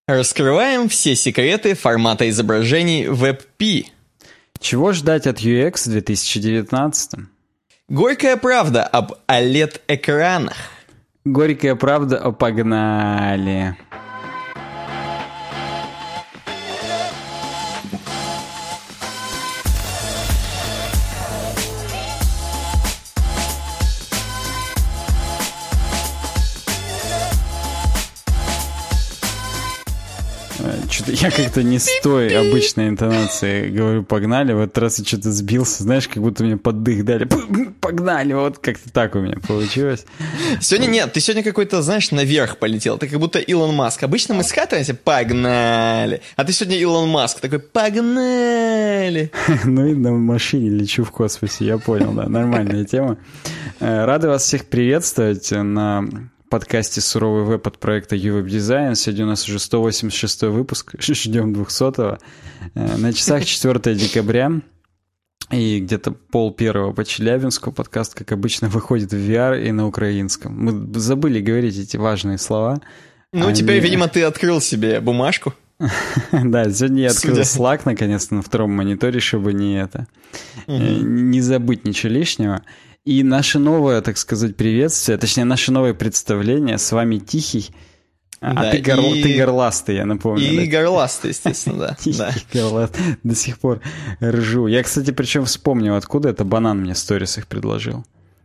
Раскрываем все секреты формата изображений WebP. Чего ждать от UX в 2019? Горькая правда об OLED-экранах. Горькая правда о погнали. Что-то я как-то не с той обычной интонацией говорю «погнали», в этот раз я что-то сбился, знаешь, как будто мне поддых дали. «Погнали», вот как-то так у меня получилось. Сегодня нет, ты сегодня какой-то, знаешь, наверх полетел, ты как будто Илон Маск. Обычно мы скатываемся «погнали», а ты сегодня Илон Маск, такой «погнали». Ну и на машине лечу в космосе, я понял, да, нормальная тема. Рады вас всех приветствовать на подкасте «Суровый веб» от проекта UWeb Design. Сегодня у нас уже 186 выпуск, ждем 200-го. На часах 4 декабря и где-то 12:30 по Челябинску. Подкаст, как обычно, выходит в VR и на украинском. Мы забыли говорить эти важные слова. Ну, теперь, видимо, ты открыл себе бумажку. Да, сегодня я открыл Slack, наконец-то, на втором мониторе, чтобы не забыть ничего лишнего. И наше новое, так сказать, приветствие, точнее, наше новое представление. С вами Тихий. Да, ты горластый, я напомню. И да? Горластый, естественно, да. Тихий, горластый. До сих пор ржу. Я, кстати, причем вспомнил, откуда это. Банан мне в сторисах предложил.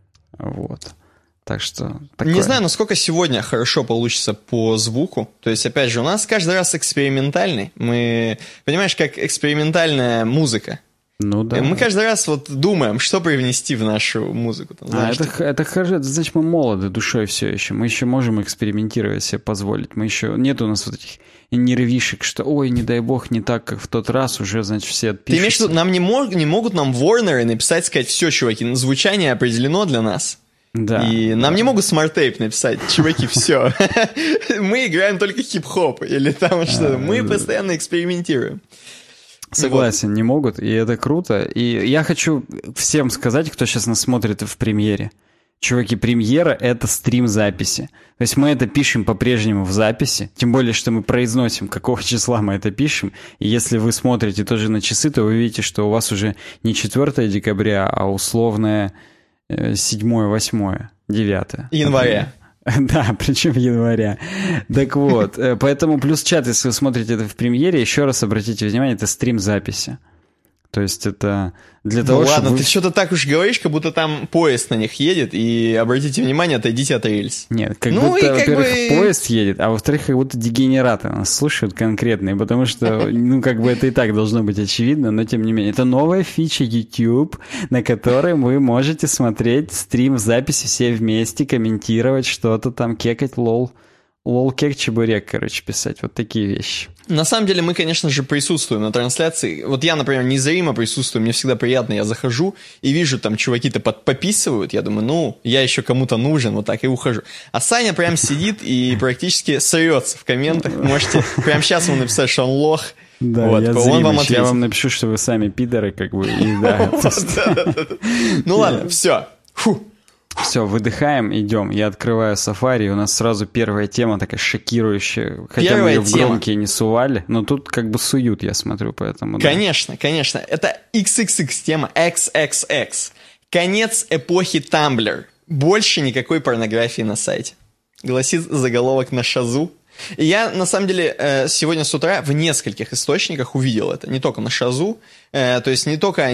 Вот. Так что... Такое. Не знаю, насколько сегодня хорошо получится по звуку. То есть, опять же, у нас каждый раз экспериментальный. Мы, понимаешь, как экспериментальная музыка. Ну да. Мы каждый раз вот думаем, что привнести в нашу музыку. Там, знаешь, это хорошо, это значит, мы молоды душой все еще. Мы еще можем экспериментировать, себе позволить. Мы еще... Нет у нас вот этих нервишек, что ой, не дай бог, не так, как в тот раз, уже, значит, все отпишутся. Ты имеешь в виду, нам не могут нам Warner написать, сказать, все, чуваки, звучание определено для нас. Да. И нам не могут смарт-тейп написать, чуваки, все. Мы играем только хип-хоп или там что-то. Мы постоянно экспериментируем. Согласен, вот. Не могут, и это круто. И я хочу всем сказать, кто сейчас нас смотрит в премьере. Чуваки, премьера — это стрим записи. То есть мы это пишем по-прежнему в записи, тем более, что мы произносим, какого числа мы это пишем. И если вы смотрите тоже на часы, то вы видите, что у вас уже не 4 декабря, а условное 7, 8, 9. Января. Да, причем в январе. Так вот, поэтому плюс чат, если вы смотрите это в премьере, еще раз обратите внимание, это стрим записи. То есть это для того, ладно, чтобы... ты что-то так уж говоришь, как будто там поезд на них едет, и обратите внимание, отойдите от рельс. Нет, как будто, во-первых, поезд едет, а во-вторых, как будто дегенераты нас слушают конкретные, потому что, это и так должно быть очевидно, но тем не менее. Это новая фича YouTube, на которой вы можете смотреть стрим в записи все вместе, комментировать что-то там, кекать, лол, кек, чебурек, писать. Вот такие вещи. На самом деле мы, конечно же, присутствуем на трансляции. Вот я, например, незримо присутствую, мне всегда приятно, я захожу и вижу, там чуваки-то пописывают, я думаю, я еще кому-то нужен, вот так и ухожу. А Саня прям сидит и практически срется в комментах. Можете прямо сейчас ему написать, что он лох. Да, вот, я вам напишу, что вы сами пидоры, и да. Ну ладно, все. Все, выдыхаем, идем. Я открываю Safari, у нас сразу первая тема такая шокирующая. Хотя мы ее в громкие не сували, но тут суют, я смотрю, поэтому... Конечно, конечно. Это XXX тема, XXX. Конец эпохи Tumblr. Больше никакой порнографии на сайте. Гласит заголовок на Шазу. И я, на самом деле, сегодня с утра в нескольких источниках увидел это. Не только на Шазу. То есть не только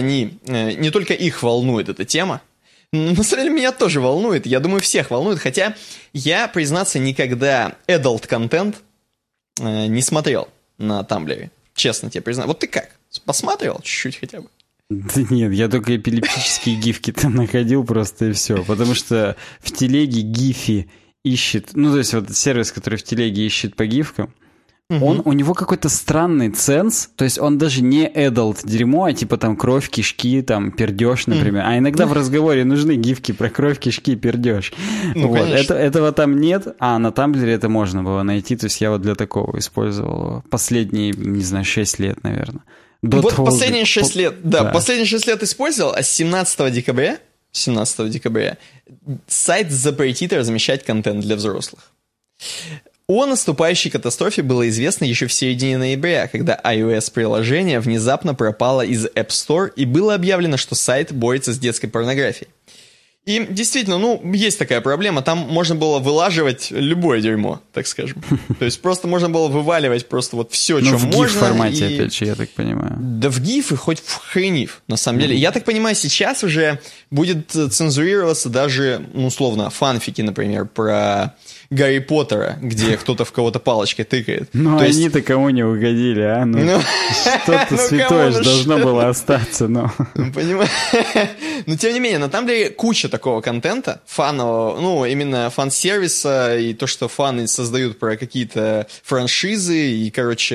их волнует эта тема. На самом деле, меня тоже волнует. Я думаю, всех волнует. Хотя я, признаться, никогда adult контент не смотрел на Тамблере. Честно тебе признаю. Вот ты как? Посмотрел чуть-чуть хотя бы? Да нет, я только эпилептические гифки там находил просто и все. Потому что в телеге гифи ищет... то есть вот сервис, который в телеге ищет по гифкам, у него какой-то странный ценз, то есть он даже не adult дерьмо, а типа там кровь, кишки, там пердеж, например. А иногда в разговоре нужны гифки про кровь, кишки, пердеж. Вот. Этого там нет, а на Тамблере это можно было найти, то есть я вот для такого использовал его последние, 6 лет, наверное. Последние 6 лет, последние 6 лет использовал, а с 17 декабря сайт запретит размещать контент для взрослых. О наступающей катастрофе было известно еще в середине ноября, когда iOS-приложение внезапно пропало из App Store и было объявлено, что сайт борется с детской порнографией. И действительно, есть такая проблема, там можно было вылаживать любое дерьмо, так скажем. То есть просто можно было вываливать просто вот все, что можно. В GIF-формате, опять же, я так понимаю. Да в GIF и хоть в хренив, на самом деле. Я так понимаю, сейчас уже будет цензурироваться даже, условно, фанфики, например, про Гарри Поттера, где кто-то в кого-то палочкой тыкает. Они-то кому не угодили, а? Что-то святое же должно было остаться, Понимаешь? Но тем не менее, на самом деле куча такого контента, фанового, именно фан-сервиса, и то, что фаны создают про какие-то франшизы, и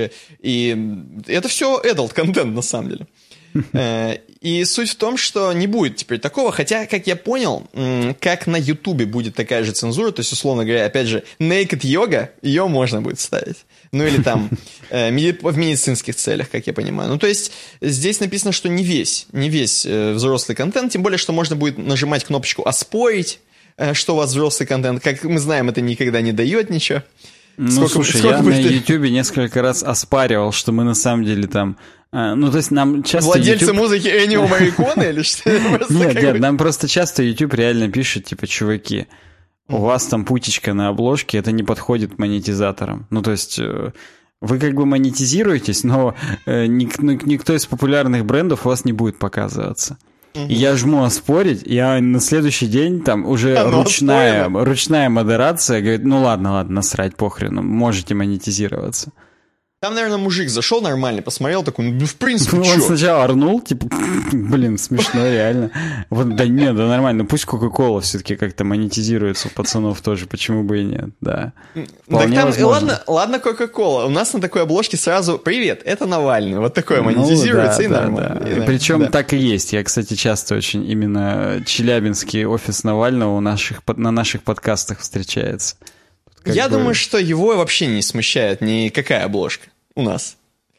это все adult контент, на самом деле. И суть в том, что не будет теперь такого, хотя, как я понял, как на Ютубе будет такая же цензура, то есть, условно говоря, опять же, naked yoga, ее можно будет ставить. Или там в медицинских целях, как я понимаю. То есть, здесь написано, что не весь взрослый контент, тем более, что можно будет нажимать кнопочку «Оспорить», что у вас взрослый контент. Как мы знаем, это никогда не дает ничего. Слушай, я на Ютубе несколько раз оспаривал, что мы на самом деле там... то есть нам часто Владельцы музыки Энио Морриконе или что? Нет, нам просто часто YouTube реально пишет, типа, чуваки, у вас там путечка на обложке, это не подходит монетизаторам. То есть... Вы как бы монетизируетесь, но никто из популярных брендов у вас не будет показываться. И я жму «Оспорить», я на следующий день там уже ручная модерация говорит, ладно, насрать, похрен, можете монетизироваться. Там, наверное, мужик зашел нормально, посмотрел, такой, в принципе, он сначала орнул, типа, смешно, реально. Да нормально, пусть Кока-Кола все-таки как-то монетизируется у пацанов тоже, почему бы и нет, да. Так там, ладно, Кока-Кола, у нас на такой обложке сразу «Привет, это Навальный», вот такое монетизируется, и нормально. Да. Причем так и есть, я, кстати, часто очень именно челябинский офис Навального на наших подкастах встречается. Я думаю, что его вообще не смущает никакая обложка у нас.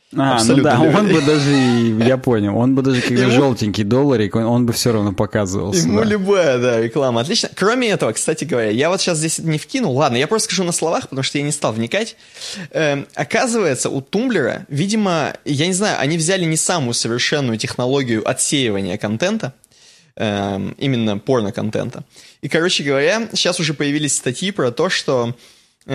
Он бы даже, я понял, он бы даже когда желтенький долларик, он бы все равно показывался. Ему любая, реклама, отлично. Кроме этого, кстати говоря, я вот сейчас здесь не вкинул, ладно, я просто скажу на словах, потому что я не стал вникать. Оказывается, у Тумблера, видимо, я не знаю, они взяли не самую совершенную технологию отсеивания контента, именно порно-контента. И, короче говоря, сейчас уже появились статьи про то, что вот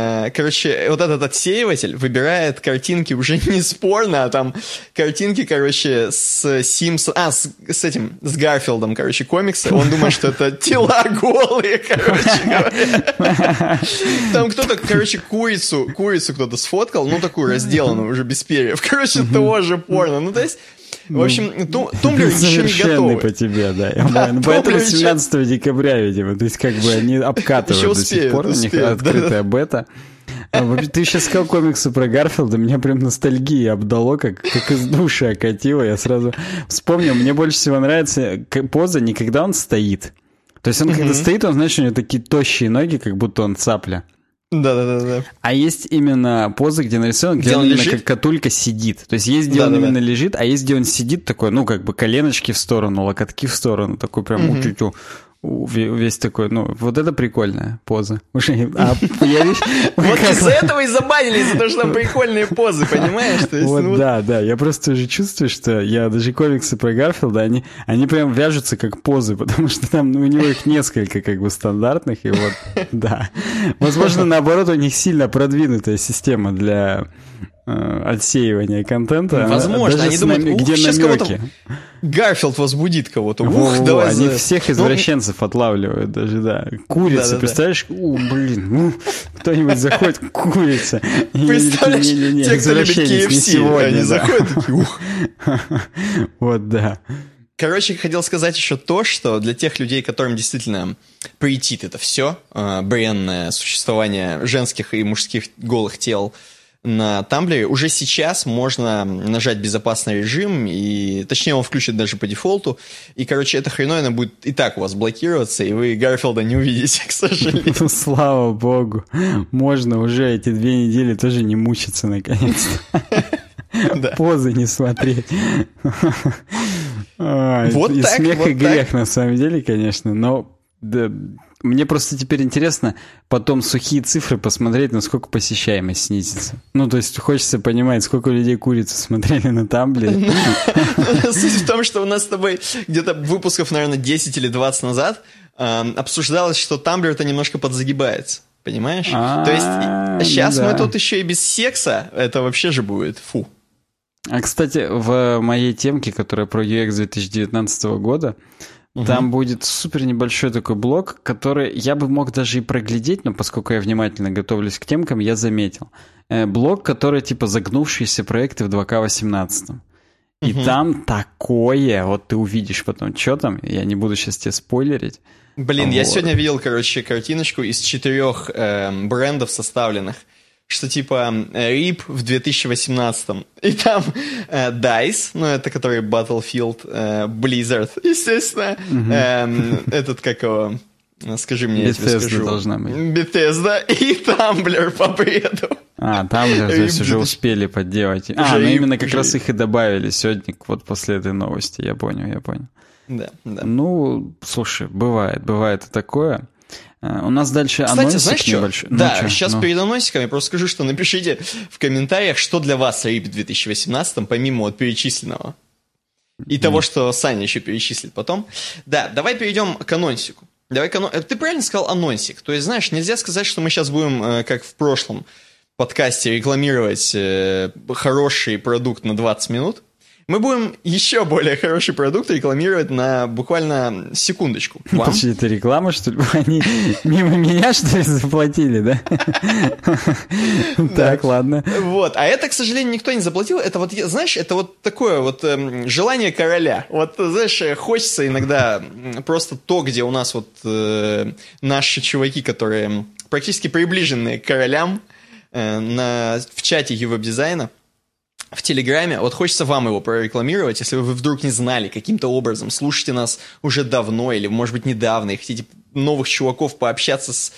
этот отсеиватель выбирает картинки уже не с порно, а там картинки, с Симпсон... с Гарфилдом, комиксы. Он думает, что это тела голые, говоря. Там кто-то, курицу кто-то сфоткал, такую разделанную, уже без перьев. Тоже порно. То есть... В общем, Тумблер еще не готовы. по тебе, да. Поэтому 17 декабря, видимо. То есть, как бы они обкатывают до сих пор. У них открытая бета. Ты сейчас сказал комиксы про Гарфилда, меня прям ностальгия обдало, как из души окатило. Я сразу вспомнил, мне больше всего нравится поза не когда он стоит. То есть он когда стоит, он, знаешь, у него такие тощие ноги, как будто он цапля. Да. А есть именно позы, где нарисован, где он именно как катулька сидит. То есть где он именно лежит, а есть где он сидит такой, коленочки в сторону, локотки в сторону, такой прям весь такой, вот это прикольная поза. Вот из-за этого и забанили, из-за того, что там прикольные позы, понимаешь? Да, я просто уже чувствую, что я даже комиксы про Гарфилда, они прям вяжутся как позы, потому что там у него их несколько как бы стандартных, и вот, да. Возможно, наоборот, у них сильно продвинутая система для отсеивания контента. Возможно, они думают, где сейчас намеки. Гарфилд возбудит кого-то. Давай они всех извращенцев отлавливают даже, да. Курица, представляешь? Кто-нибудь заходит, курица. Представляешь, те, кто любит KFC, они заходят такие, Вот, да. Короче, хотел сказать еще то, что для тех людей, которым действительно претит это все, бренное существование женских и мужских голых тел на Тамблере, уже сейчас можно нажать безопасный режим, и точнее он включит даже по дефолту, и, эта хреновина будет и так у вас блокироваться, и вы Гарфилда не увидите, к сожалению. Слава богу, можно уже эти 2 недели тоже не мучиться наконец-то. Позы не смотреть. Вот и так, смех и грех на самом деле, конечно, но Мне просто теперь интересно потом сухие цифры посмотреть, насколько посещаемость снизится. Ну, то есть хочется понимать, сколько людей курицу смотрели на Тамблере. Суть в том, что у нас с тобой где-то выпусков, наверное, 10 или 20 назад обсуждалось, что Тамблер-то немножко подзагибается. Понимаешь? То есть сейчас мы тут еще и без секса, это вообще же будет фу. А, кстати, в моей темке, которая про UX 2019 года, там будет супер небольшой такой блок, который я бы мог даже и проглядеть, но поскольку я внимательно готовлюсь к темкам, я заметил. Блок, который типа загнувшиеся проекты в 2К18. И там такое, вот ты увидишь потом, что там, я не буду сейчас тебе спойлерить. Блин, я сегодня видел, короче, картиночку из 4 брендов составленных, что типа RIP в 2018-м. И там DICE, ну это который Battlefield, Blizzard, естественно, этот как его, скажи мне, я тебе скажу. Должна быть. Bethesda и Tumblr по бреду. Tumblr, то есть уже успели подделать. Ну именно как раз их и добавили сегодня, вот после этой новости, я понял. Да. Ну, слушай, бывает и такое. У нас дальше кстати, анонсик знаешь небольшой. Что? Да, сейчас перед анонсиком я просто скажу, что напишите в комментариях, что для вас RIP в 2018, помимо вот перечисленного. И того, что Саня еще перечислит потом. Да, давай перейдем к анонсику. Ты правильно сказал анонсик. То есть, знаешь, нельзя сказать, что мы сейчас будем, как в прошлом подкасте, рекламировать хороший продукт на 20 минут. Мы будем еще более хороший продукт рекламировать на буквально секундочку. Подожди, это реклама, что ли? Они мимо меня, что ли, заплатили, да? Так, ладно. Вот, а это, к сожалению, никто не заплатил. Это вот, знаешь, это вот такое вот желание короля. Вот, знаешь, хочется иногда просто то, где у нас вот наши чуваки, которые практически приближены к королям в чате веб-дизайна, в Телеграме, вот хочется вам его прорекламировать, если вы вдруг не знали каким-то образом, слушаете нас уже давно или, может быть, недавно, и хотите новых чуваков пообщаться с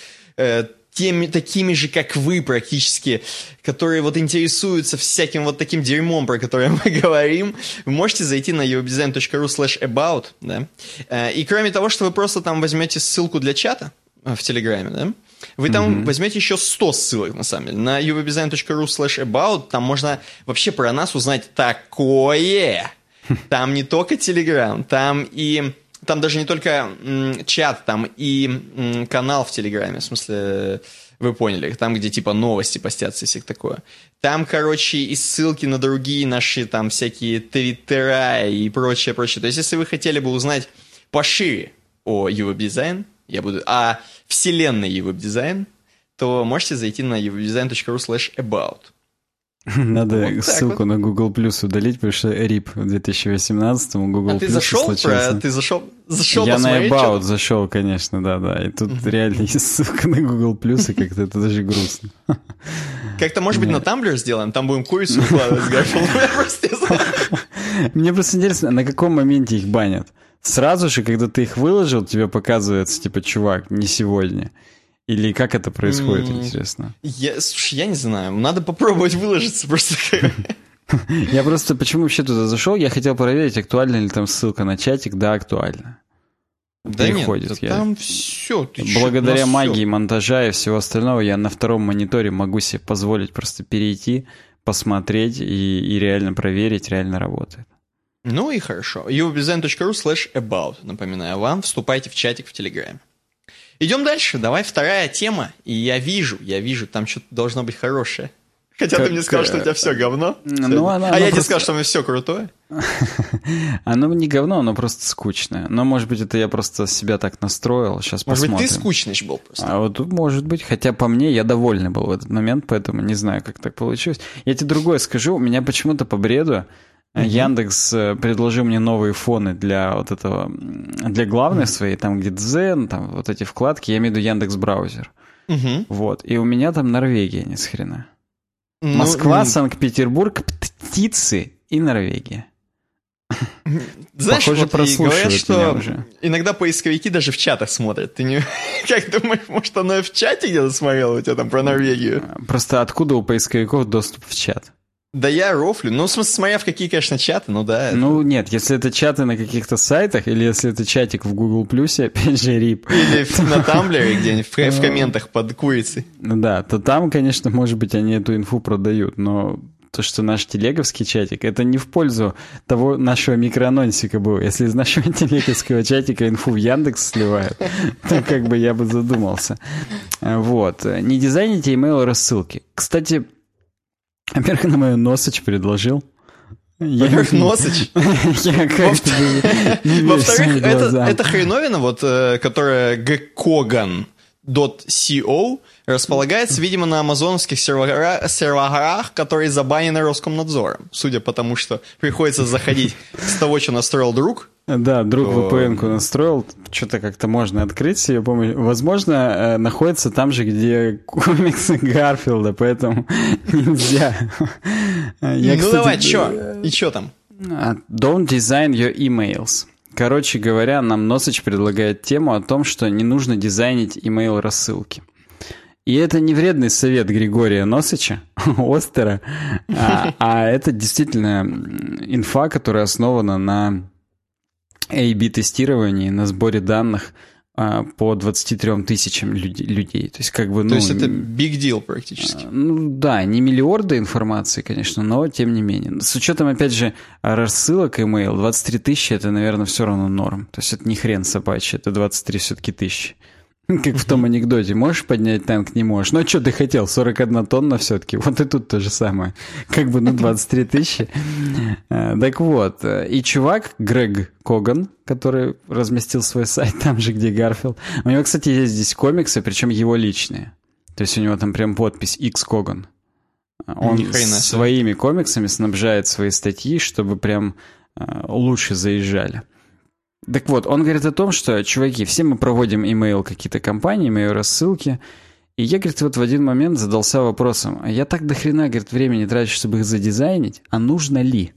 такими же, как вы практически, которые вот интересуются всяким вот таким дерьмом, про которое мы говорим, вы можете зайти на uwebdesign.ru/about, да, и кроме того, что вы просто там возьмете ссылку для чата в Телеграме, да, вы там возьмете еще 100 ссылок, на самом деле. На uwebdesign.ru/about там можно вообще про нас узнать такое. Там не только Telegram, там даже не только чат, там и канал в Телеграме, в смысле, вы поняли, там, где типа новости постятся и всякое такое. Там, короче, и ссылки на другие наши там всякие твиттера и прочее. То есть, если вы хотели бы узнать пошире о uwebdesign, о вселенной uwebdesign, то можете зайти на uwebdesign.ru/about. Надо вот ссылку на Google Plus удалить, потому что RIP в 2018-му Google Plus ты зашел? Ты зашел я посмотреть? Я на About зашел, конечно, да. И тут реально есть ссылка на Google Plus, и как-то это даже грустно. Как-то, может быть, на Tumblr сделаем? Там будем курицу выкладывать с Гарфилдом. Мне просто интересно, на каком моменте их банят? Сразу же, когда ты их выложил, тебе показывается, типа, чувак, не сегодня. Или как это происходит, интересно? Слушай, я не знаю. Надо попробовать выложиться просто. Я просто, почему вообще туда зашел? Я хотел проверить, актуальна ли там ссылка на чатик. Да, актуальна. Да нет, там все. Благодаря магии монтажа и всего остального я на втором мониторе могу себе позволить просто перейти, посмотреть и реально проверить, реально работает. Ну и хорошо. uwebdesign.ru/about, напоминаю вам, вступайте в чатик в Телеграме. Идем дальше, давай вторая тема. И я вижу, там что-то должно быть хорошее. Хотя ты мне сказал, что у тебя все говно. Я тебе сказал, что у меня все крутое. Оно не говно, оно просто скучное. Но, может быть, это я просто себя так настроил. Сейчас посмотрим. Может быть, ты скучный был просто. А вот тут может быть. Хотя по мне я довольный был в этот момент, поэтому не знаю, как так получилось. Я тебе другое скажу. У меня почему-то по бреду Яндекс предложил мне новые фоны для вот этого, для главной своей, там где Дзен, там вот эти вкладки, я имею в виду Яндекс браузер. Вот. И у меня там Норвегия, ни с хрена. Москва, Санкт-Петербург, птицы и Норвегия. Знаешь, похоже, вот говорят, что уже. Иногда поисковики даже в чатах смотрят. Ты не... Как думаешь, может, оно в чате где-то смотрело у тебя там про Норвегию? Просто откуда у поисковиков доступ в чат? Да я рофлю. Ну, в смысле, смотря в какие, конечно, чаты, ну да. Ну, нет, если это чаты на каких-то сайтах, или если это чатик в Google+, опять же, рип. Или на Тамблере где-нибудь, в комментах под курицей. Да, то там, конечно, может быть, они эту инфу продают, но то, что наш телеговский чатик, это не в пользу того нашего микроанонсика был. Если из нашего телеговского чатика инфу в Яндекс сливают, то как бы я бы задумался. Вот. Не дизайните email-рассылки. Кстати, Америка на мою Носыч предложил. Во-первых, Носыч. Во-вторых, это хреновина, вот, которая gkogan.co располагается, видимо, на амазоновских серверах, которые забанены Роскомнадзором. Судя по тому, что приходится заходить с того, что настроил друг. Да, друг VPN-ку настроил, что-то как-то можно открыть с ее помощью. Возможно, находится там же, где комиксы Гарфилда, поэтому нельзя. Давай, что? И что там? Don't design your emails. Короче говоря, нам Носыч предлагает тему о том, что не нужно дизайнить email-рассылки. И это не вредный совет Григория Носыча, Остера, а это действительно инфа, которая основана на A/B-тестировании, на сборе данных по 23 тысячам людей. То есть, как бы, То есть это big deal практически. Ну да, не миллиарды информации, конечно, но тем не менее. С учетом, опять же, рассылок email, 23 тысячи это, наверное, все равно норм. То есть это не хрен собачий, это 23 все-таки тысячи. Как в том анекдоте. Можешь поднять танк? Не можешь. Ну, а что ты хотел? 41 тонна все-таки. Вот и тут то же самое. Как бы, 23 тысячи. Так вот. И чувак, Грег Коган, который разместил свой сайт там же, где Гарфилд. У него, кстати, есть здесь комиксы, причем его личные. То есть у него там прям подпись X Коган. Он своими комиксами снабжает свои статьи, чтобы прям лучше заезжали. Так вот, он говорит о том, что, чуваки, все мы проводим email какие-то компании, email-рассылки, и я, говорит, вот в один момент задался вопросом, а я так дохрена, говорит, времени трачу, чтобы их задизайнить, а нужно ли?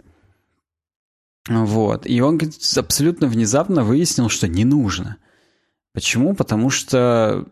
Вот, и он, говорит, абсолютно внезапно выяснил, что не нужно. Почему? Потому что...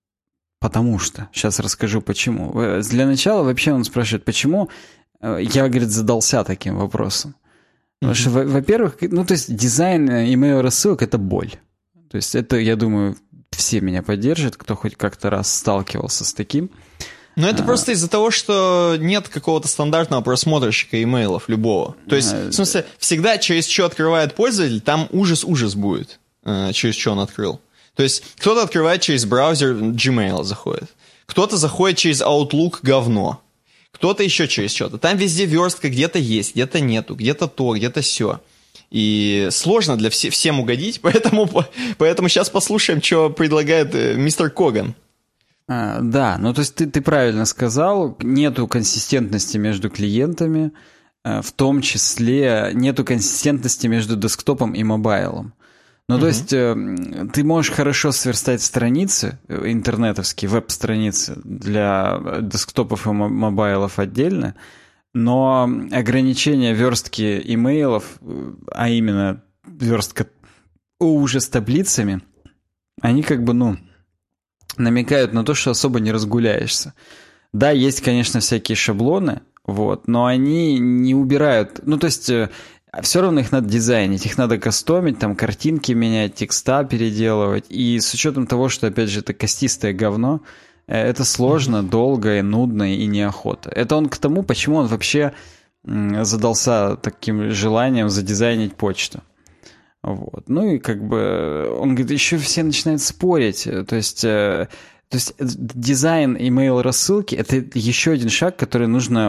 Сейчас расскажу, почему. Для начала вообще он спрашивает, почему я, говорит, задался таким вопросом. Потому что, во-первых, то есть дизайн email-рассылок — это боль. То есть это, я думаю, все меня поддержат, кто хоть как-то раз сталкивался с таким. Но это просто из-за того, что нет какого-то стандартного просмотрщика имейлов любого. То есть, в смысле, всегда через что открывает пользователь, там ужас будет, через что он открыл. То есть кто-то открывает через браузер Gmail заходит, кто-то заходит через Outlook говно. Кто-то еще через что-то. Там везде верстка, где-то есть, где-то нету, где-то то, где-то сё. И сложно для всем угодить, поэтому сейчас послушаем, что предлагает мистер Коган. Да, то есть ты правильно сказал, нету консистентности между клиентами, в том числе нету консистентности между десктопом и мобайлом. То есть ты можешь хорошо сверстать страницы, интернетовские, веб-страницы для десктопов и мобайлов отдельно, но ограничение верстки имейлов, а именно верстка уже с таблицами, они как бы, намекают на то, что особо не разгуляешься. Да, есть, конечно, всякие шаблоны, но они не убирают, то есть... Все равно их надо дизайнить, их надо кастомить, там картинки менять, текста переделывать. И с учетом того, что, опять же, это костистое говно, это сложно, долго, и нудно и неохота. Это он к тому, почему он вообще задался таким желанием задизайнить почту. И как бы он говорит, еще все начинают спорить. То есть дизайн email-рассылки — это еще один шаг, который нужно...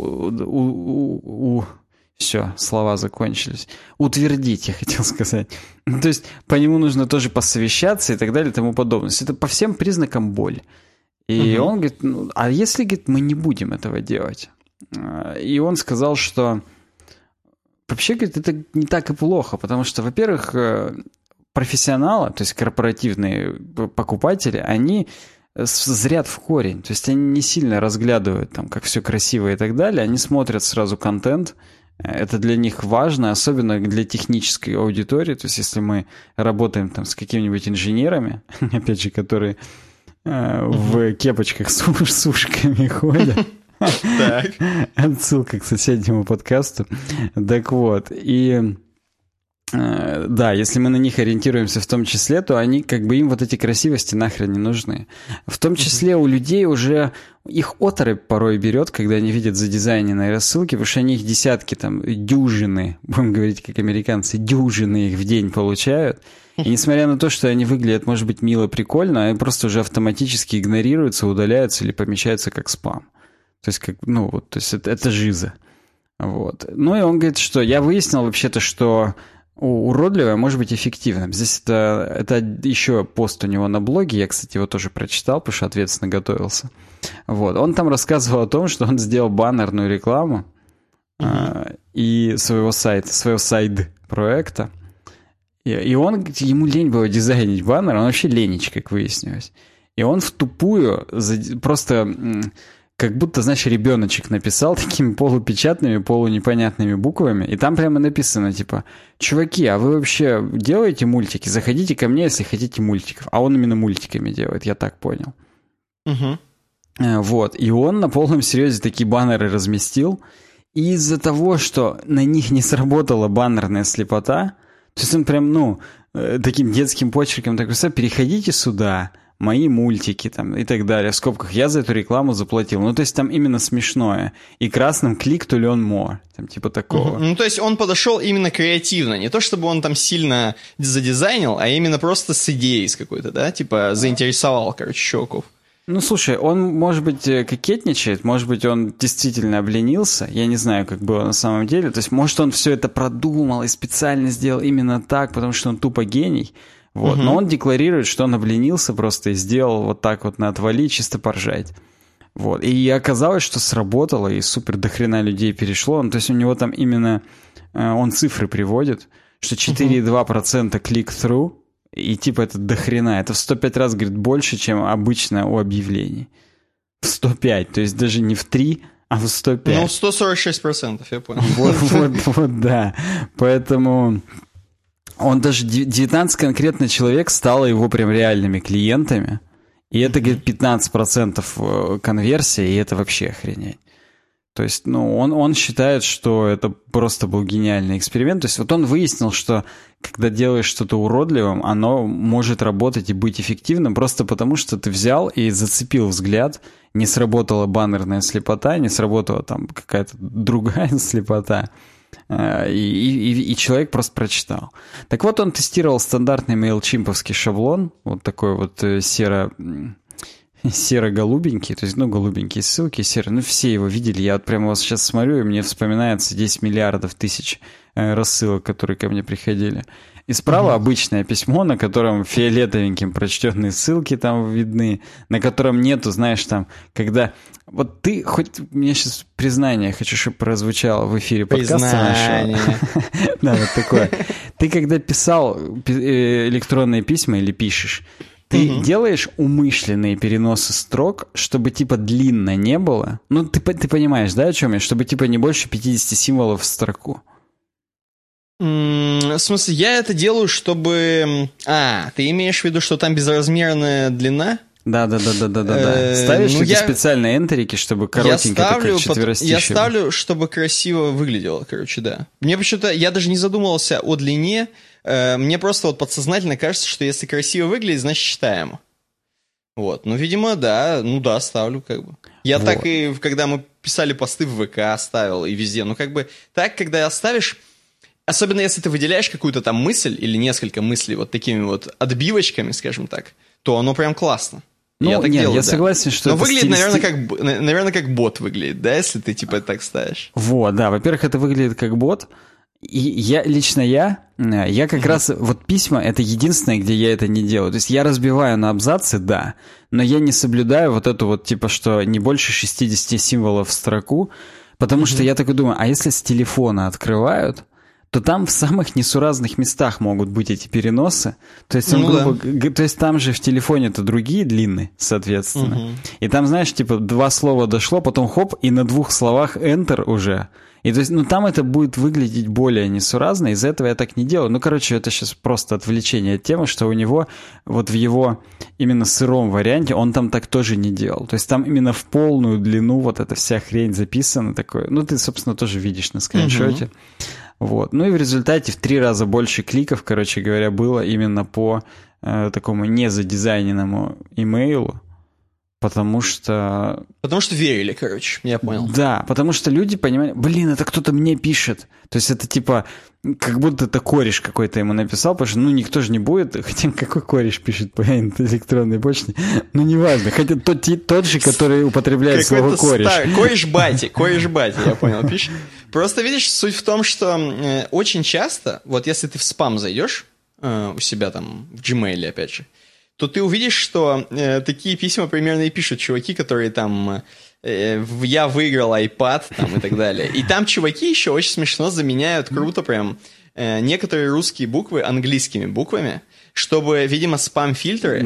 Все, слова закончились. Утвердить, я хотел сказать. То есть по нему нужно тоже посовещаться и так далее и тому подобное. Это по всем признакам боль. И он говорит, а если, говорит, мы не будем этого делать? И он сказал, что вообще, говорит, это не так и плохо, потому что, во-первых, профессионалы, то есть корпоративные покупатели, они зрят в корень. То есть они не сильно разглядывают, там, как все красиво и так далее. Они смотрят сразу контент. Это для них важно, особенно для технической аудитории. То есть если мы работаем там с какими-нибудь инженерами, опять же, которые в кепочках с ушками ходят, Так. Отсылка к соседнему подкасту. Так вот, и... Да, если мы на них ориентируемся в том числе, то они, как бы им вот эти красивости нахрен не нужны. В том числе у людей уже их оторопь порой берет, когда они видят задизайненные рассылки, потому что они их десятки, там, дюжины, будем говорить как американцы, дюжины их в день получают. И несмотря на то, что они выглядят, может быть, мило, прикольно, они просто уже автоматически игнорируются, удаляются или помечаются как спам. То есть, как, ну, вот, то есть это жиза. Вот. Ну, и он говорит, что я выяснил вообще-то, что уродливое может быть эффективным. Здесь это еще пост у него на блоге. Я, кстати, его тоже прочитал, потому что ответственно готовился. Вот. Он там рассказывал о том, что он сделал баннерную рекламу и своего сайд-проекта. И он, ему лень было дизайнить баннер, он вообще ленич, как выяснилось. И он в тупую просто... Как будто, знаешь, ребеночек написал такими полупечатными, полунепонятными буквами, и там прямо написано, типа, чуваки, а вы вообще делаете мультики? Заходите ко мне, если хотите мультиков. А он именно мультиками делает, я так понял. Вот, и он на полном серьезе такие баннеры разместил, и из-за того, что на них не сработала баннерная слепота, то есть он прям, таким детским почерком так писал, переходите сюда, мои мультики там и так далее. В скобках я за эту рекламу заплатил. Ну, то есть там именно смешное. И красным клик to learn more. Там типа такого. Ну, то есть он подошел именно креативно. Не то, чтобы он там сильно задизайнил, а именно просто с идеей с какой-то, да? Типа заинтересовал, короче, чуваков. Ну, слушай, он, может быть, кокетничает, может быть, он действительно обленился. Я не знаю, как было на самом деле. То есть, может, он все это продумал и специально сделал именно так, потому что он тупо гений. Вот. Но он декларирует, что он обленился просто и сделал вот так вот на отвали, чисто поржать. Вот. И оказалось, что сработало, и супер дохрена людей перешло. Ну, то есть у него там именно... Он цифры приводит, что 4,2% click-through, и типа это дохрена. Это в 105 раз, говорит, больше, чем обычно у объявлений. В 105, то есть даже не в 3, а в 105. Ну, 146%, я понял. Вот, да. Поэтому... Он даже 19 конкретно человек стало его прям реальными клиентами. И это, говорит, 15% конверсия, и это вообще охренеть. То есть, он считает, что это просто был гениальный эксперимент. То есть, вот он выяснил, что когда делаешь что-то уродливым, оно может работать и быть эффективным просто потому, что ты взял и зацепил взгляд, не сработала баннерная слепота, не сработала там какая-то другая слепота. И человек просто прочитал. Так вот, он тестировал стандартный MailChimp-овский шаблон, вот такой вот серо-голубенький, то есть, голубенькие ссылки, серые, все его видели, я вот прямо вот сейчас смотрю, и мне вспоминается 10 миллиардов тысяч рассылок, которые ко мне приходили. И справа обычное письмо, на котором фиолетовеньким прочтенные ссылки там видны, на котором нету, знаешь, там, когда... Вот ты, хоть мне сейчас признание хочу, чтобы прозвучало в эфире подкаста нашего. Да, вот такое. Ты когда писал электронные письма или пишешь, ты делаешь умышленные переносы строк, чтобы типа длинно не было? Ну, ты понимаешь, да, о чем я? Чтобы типа не больше 50 символов в строку. В смысле, я это делаю, чтобы... ты имеешь в виду, что там безразмерная длина? Да. Ставишь эти специальные энтерики, чтобы коротенько такое четверостище. Я ставлю, чтобы красиво выглядело, короче, да. Мне почему-то... Я даже не задумывался о длине. Мне просто вот подсознательно кажется, что если красиво выглядит, значит читаемо. Вот. Ну, видимо, да. Ну да, ставлю как бы. Я вот. Так и, когда мы писали посты в ВК, ставил и везде. Ну, как бы так, когда оставишь... Особенно если ты выделяешь какую-то там мысль или несколько мыслей вот такими вот отбивочками, скажем так, то оно прям классно. Ну, я так делаю, я согласен, что но это выглядит, наверное, как бот выглядит, да, если ты типа так ставишь. Вот, да, во-первых, это выглядит как бот, и я как раз, вот письма, это единственное, где я это не делаю. То есть я разбиваю на абзацы, да, но я не соблюдаю вот эту вот, типа, что не больше 60 символов в строку, потому что я такой думаю, а если с телефона открывают, то там в самых несуразных местах могут быть эти переносы. То есть, то есть там же в телефоне-то другие длины, соответственно. И там, знаешь, типа 2 слова дошло, потом хоп, и на 2 словах Enter уже. И то есть, там это будет выглядеть более несуразно, из-за этого я так не делаю. Ну, короче, это сейчас просто отвлечение от темы, что у него, вот в его именно сыром варианте, он там так тоже не делал. То есть там именно в полную длину вот эта вся хрень записана такое. Ну, ты, собственно, тоже видишь на скриншоте. Вот. Ну и в результате в 3 раза больше кликов, короче говоря, было именно по такому незадизайненному имейлу. Потому что верили, короче, я понял. Да, потому что люди понимали, это кто-то мне пишет. То есть это типа, как будто это кореш какой-то ему написал, потому что, никто же не будет, хотя какой кореш пишет по электронной почте, неважно, хотя тот же, который употребляет слово кореш. Кореш-бати, я понял, пишет. Просто видишь, суть в том, что очень часто, вот если ты в спам зайдешь у себя там в Gmail, опять же, то ты увидишь, что такие письма примерно и пишут чуваки, которые там «я выиграл iPad» там, и так далее. И там чуваки еще очень смешно заменяют круто прям некоторые русские буквы английскими буквами, чтобы, видимо, спам-фильтры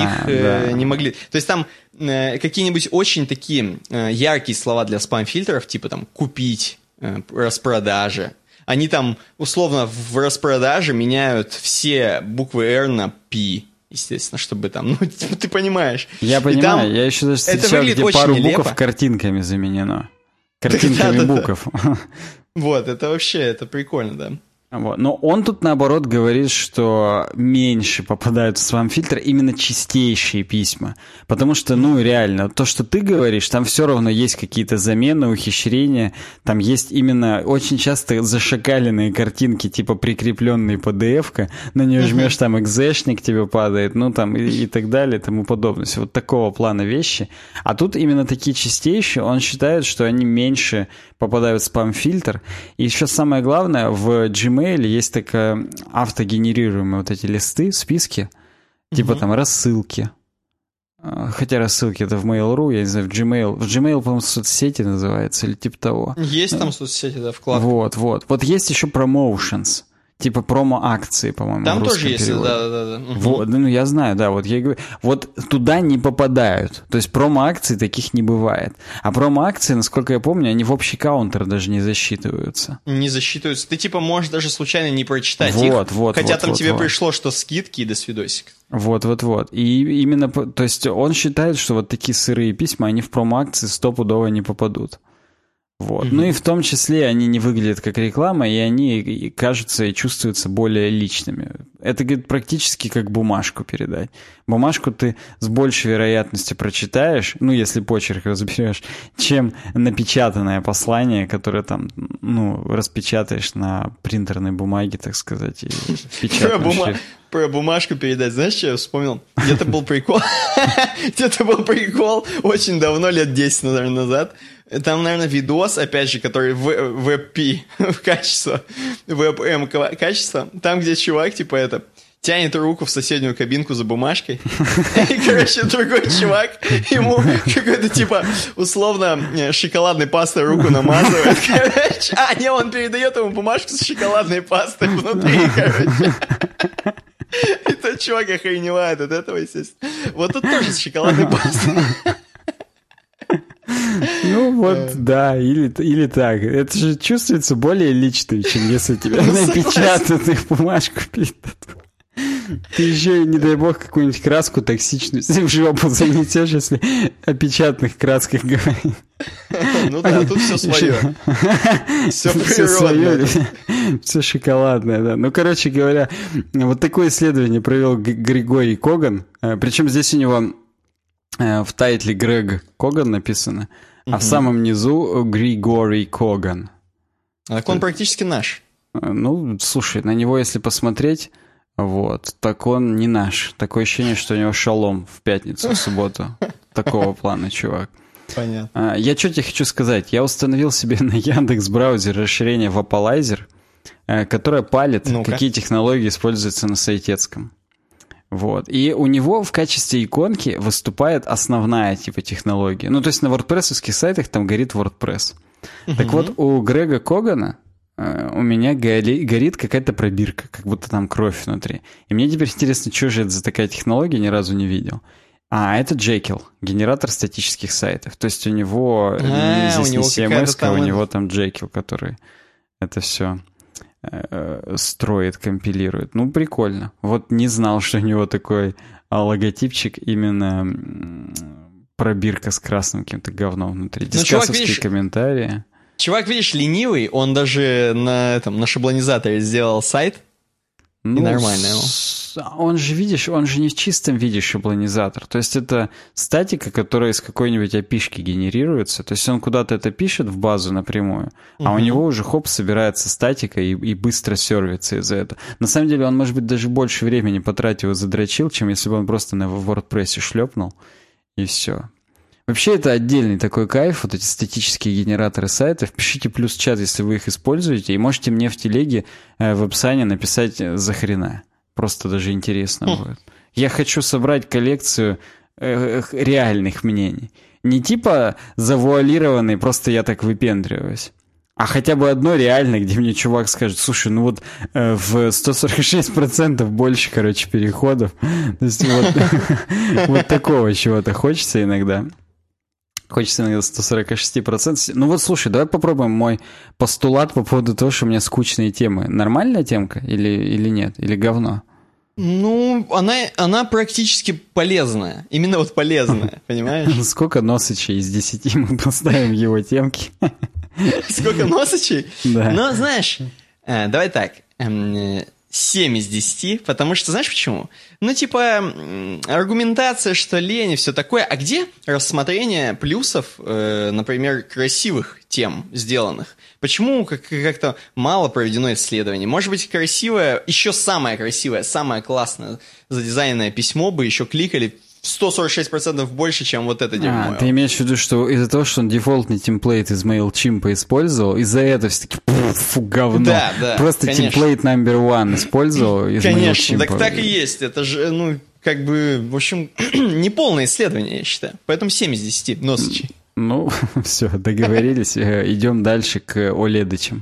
не могли... То есть там какие-нибудь очень такие яркие слова для спам-фильтров, типа там «купить», «распродажа». Они там условно в распродаже меняют все буквы «R» на «P». Естественно, чтобы там, ты понимаешь. Я понимаю, я еще даже встречал, где пару букв картинками заменено. Картинками букв. Вот, это вообще, это прикольно, да. Вот. Но он тут, наоборот, говорит, что меньше попадают в спам-фильтр именно чистейшие письма. Потому что, реально, то, что ты говоришь, там все равно есть какие-то замены, ухищрения. Там есть именно очень часто зашакаленные картинки, типа прикрепленные PDF-ка. На нее жмешь, там экзешник тебе падает, и так далее, и тому подобное. Вот такого плана вещи. А тут именно такие чистейшие, он считает, что они меньше попадают в спам-фильтр. И еще самое главное, в Gmail есть такая автогенерируемые вот эти листы, списки, типа там рассылки. Хотя рассылки это в Mail.ru, я не знаю, в Gmail. В Gmail, по-моему, соцсети называется, или типа того. Есть там соцсети, да, вкладка. Вот есть еще promotions. Типа промо-акции, по-моему, там в русском тоже есть, переводе. да. Вот, я знаю, да, вот я говорю, вот туда не попадают. То есть промо-акций таких не бывает. А промо-акции, насколько я помню, они в общий каунтер даже не засчитываются. Не засчитываются. Ты типа можешь даже случайно не прочитать их, хотя там тебе пришло, что скидки и до свидосик. Вот. И именно, то есть он считает, что вот такие сырые письма, они в промо-акции стопудово не попадут. Вот. Ну и в том числе они не выглядят как реклама, и они кажутся и чувствуются более личными. Это, говорит, практически как бумажку передать. Бумажку ты с большей вероятностью прочитаешь, если почерк разберешь, чем напечатанное послание, которое там, распечатаешь на принтерной бумаге, так сказать, и печатаешь. Про бумажку передать. Знаешь, что я вспомнил? Где-то был прикол очень давно, лет 10, наверное, назад. Там, наверное, видос, опять же, который в WebP качество, WebM качество. Там, где чувак, типа, тянет руку в соседнюю кабинку за бумажкой. И, короче, другой чувак ему какой-то, типа, условно, шоколадной пастой руку намазывает, короче. Он передает ему бумажку с шоколадной пастой внутри, короче. И тот чувак охреневает от этого, естественно. Вот тут тоже с шоколадной пастой. Да, или так. Это же чувствуется более личным, чем если тебе напечатают их бумажку передадут. Ты еще, не дай бог, какую-нибудь краску токсичную в жопу занесешь, если о печатных красках говорить. Тут все свое. Все природное. Все шоколадное, да. Короче говоря, вот такое исследование провел Григорий Коган. Причем здесь у него в тайтле Грег Коган написано, а в самом низу Григорий Коган. Так он практически наш. Слушай, на него если посмотреть, так он не наш. Такое ощущение, что у него шалом в пятницу, в субботу. Такого плана, чувак. Понятно. Я что тебе хочу сказать. Я установил себе на Яндекс.Браузере расширение Vapalizer, которое палит, какие технологии используются на сайтецком. И у него в качестве иконки выступает основная типа технология. То есть на WordPress-овских сайтах там горит WordPress. Так вот, у Грега Когана у меня горит какая-то пробирка, как будто там кровь внутри. И мне теперь интересно, что же это за такая технология, ни разу не видел. А, это Jekyll, генератор статических сайтов. То есть у него здесь не CMS, а у него там Jekyll, который это все строит, компилирует. Ну, прикольно. Вот не знал, что у него такой логотипчик именно пробирка с красным каким-то говном внутри. Дискассовские комментарии. Чувак, видишь, ленивый, он даже на шаблонизаторе сделал сайт, и нормально ему. Он же, видишь, он же не в чистом виде шаблонизатор. То есть это статика, которая из какой-нибудь API-шки генерируется. То есть он куда-то это пишет в базу напрямую, а у него уже, хоп, собирается статика и быстро сервится из-за этого. На самом деле он, может быть, даже больше времени потратил и задрочил, чем если бы он просто на WordPress шлепнул, и все. Вообще это отдельный такой кайф, вот эти статические генераторы сайтов. Пишите плюс чат, если вы их используете, и можете мне в телеге в описании написать за хрена. Просто даже интересно будет. Я хочу собрать коллекцию реальных мнений. Не типа завуалированный, просто я так выпендриваюсь. А хотя бы одно реальное, где мне чувак скажет: слушай, ну вот в 146% больше, короче, переходов. То есть вот такого чего-то хочется иногда. Хочется иногда 146%. Ну вот, слушай, давай попробуем мой постулат по поводу того, что у меня скучные темы. Нормальная темка или нет? Или говно? Ну, она практически полезная. Именно вот полезная, понимаешь? Сколько носычей из 10 мы поставим его темки? Сколько носычей? Да. Ну, знаешь, давай так. 7 из 10, потому что, знаешь почему? Ну, типа, аргументация, что лень и все такое. А где рассмотрение плюсов, например, красивых тем сделанных? Почему как-то мало проведено исследований? Может быть, красивое, еще самое красивое, самое классное задизайненное письмо бы еще кликали 146% больше, чем вот это дерьмо. Ты имеешь в виду, что из-за того, что он дефолтный темплейт из MailChimp использовал, из-за этого все-таки фу, говно. Да, просто темплейт number one использовал из Конечно, MailChimp. Так и есть. Это же, ну, как бы, в общем, неполное исследование, я считаю. Поэтому 7 из 10 носочей. Ну, все, договорились. Идем дальше к OLED-ичам.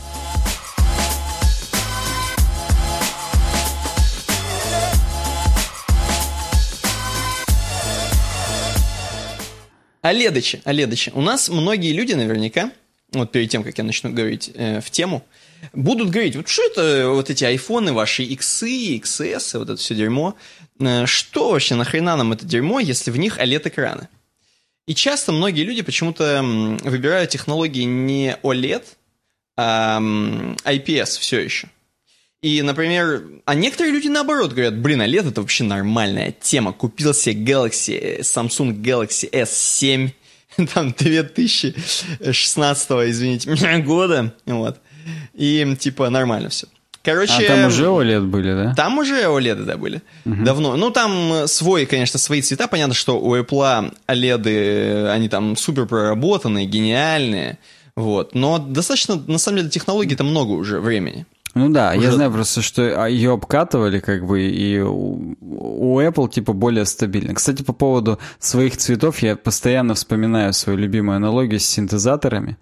OLED-ичи. У нас многие люди наверняка, вот перед тем, как я начну говорить в тему, будут говорить: вот что это вот эти айфоны ваши, иксы, XS, вот это все дерьмо, что вообще нахрена нам это дерьмо, если в них OLED-экраны? И часто многие люди почему-то выбирают технологии не OLED, а IPS все еще. И, например, а некоторые люди наоборот говорят: блин, OLED это вообще нормальная тема. Купил себе Samsung Galaxy S7, там 2016, извините, года, вот. И типа нормально все. Короче, там уже OLED были, да? Там уже OLED, да, были. Давно. Ну, там свои цвета. Понятно, что у Apple OLED, они там супер проработанные, гениальные. Вот. Но достаточно, на самом деле, технологий-то много уже времени. Ну да, я знаю просто, что ее обкатывали, как бы, и у Apple, типа, более стабильно. Кстати, по поводу своих цветов, я постоянно вспоминаю свою любимую аналогию с синтезаторами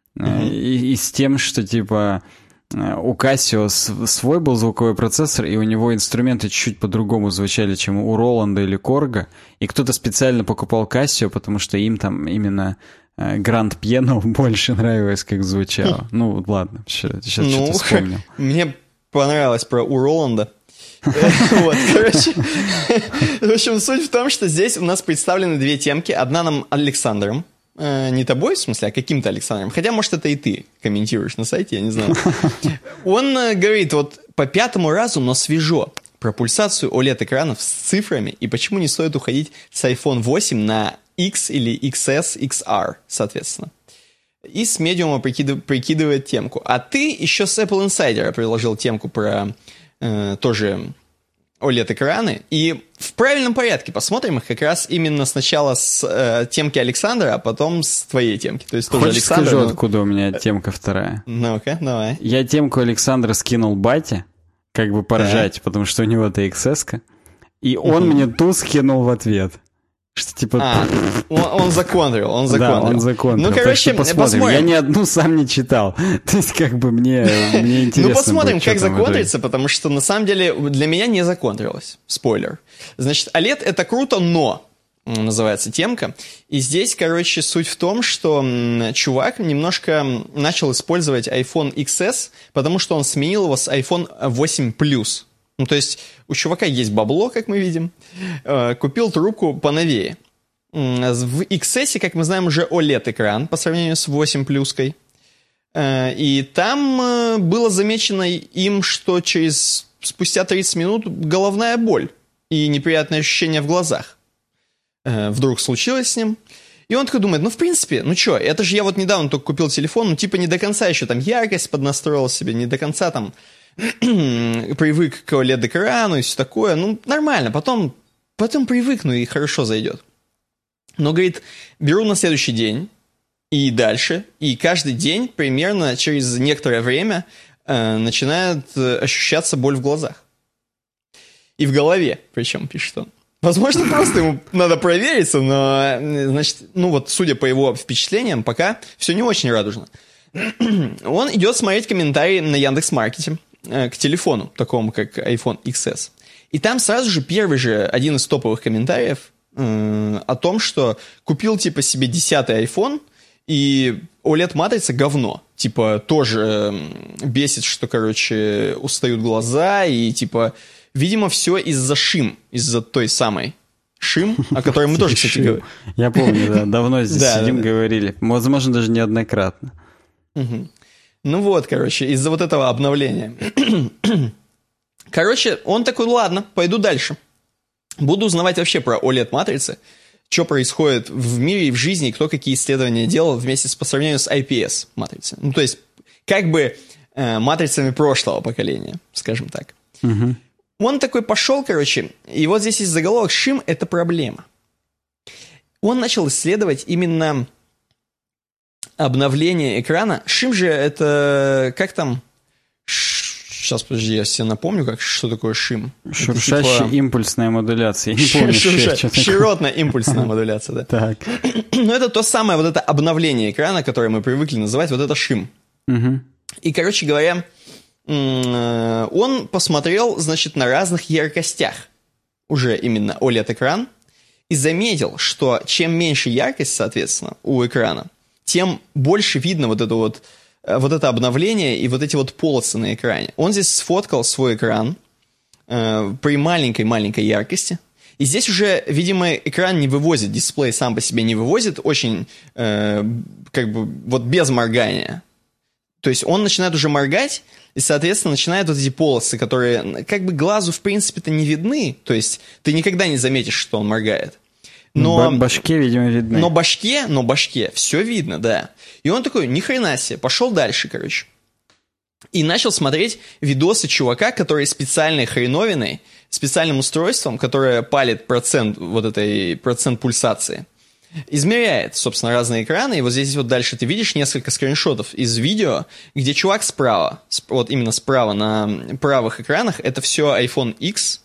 и с тем, что, типа, у Casio свой был звуковой процессор, и у него инструменты чуть-чуть по-другому звучали, чем у Роланда или Корга, и кто-то специально покупал Casio, потому что им там именно Grand Piano больше нравилось, как звучало. Ну, ладно, сейчас что-то вспомнил. Мне понравилось про у Роланда. Вот, короче. В общем, суть в том, что здесь у нас представлены две темки. Одна нам Александром. Не тобой, в смысле, а каким-то Александром. Хотя, может, это и ты комментируешь на сайте, я не знаю. Он говорит, вот по 5-му разу, но свежо, про пульсацию OLED-экранов с цифрами и почему не стоит уходить с iPhone 8 на X или XS, XR, соответственно. И с медиума прикидывает темку. А ты еще с Apple Insider приложил темку про тоже OLED-экраны. И в правильном порядке посмотрим их как раз именно сначала с темки Александра, а потом с твоей темки. То есть тоже Хочешь, Александр, скажу, откуда у меня темка вторая? Ну-ка, давай. Я темку Александра скинул бате, как бы поржать, потому что у него-то XS-ка. И он мне ту скинул в ответ. Что типа... он законтрил, Да, он законтрил. Ну, короче, посмотрим. Я ни одну сам не читал. То есть, как бы мне интересно. Ну, посмотрим, будет, как законтрится, потому что, на самом деле, для меня не законтрилось. Спойлер. Значит, OLED — это круто, но... называется темка. И здесь, короче, суть в том, что чувак немножко начал использовать iPhone XS, потому что он сменил его с iPhone 8 Plus. Ну, то есть, у чувака есть бабло, как мы видим. Купил трубку поновее. В XS, как мы знаем, уже OLED-экран по сравнению с 8 Plus-кой. И там было замечено им, что спустя 30 минут головная боль и неприятное ощущение в глазах вдруг случилось с ним. И он такой думает, ну, в принципе, ну что, это же я вот недавно только купил телефон, ну, типа, не до конца еще там яркость поднастроил себе, не до конца там привык к OLED-экрану и все такое. Ну, нормально, потом привыкну и хорошо зайдет. Но, говорит, беру на следующий день и дальше, и каждый день примерно через некоторое время начинает ощущаться боль в глазах. И в голове, причем, пишет он. Возможно, просто ему надо провериться, но, значит, ну вот, судя по его впечатлениям, пока все не очень радужно. Он идет смотреть комментарии на Яндекс.Маркете к телефону, такому как iPhone XS. И там сразу же первый же один из топовых комментариев о том, что купил, типа, себе 10-й iPhone, и OLED-матрица говно. Типа, тоже бесит, что, короче, устают глаза, и, типа... Видимо, все из-за шим, из-за той самой шим, о которой мы тоже, кстати, говорили. Я помню, да, давно здесь сидим, говорили. Возможно, даже неоднократно. Ну вот, короче, из-за вот этого обновления. Короче, он такой, ладно, пойду дальше. Буду узнавать вообще про OLED-матрицы, что происходит в мире и в жизни, и кто какие исследования делал по сравнению с IPS-матрицей. Ну, то есть, как бы матрицами прошлого поколения, скажем так. Он такой пошел, короче, и вот здесь есть заголовок «Шим – это проблема». Он начал исследовать именно обновление экрана. Шим же это, как там, сейчас, подожди, я себе напомню, что такое шим. Шуршащая импульсная модуляция. Я не помню, широтная импульсная модуляция, да. Так. Но это то самое вот это обновление экрана, которое мы привыкли называть, вот это шим. И, короче говоря... он посмотрел, значит, на разных яркостях уже именно OLED-экран и заметил, что чем меньше яркость, соответственно, у экрана, тем больше видно вот это обновление и вот эти вот полосы на экране. Он здесь сфоткал свой экран при маленькой яркости. И здесь уже, видимо, экран не вывозит, дисплей сам по себе не вывозит, очень, как бы, вот без моргания. То есть он начинает уже моргать, и, соответственно, начинают вот эти полосы, которые как бы глазу, в принципе-то, не видны. То есть ты никогда не заметишь, что он моргает. Но башке, видимо, видны. Но башке все видно, да. И он такой, ни хрена себе, пошел дальше, короче. И начал смотреть видосы чувака, который специальной хреновиной, специальным устройством, которое палит процент пульсации, измеряет, собственно, разные экраны. И вот здесь вот дальше ты видишь несколько скриншотов из видео, где чувак справа, вот именно справа на правых экранах, это все iPhone X,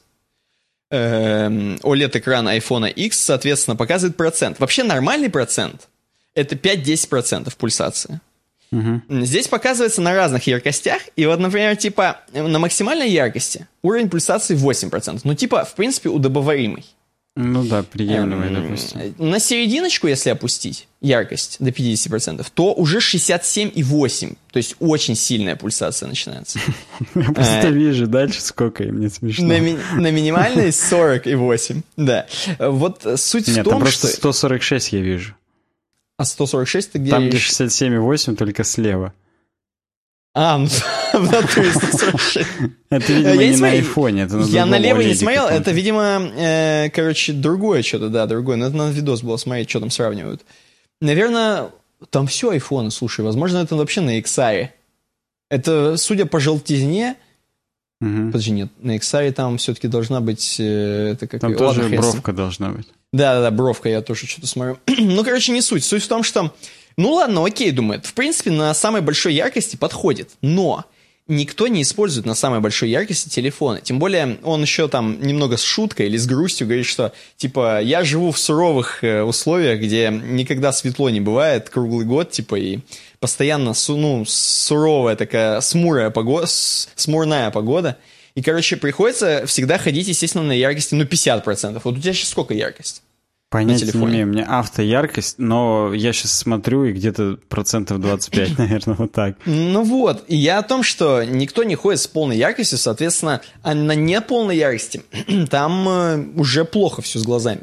OLED-экран iPhone X, соответственно, показывает процент. Вообще нормальный процент — это 5-10% пульсации. Здесь показывается на разных яркостях, и вот, например, типа на максимальной яркости уровень пульсации 8%. Ну, типа, в принципе, удобоваримый. Ну да, приемлемый, допустим. На серединочку, если опустить яркость до 50%, то уже 67,8%. То есть очень сильная пульсация начинается. Я просто вижу дальше сколько, и мне смешно. На минимальной 40,8%. Да. Вот суть в том, что... Нет, там просто 146 я вижу. А 146 ты где? Там, где 67,8, только слева. Ну в натуре 146. Это, видимо, не на айфоне, это на другом. Я налево не смотрел, это, видимо, короче, другое что-то, да, другое. Надо на видос было смотреть, что там сравнивают. Наверное, там все айфоны, слушай, возможно, это вообще на XR. Это, судя по желтизне... Подожди, нет, на XR там все-таки должна быть... Там тоже бровка должна быть. Да, бровка, я тоже что-то смотрю. Ну, короче, не суть. Суть в том, что... Ну ладно, окей, думает. В принципе, на самой большой яркости подходит. Но никто не использует на самой большой яркости телефоны. Тем более он еще там немного с шуткой или с грустью говорит, что типа я живу в суровых условиях, где никогда светло не бывает круглый год, типа и постоянно суровая такая смурная погода. И, короче, приходится всегда ходить, естественно, на яркости 50%. Вот у тебя сейчас сколько яркость? Понятия не имею, у меня автояркость, но я сейчас смотрю, и где-то 25%, наверное, вот так. Ну вот, и я о том, что никто не ходит с полной яркостью, соответственно, а на неполной яркости там уже плохо все с глазами.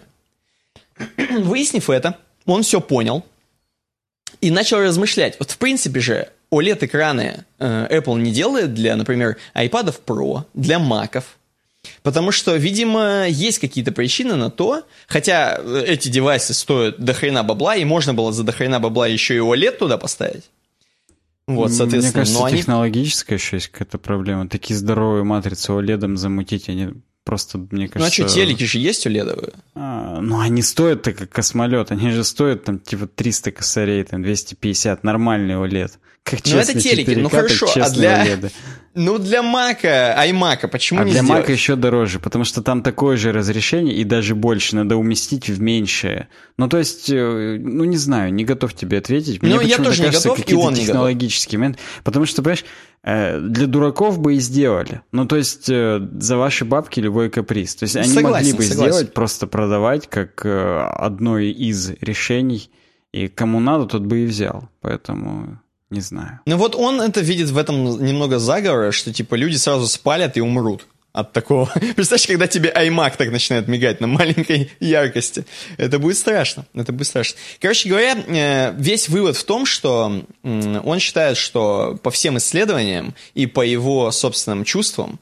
Выяснив это, он все понял и начал размышлять. Вот в принципе же OLED-экраны Apple не делает для, например, iPad Pro, для Mac'ов. Потому что, видимо, есть какие-то причины на то, хотя эти девайсы стоят до хрена бабла, и можно было за до хрена бабла еще и OLED туда поставить. Вот, соответственно. Мне кажется, технологическая еще есть какая-то проблема. Такие здоровые матрицы OLED замутить, они просто, мне кажется... Ну а что, телеки же есть OLED-овые? Ну, они стоят-то как космолет. Они же стоят там типа 300 косарей, там 250. Нормальный OLED. Как ну это телеки, ну хорошо, а для... OLED. Ну для Mac'а, iMac'а почему не сделать? А для Mac'а еще дороже, потому что там такое же разрешение и даже больше, надо уместить в меньшее. Ну то есть, ну не знаю, не готов тебе ответить. Мне я тоже не готов, и он не готов. Технологический момент, потому что, понимаешь, для дураков бы и сделали. Ну то есть за ваши бабки любой каприз. То есть они могли бы сделать, просто продавать как одно из решений, и кому надо, тот бы и взял. Поэтому... Не знаю. Ну вот он это видит в этом немного заговора, что типа люди сразу спалят и умрут от такого. Представляешь, когда тебе iMac так начинает мигать на маленькой яркости. Это будет страшно. Это будет страшно. Короче говоря, весь вывод в том, что он считает, что по всем исследованиям и по его собственным чувствам,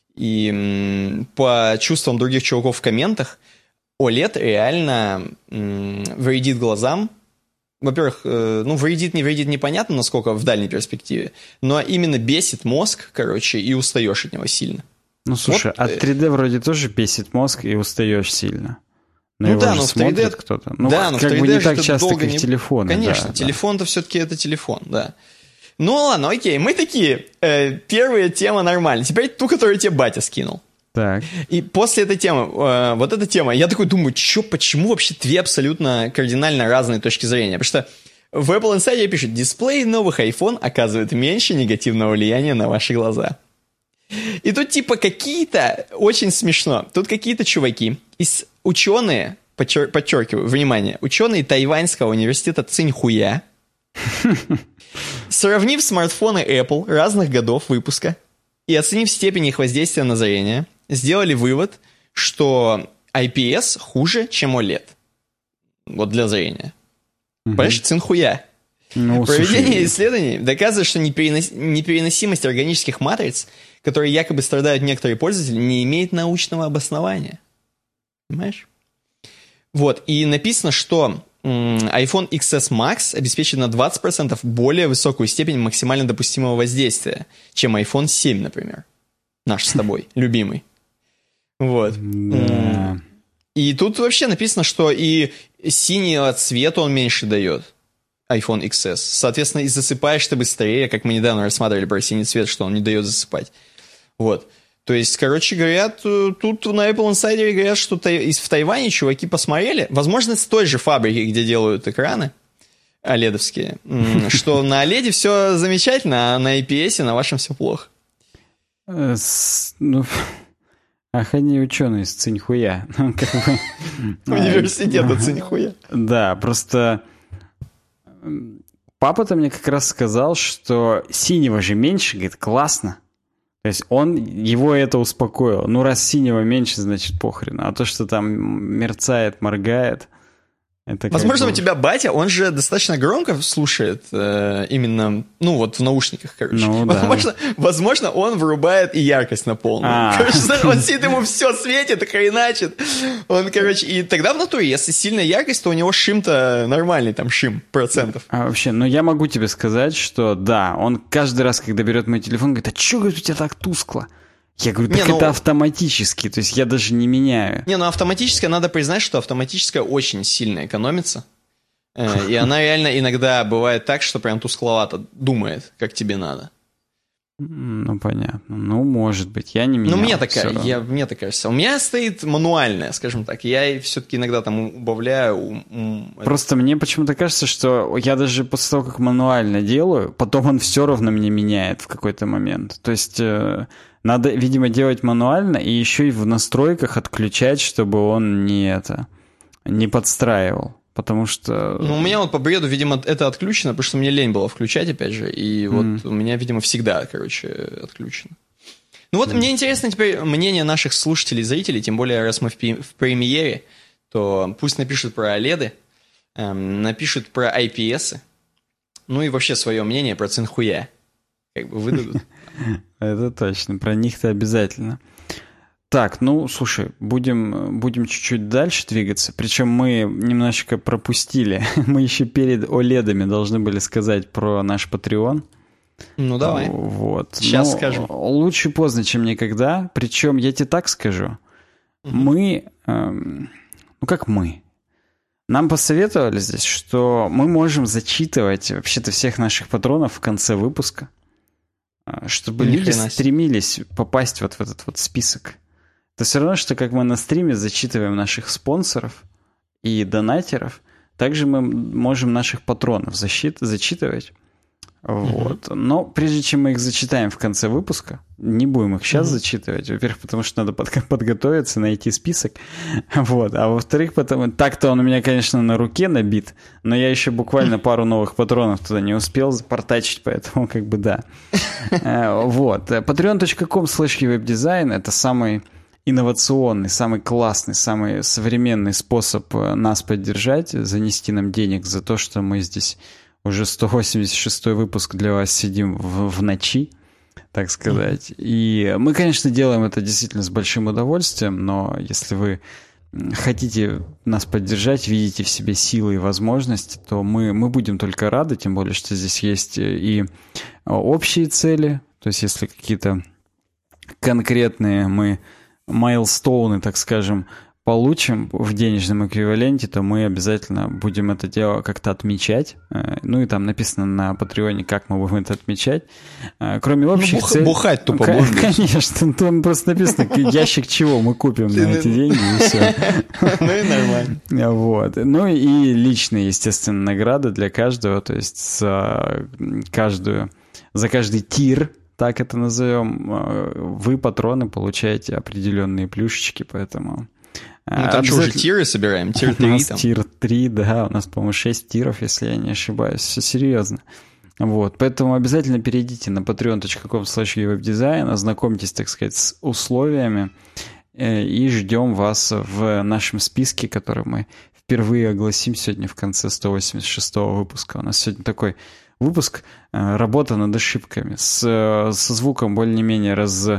и по чувствам других чуваков в комментах, OLED реально вредит глазам. Во-первых, вредит, не вредит, непонятно, насколько в дальней перспективе, но именно бесит мозг, короче, и устаешь от него сильно. Ну, слушай, вот, от 3D вроде тоже бесит мозг и устаешь сильно. Но ну его да, же но в 3D... кто-то. Ну, да, но как в 3D бы не так ты часто, долго как телефон. Конечно, да, телефон-то все-таки это телефон, да. Ну ладно, окей, мы такие, первая тема нормальная. Теперь ту, которую тебе батя скинул. Так. И после этой темы, вот эта тема, я такой думаю, почему вообще две абсолютно кардинально разные точки зрения? Потому что в Apple Insider пишут, дисплей новых iPhone оказывает меньше негативного влияния на ваши глаза. И тут типа какие-то, очень смешно, тут какие-то чуваки, ученые, подчеркиваю, внимание, ученые Тайваньского университета Циньхуя, сравнив смартфоны Apple разных годов выпуска и оценив степень их воздействия на зрение, сделали вывод, что IPS хуже, чем OLED. Вот для зрения. Понимаешь, Цинхуя. Ну, Проведение исследований доказывает, что непереносимость органических матриц, которые якобы страдают некоторые пользователи, не имеет научного обоснования. Понимаешь? Вот, и написано, что iPhone XS Max обеспечит на 20% более высокую степень максимально допустимого воздействия, чем iPhone 7, например. Наш с тобой, любимый. Вот. Да. И тут вообще написано, что и синего цвета он меньше дает, iPhone XS. Соответственно, и засыпаешь ты быстрее, как мы недавно рассматривали про синий цвет, что он не дает засыпать. Вот. То есть, короче, говорят, тут на Apple Insider говорят, что в Тайване чуваки посмотрели, возможно, с той же фабрики, где делают экраны OLED-овские, что на OLED все замечательно, а на IPS на вашем все плохо. Ах, они ученые из Циньхуя. Университета Циньхуя. Да, просто папа-то мне как раз сказал, что синего же меньше, говорит, классно. То есть его это успокоило. Ну, раз синего меньше, значит, похрен. А то, что там мерцает, моргает... Это возможно, у тебя батя, он же достаточно громко слушает именно, ну, вот в наушниках, короче. Ну, возможно, он вырубает и яркость на полную. Короче, он сидит, ему все светит, хреначит. Он, короче, и тогда в натуре, если сильная яркость, то у него шим-то нормальный, там, шим процентов. А вообще, ну, я могу тебе сказать, что да, он каждый раз, когда берет мой телефон, говорит, а что, говорит, у тебя так тускло? Я говорю, так это автоматически, то есть я даже не меняю. Не, ну автоматическое, надо признать, что автоматическая очень сильно экономится. И она реально иногда бывает так, что прям тускловато думает, как тебе надо. Ну, понятно. Ну, может быть. Я не менял. Ну, мне так кажется. У меня стоит мануальная, скажем так. Я все-таки иногда там убавляю. Просто мне почему-то кажется, что я даже после того, как мануально делаю, потом он все равно мне меняет в какой-то момент. То есть надо, видимо, делать мануально и еще и в настройках отключать, чтобы он не подстраивал. Потому что... Ну, у меня вот по бреду, видимо, это отключено, потому что мне лень было включать, опять же. И вот у меня, видимо, всегда, короче, отключено. Ну вот мне интересно теперь мнение наших слушателей, зрителей, тем более, раз мы в премьере, то пусть напишут про OLED, напишут про IPS, ну и вообще свое мнение про Цинхуя. Как бы выдадут. Это точно, про них-то обязательно. Так, ну, слушай, будем чуть-чуть дальше двигаться. Причем мы немножечко пропустили. Мы еще перед OLED-ами должны были сказать про наш Patreon. Ну, давай. Вот. Сейчас скажем. Лучше поздно, чем никогда. Причем, я тебе так скажу. Мы... ну, как мы? Нам посоветовали здесь, что мы можем зачитывать вообще-то всех наших патронов в конце выпуска, чтобы люди стремились попасть вот в этот вот список. Это все равно, что как мы на стриме зачитываем наших спонсоров и донатеров, также мы можем наших патронов зачитывать. Вот. Но прежде чем мы их зачитаем в конце выпуска, не будем их сейчас зачитывать. Во-первых, потому что надо подготовиться, найти список. Вот. А во-вторых, так-то он у меня, конечно, на руке набит, но я еще буквально пару новых патронов туда не успел запортачить, поэтому как бы да. Вот. patreon.com/webdesign — это самый инновационный, самый классный, самый современный способ нас поддержать, занести нам денег за то, что мы здесь уже 186-й выпуск для вас сидим в ночи, так сказать. И мы, конечно, делаем это действительно с большим удовольствием, но если вы хотите нас поддержать, видите в себе силы и возможности, то мы будем только рады, тем более, что здесь есть и общие цели, то есть если какие-то конкретные мы майлстоуны, так скажем, получим в денежном эквиваленте, то мы обязательно будем это дело как-то отмечать. Ну и там написано на Патреоне, как мы будем это отмечать. Кроме общих целей... Бухать тупо будем. Конечно, там просто написано, ящик чего мы купим на эти деньги, и все. Ну и нормально. Вот. Ну и личные, естественно, награды для каждого, то есть за каждый тир, так это назовем, вы, патроны, получаете определенные плюшечки, поэтому... Ну, там что, уже тиры собираем? Тир 3 у нас там? Тир 3, да, у нас, по-моему, 6 тиров, если я не ошибаюсь. Все серьезно. Вот, поэтому обязательно перейдите на patreon.com/webdesign, ознакомьтесь, так сказать, с условиями и ждем вас в нашем списке, который мы впервые огласим сегодня в конце 186-го выпуска. У нас сегодня такой выпуск «Работа над ошибками» со звуком более-менее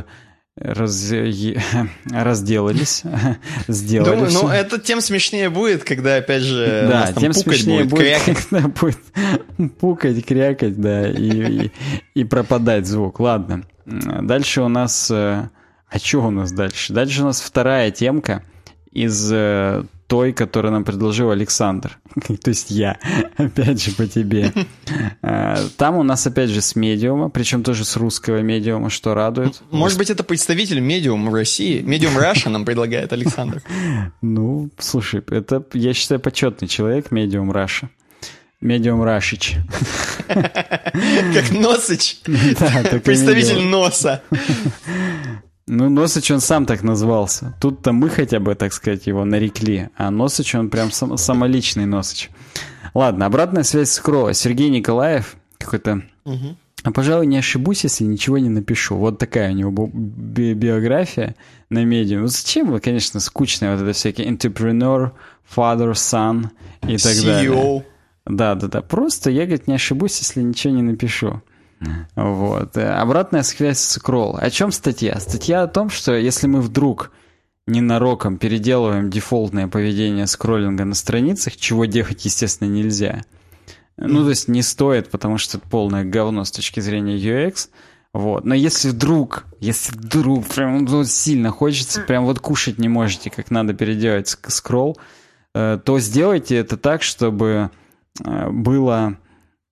разделались, сделали. Думаю, ну это тем смешнее будет, когда опять же да, у нас там тем смешнее будет, крякать. когда будет пукать, крякать, да, и пропадать звук. Ладно, дальше у нас... А что у нас дальше? Дальше у нас вторая темка из той, которую нам предложил Александр. То есть я, опять же, по тебе. Там у нас, опять же, с медиума, причем тоже с русского медиума, что радует. Может быть, это представитель медиум в России? Медиум Раша нам предлагает Александр. Ну, слушай, это, я считаю, почетный человек, медиум Раша. Медиум Рашич. Как Носыч. Представитель носа. Ну, Носыч, он сам так назвался. Тут-то мы хотя бы, так сказать, его нарекли. А Носыч, он прям самоличный Носыч. Ладно, обратная связь скролла. Сергей Николаев какой-то... А, пожалуй, не ошибусь, если ничего не напишу. Вот такая у него биография на медиуме. Зачем вы, конечно, скучные вот это всякие entrepreneur, father, son и так далее. Да. Просто я, говорит, не ошибусь, если ничего не напишу. Вот. Обратная связь скролл. О чем статья? Статья о том, что если мы вдруг ненароком переделываем дефолтное поведение скроллинга на страницах, чего делать, естественно, нельзя. Ну, то есть не стоит, потому что это полное говно с точки зрения UX. Вот. Но если вдруг прям вот сильно хочется, прям вот кушать не можете, как надо переделать скролл, то сделайте это так, чтобы было...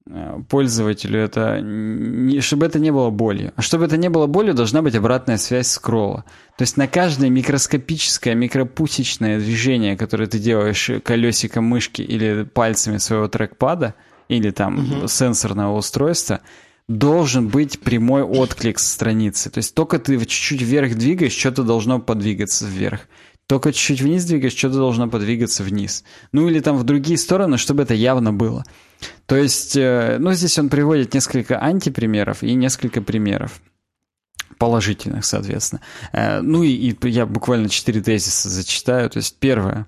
пользователю чтобы это не было болью. А чтобы это не было болью, должна быть обратная связь скролла. То есть на каждое микроскопическое, микропусечное движение, которое ты делаешь колесиком мышки или пальцами своего трекпада, или там сенсорного устройства, должен быть прямой отклик с страницы. То есть только ты чуть-чуть вверх двигаешь, что-то должно подвигаться вверх. Только чуть-чуть вниз двигаешь, что-то должно подвигаться вниз. Ну или там в другие стороны, чтобы это явно было. То есть, здесь он приводит несколько антипримеров и несколько примеров. Положительных, соответственно. И я буквально 4 тезиса зачитаю. То есть, первое.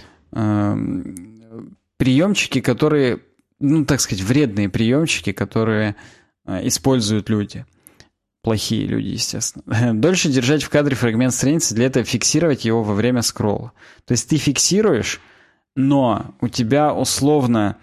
Приемчики, которые, так сказать, вредные приемчики, которые используют люди. Плохие люди, естественно. Дольше держать в кадре фрагмент страницы, для этого фиксировать его во время скролла. То есть ты фиксируешь, но у тебя условно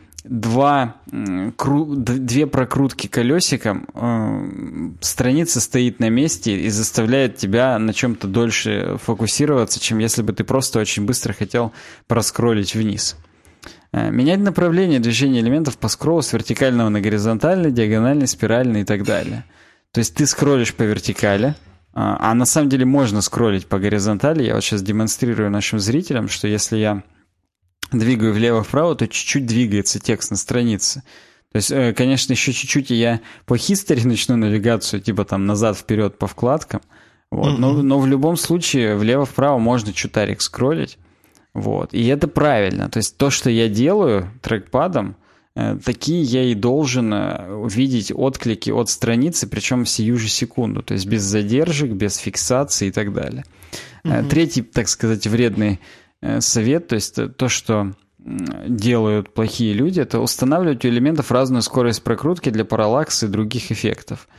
две прокрутки колесиком, страница стоит на месте и заставляет тебя на чем-то дольше фокусироваться, чем если бы ты просто очень быстро хотел проскроллить вниз. Менять направление движения элементов по скроллу с вертикального на горизонтальный, диагональный, спиральный и так далее. То есть ты скроллишь по вертикали, а на самом деле можно скроллить по горизонтали. Я вот сейчас демонстрирую нашим зрителям, что если я двигаю влево-вправо, то чуть-чуть двигается текст на странице. То есть, конечно, еще чуть-чуть и я по history начну навигацию, типа там назад-вперед по вкладкам. Вот. Но в любом случае влево-вправо можно чутарик скроллить. Вот. И это правильно. То есть то, что я делаю трекпадом, такие я и должен увидеть отклики от страницы, причем в сию же секунду. То есть без задержек, без фиксации и так далее. Третий, так сказать, вредный совет, то есть то, что делают плохие люди, это устанавливать у элементов разную скорость прокрутки для параллакса и других эффектов.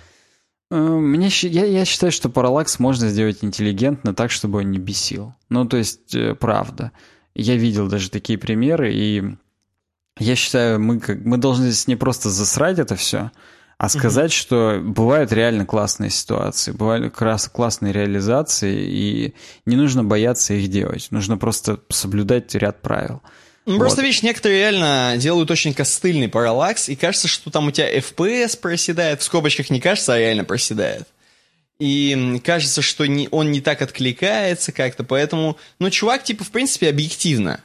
Я считаю, что параллакс можно сделать интеллигентно так, чтобы он не бесил. То есть, правда. Я видел даже такие примеры, и я считаю, мы должны здесь не просто засрать это все, а сказать, что бывают реально классные ситуации, бывают классные реализации, и не нужно бояться их делать. Нужно просто соблюдать ряд правил. Просто, видишь, некоторые реально делают очень костыльный параллакс, и кажется, что там у тебя FPS проседает, в скобочках не кажется, а реально проседает. И кажется, что он не так откликается как-то, поэтому... чувак, в принципе, объективно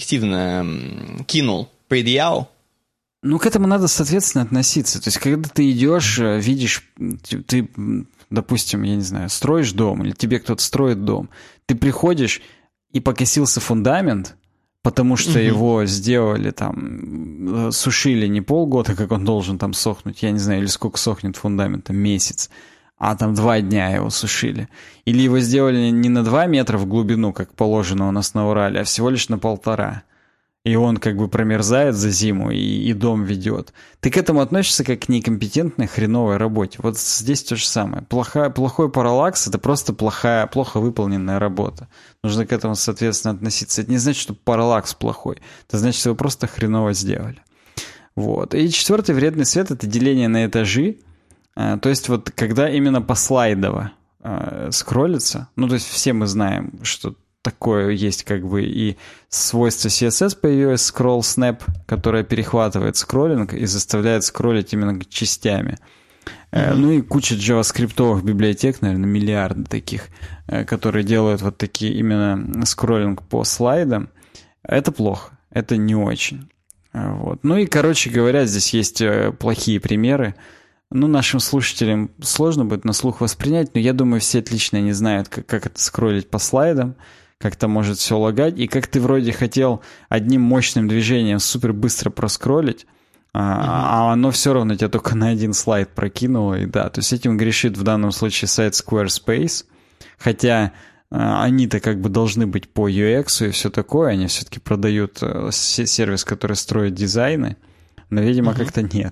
кинул, предъял. К этому надо, соответственно, относиться. То есть, когда ты идешь, видишь, ты, допустим, я не знаю, строишь дом, или тебе кто-то строит дом, ты приходишь, и покосился фундамент, потому что его сделали там, сушили не полгода, как он должен там сохнуть, я не знаю, или сколько сохнет фундамент, месяц, а там 2 дня его сушили. Или его сделали не на 2 метра в глубину, как положено у нас на Урале, а всего лишь на 1,5. И он как бы промерзает за зиму и дом ведет. Ты к этому относишься как к некомпетентной хреновой работе. Вот здесь то же самое. Плохой параллакс — это просто плохо выполненная работа. Нужно к этому, соответственно, относиться. Это не значит, что параллакс плохой. Это значит, что вы просто хреново сделали. Вот. И 4-й вредный свет — это деление на этажи. То есть вот когда именно послайдово скроллится, то есть все мы знаем, что такое есть как бы и свойство CSS появилось, scroll snap, которое перехватывает скроллинг и заставляет скроллить именно частями. И куча джаваскриптовых библиотек, наверное, миллиарды таких, которые делают вот такие именно скроллинг по слайдам. Это плохо, это не очень. Вот. Короче говоря, здесь есть плохие примеры. Нашим слушателям сложно будет на слух воспринять, но я думаю, все отлично не знают, как это скроллить по слайдам, как это может все лагать, и как ты вроде хотел одним мощным движением супер быстро проскроллить, а оно все равно тебя только на один слайд прокинуло, и да, то есть этим грешит в данном случае сайт Squarespace, хотя они-то как бы должны быть по UX и все такое, они все-таки продают сервис, который строит дизайны, но, видимо, как-то нет.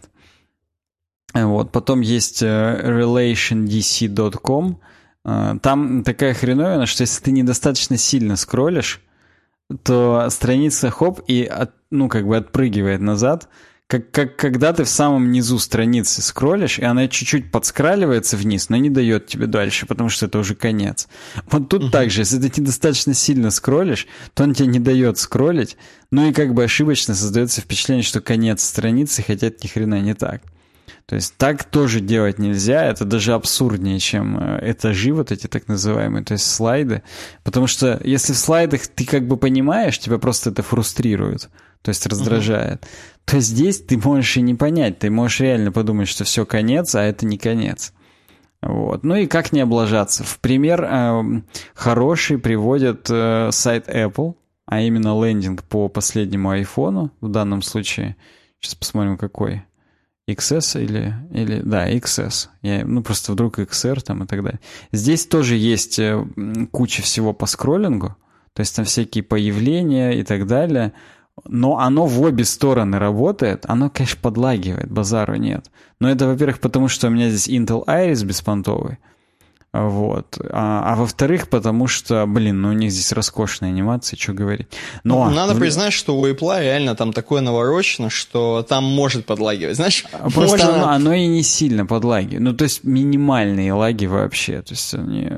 Вот, потом есть relationdc.com. Там такая хреновина, что если ты недостаточно сильно скроллишь, то страница хоп и отпрыгивает назад, когда ты в самом низу страницы скроллишь, и она чуть-чуть подскраливается вниз, но не дает тебе дальше, потому что это уже конец. Вот тут также, если ты недостаточно сильно скроллишь, то он тебе не дает скроллить, ну и как бы ошибочно создается впечатление, что конец страницы, хотя это ни хрена не так. То есть так тоже делать нельзя, это даже абсурднее, чем этажи вот эти так называемые, то есть слайды. Потому что если в слайдах ты как бы понимаешь, тебя просто это фрустрирует, то есть раздражает, то здесь ты можешь и не понять, ты можешь реально подумать, что все конец, а это не конец. Вот. Ну и как не облажаться? В пример хороший приводят сайт Apple, а именно лендинг по последнему айфону в данном случае. Сейчас посмотрим, какой. XS или да, XS. Просто вдруг XR там и так далее. Здесь тоже есть куча всего по скроллингу, то есть там всякие появления и так далее, но оно в обе стороны работает, оно, конечно, подлагивает, базару нет. Но это, во-первых, потому что у меня здесь Intel Iris беспонтовый, вот. А во-вторых, потому что, у них здесь роскошная анимация, что говорить. Но надо признать, что у Apple реально там такое наворочено, что там может подлагивать. Знаешь, просто оно и не сильно подлагивает. Ну, то есть минимальные лаги вообще. То есть они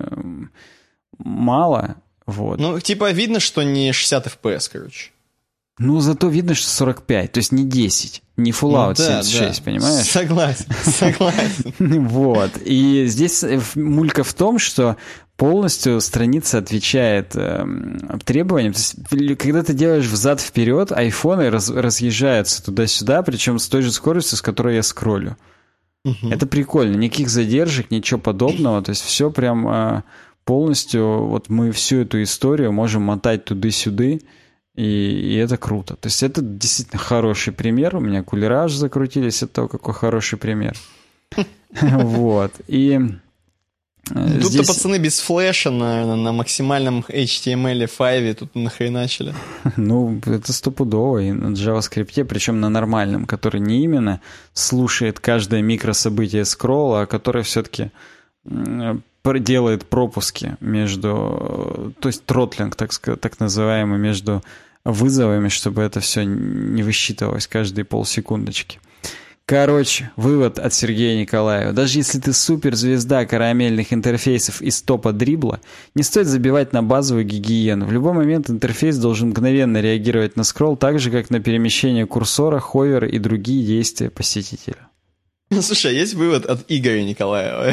мало. Вот. Ну, типа видно, что не 60 FPS, короче. Ну, зато видно, что 45, то есть не 10, не Fallout 76, понимаешь? Согласен. Вот. И здесь мулька в том, что полностью страница отвечает требованиям. То есть, когда ты делаешь взад-вперед, айфоны разъезжаются туда-сюда, причем с той же скоростью, с которой я скроллю. Это прикольно. Никаких задержек, ничего подобного. То есть все прям полностью, вот мы всю эту историю можем мотать туды-сюды. И это круто. То есть это действительно хороший пример. У меня кулера аж закрутились от того, какой хороший пример. Вот. И тут-то пацаны без флеша, наверное, на максимальном HTML5 тут нахреначили. Ну, это стопудово. И на JavaScript, причем на нормальном, который не именно слушает каждое микрособытие скролла, а который все-таки делает пропуски между, то есть тротлинг, так называемый, между вызовами, чтобы это все не высчитывалось каждые полсекундочки. Короче, вывод от Сергея Николаева. Даже если ты суперзвезда карамельных интерфейсов из топа дрибла, не стоит забивать на базовую гигиену. В любой момент интерфейс должен мгновенно реагировать на скролл, так же, как на перемещение курсора, ховера и другие действия посетителя. Слушай, есть вывод от Игоря Николаева?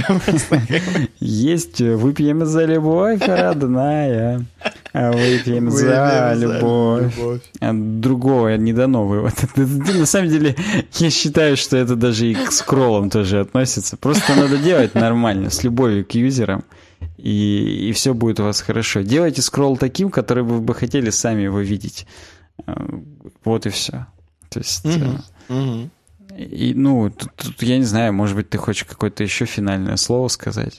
Есть. Выпьем за любовь, родная. Выпьем за любовь. Другого не дано вывод. На самом деле, я считаю, что это даже и к скроллам тоже относится. Просто надо делать нормально, с любовью к юзерам, и все будет у вас хорошо. Делайте скролл таким, который вы бы хотели сами его видеть. Вот и все. То есть... И, тут, я не знаю, может быть, ты хочешь какое-то еще финальное слово сказать?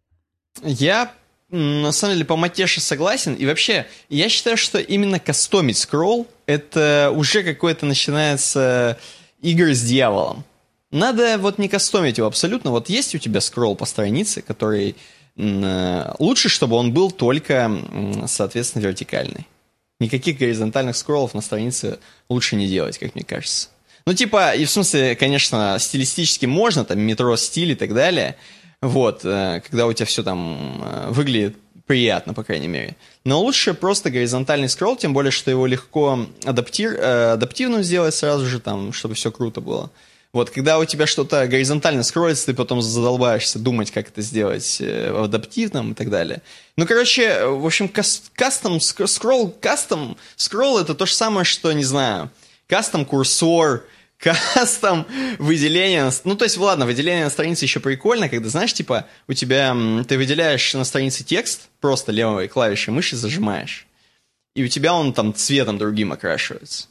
Я, на самом деле, по матеше согласен. И вообще, я считаю, что именно кастомить скролл, это уже какое-то начинается игры с дьяволом. Надо вот не кастомить его абсолютно. Вот есть у тебя скролл по странице, который... Лучше, чтобы он был только, соответственно, вертикальный. Никаких горизонтальных скроллов на странице лучше не делать, как мне кажется. Ну, типа, и в смысле, конечно, стилистически можно, там, метро-стиль и так далее, вот, когда у тебя все там выглядит приятно, по крайней мере. Но лучше просто горизонтальный скролл, тем более, что его легко адаптивным сделать сразу же, там, чтобы все круто было. Вот, когда у тебя что-то горизонтально скроллится, ты потом задолбаешься думать, как это сделать в адаптивном и так далее. Ну, короче, в общем, кастом скролл это то же самое, что, не знаю, кастом курсор, кастом выделение. Ну, то есть, ладно, выделение на странице еще прикольно, когда, знаешь, типа, у тебя, ты выделяешь на странице текст, просто левой клавишей мыши зажимаешь, и у тебя он там цветом другим окрашивается.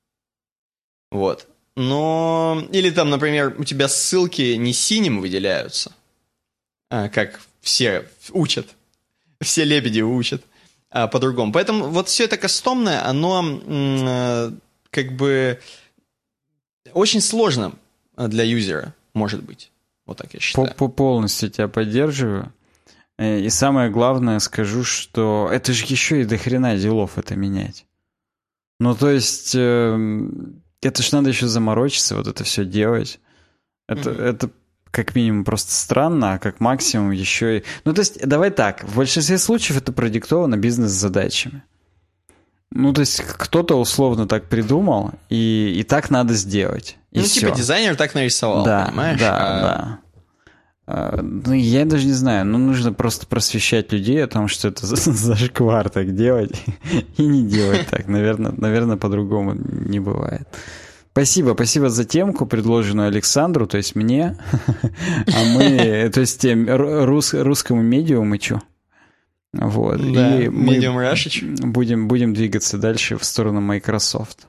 Вот. Но, или там, например, у тебя ссылки не синим выделяются, как все учат, все лебеди учат, по-другому. Поэтому вот все это кастомное, оно как бы... очень сложно для юзера, может быть. Вот так я считаю. Полностью тебя поддерживаю. И самое главное скажу, что это же еще и до хрена делов это менять. Ну, то есть, это ж надо еще заморочиться, вот это все делать. Это как минимум просто странно, а как максимум еще и... Ну, то есть, давай так, в большинстве случаев это продиктовано бизнес-задачами. Ну, то есть, кто-то условно так придумал, и так надо сделать. И ну, все. Типа дизайнер так нарисовал, да, понимаешь? Да. Ну, я даже не знаю, нужно просто просвещать людей о том, что это зашквар так делать, и не делать так. Наверное, по-другому не бывает. Спасибо за темку, предложенную Александру, то есть мне, а мы, то есть русскому медиумычу. Вот. Да, и мы Medium Rush'ич. будем двигаться дальше в сторону Microsoft.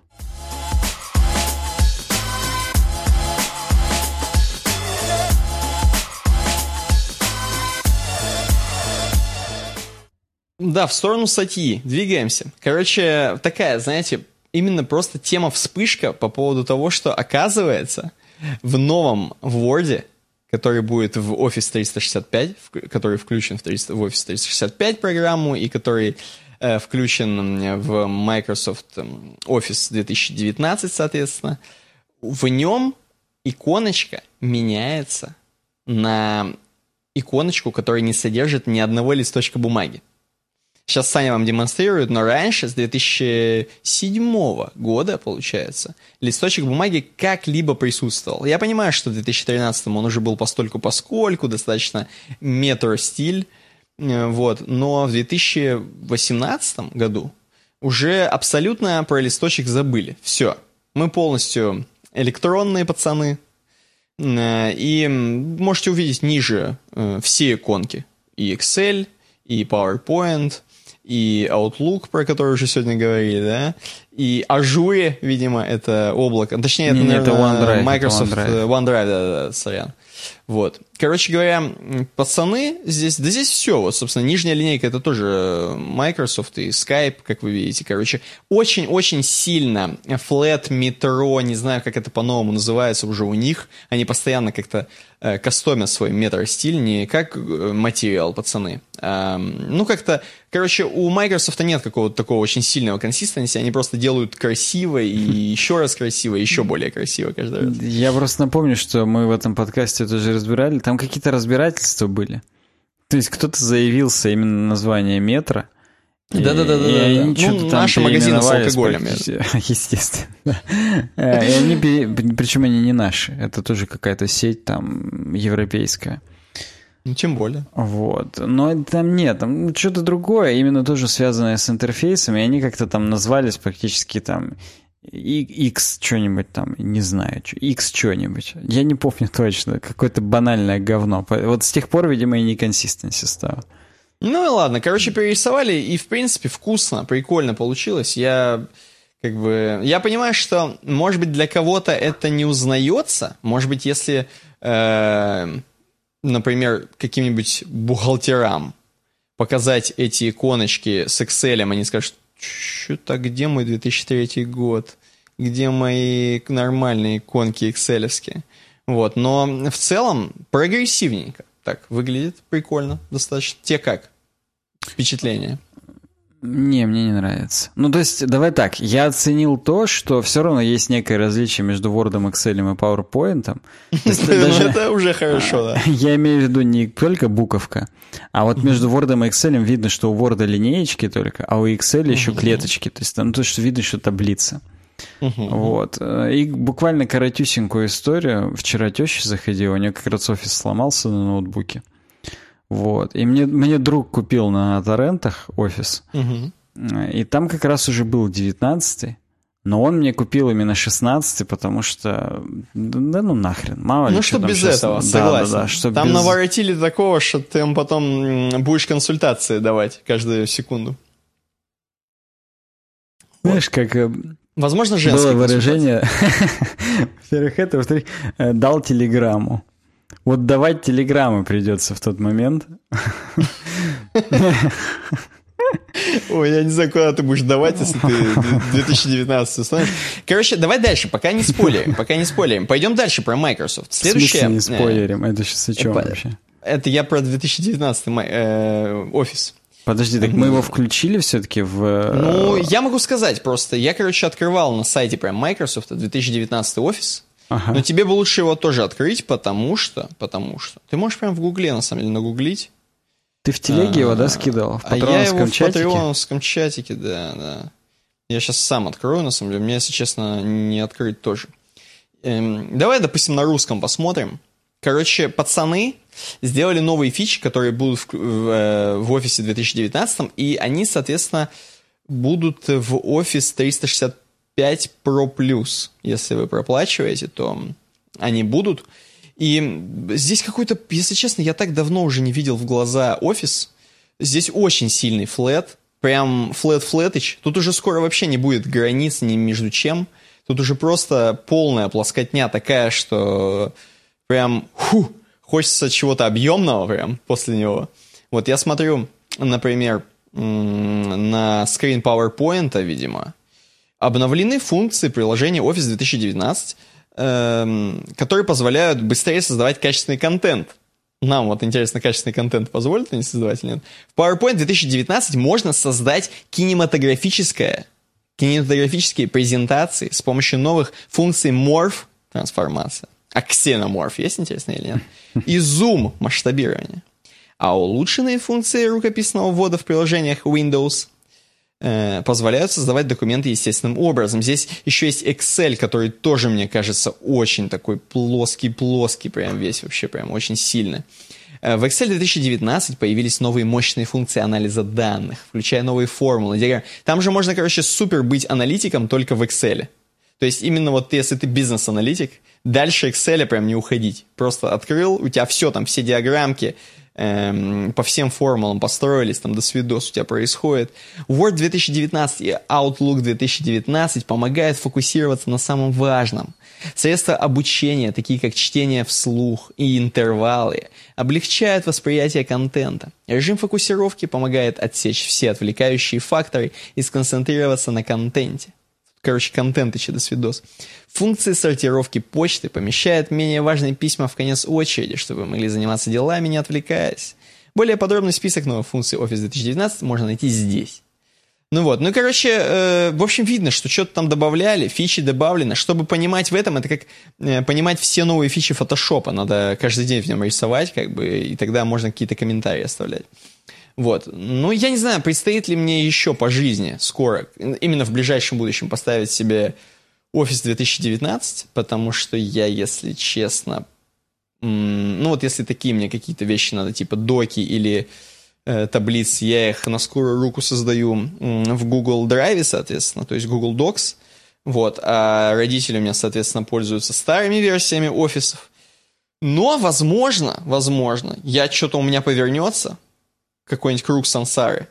Да, в сторону статьи. Двигаемся. Короче, такая, знаете, именно просто тема вспышка по поводу того, что оказывается в новом Word, который будет в Office 365, который включен в Office 365 программу и который включен в Microsoft Office 2019, соответственно, в нем иконочка меняется на иконочку, которая не содержит ни одного листочка бумаги. Сейчас Саня вам демонстрирует, но раньше, с 2007 года, получается, листочек бумаги как-либо присутствовал. Я понимаю, что в 2013 он уже был постольку-поскольку, достаточно метро-стиль, вот, но в 2018 году уже абсолютно про листочек забыли. Все, мы полностью электронные пацаны, и можете увидеть ниже все иконки, и Excel, и PowerPoint, и Outlook, про который уже сегодня говорили, да, и Azure, видимо, это облако, точнее, это, наверное, это OneDrive, Microsoft это OneDrive, да, сорян. Вот. Короче говоря, пацаны, здесь все, вот, собственно, нижняя линейка, это тоже Microsoft и Skype, как вы видите, короче, очень-очень сильно Flat, Metro, не знаю, как это по-новому называется уже у них, они постоянно как-то кастомят свой метро-стиль, не как материал, пацаны. Ну, как-то, короче, у Microsoft нет какого-то такого очень сильного консистенции, они просто делают красиво и еще раз красиво, и еще более красиво каждый раз. Я просто напомню, что мы в этом подкасте тоже разбирали, там какие-то разбирательства были. То есть кто-то заявился именно на название метро. Да-да-да. Ну, наши магазины с алкоголем. Естественно. Причем они не наши. Это тоже какая-то сеть там европейская. Ну, тем более. Вот. Но там нет, там что-то другое, именно тоже связанное с интерфейсом, и они как-то там назвались практически там X что-нибудь там, не знаю, X что-нибудь. Я не помню точно, какое-то банальное говно. Вот с тех пор, видимо, и неконсистенси стало. Ну и ладно, короче, перерисовали, и в принципе вкусно, прикольно получилось. Я понимаю, что, может быть, для кого-то это не узнается. Может быть, если, например, каким-нибудь бухгалтерам показать эти иконочки с Excel, они скажут, что-то где мой 2003 год? Где мои нормальные иконки экселевские? Вот, но в целом прогрессивненько. Так, выглядит прикольно достаточно. Те как? Впечатление? Не, мне не нравится. Ну, то есть, давай так, я оценил то, что все равно есть некое различие между Word, Excel и PowerPoint. Это уже хорошо, да. Я имею в виду не только буковка, а вот между Word и Excel видно, что у Word линеечки только, а у Excel еще клеточки. То есть, там то, что видно, что таблица. Вот. И буквально коротюсенькую историю. Вчера теща заходила, у нее как раз офис сломался на ноутбуке. Вот. И мне друг купил на торрентах офис. И там как раз уже был 19-й. Но он мне купил именно 16-й, потому что... Да ну нахрен, мало ли. Ну, что без этого, согласен. Да, что там без... наворотили такого, что ты им потом будешь консультации давать каждую секунду. Знаешь, как... Возможно, женское было выражение. Во-первых, это, во-вторых, дал телеграмму. Вот давать телеграммы придется в тот момент. Ой, я не знаю, куда ты будешь давать, если ты 2019 установишь. Короче, давай дальше, пока не спойлерим. Пойдем дальше про Microsoft. Следующее... В смысле не спойлерим? Это сейчас о чем вообще? Это я про 2019 офис. Подожди, так мы его включили все-таки в... Ну, я могу сказать просто. Я, открывал на сайте прям Microsoft 2019 офис. Ага. Но тебе бы лучше его тоже открыть, потому что... Ты можешь прям в Гугле, на самом деле, нагуглить. Ты в телеге его, да, скидывал? В патреоновском чатике? В патреоновском чатике, да. Я сейчас сам открою, на самом деле. Мне, если честно, не открыть тоже. Давай, допустим, на русском посмотрим. Пацаны сделали новые фичи, которые будут в офисе 2019, и они, соответственно, будут в Office 365 Pro Plus. Если вы проплачиваете, то они будут. И здесь какой-то, если честно, я так давно уже не видел в глаза офис. Здесь очень сильный флэт, прям флэт-флэтыч. Тут уже скоро вообще не будет границ ни между чем. Тут уже просто полная плоскотня такая, что прям хочется чего-то объемного прям после него. Вот я смотрю, например, на скрин PowerPoint, видимо, обновлены функции приложения Office 2019, которые позволяют быстрее создавать качественный контент. Нам вот интересно, качественный контент позволит они создавать или нет? В PowerPoint 2019 можно создать кинематографические презентации с помощью новых функций Morph, трансформация. А Xenomorph есть, интересно, или нет? И Zoom, масштабирование. А улучшенные функции рукописного ввода в приложениях Windows позволяют создавать документы естественным образом. Здесь еще есть Excel, который тоже, мне кажется, очень такой плоский, прям весь вообще, прям очень сильный. В Excel 2019 появились новые мощные функции анализа данных, включая новые формулы, диаграммы. Там же можно, супер быть аналитиком только в Excel. То есть именно вот если ты бизнес-аналитик, дальше Excel прям не уходить. Просто открыл, у тебя все, там все диаграммки по всем формулам построились, там до свидос у тебя происходит. Word 2019 и Outlook 2019 помогают фокусироваться на самом важном. Средства обучения, такие как чтение вслух и интервалы, облегчают восприятие контента. Режим фокусировки помогает отсечь все отвлекающие факторы и сконцентрироваться на контенте. Контентычи, до свидос. Функции сортировки почты помещают менее важные письма в конец очереди, чтобы вы могли заниматься делами, не отвлекаясь. Более подробный список новых функций Office 2019 можно найти здесь. В общем, видно, что что-то там добавляли, фичи добавлены. Чтобы понимать в этом, это как понимать все новые фичи Photoshop. Надо каждый день в нем рисовать, и тогда можно какие-то комментарии оставлять. Вот. Я не знаю, предстоит ли мне еще по жизни скоро, именно в ближайшем будущем, поставить себе Office 2019, потому что я, если честно, если такие мне какие-то вещи надо, типа доки или таблицы, я их на скорую руку создаю в Google Drive, соответственно, то есть Google Docs, вот, а родители у меня, соответственно, пользуются старыми версиями офисов. Но, возможно, у меня повернется, какой-нибудь круг сансары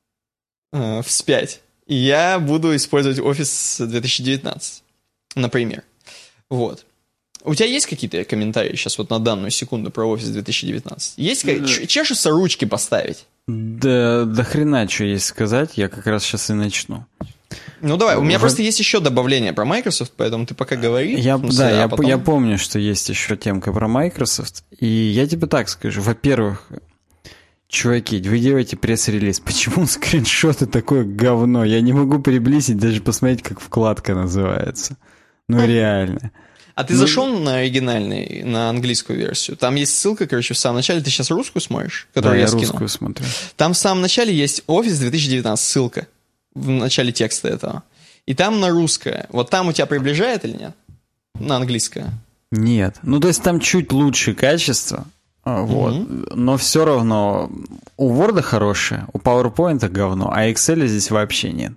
вспять. И я буду использовать Office 2019, например. Вот. У тебя есть какие-то комментарии сейчас вот на данную секунду про Office 2019? Есть чешутся ручки поставить? Да хрена что есть сказать, я как раз сейчас и начну. Давай, у меня просто есть еще добавление про Microsoft, поэтому ты пока говори. Я помню, что есть еще темка про Microsoft, и я тебе так скажу. Во-первых, чуваки, вы делаете пресс-релиз. Почему скриншоты такое говно? Я не могу приблизить, даже посмотреть, как вкладка называется. Реально. А ты зашел на оригинальный, на английскую версию? Там есть ссылка, в самом начале. Ты сейчас русскую смотришь? Которую я скинул? Русскую смотрю. Там в самом начале есть Office 2019, ссылка в начале текста этого. И там на русское. Вот там у тебя приближает или нет? На английское? Нет. То есть там чуть лучше качество. Вот. Но все равно у Word хорошее, у PowerPoint говно, а Excel здесь вообще нет.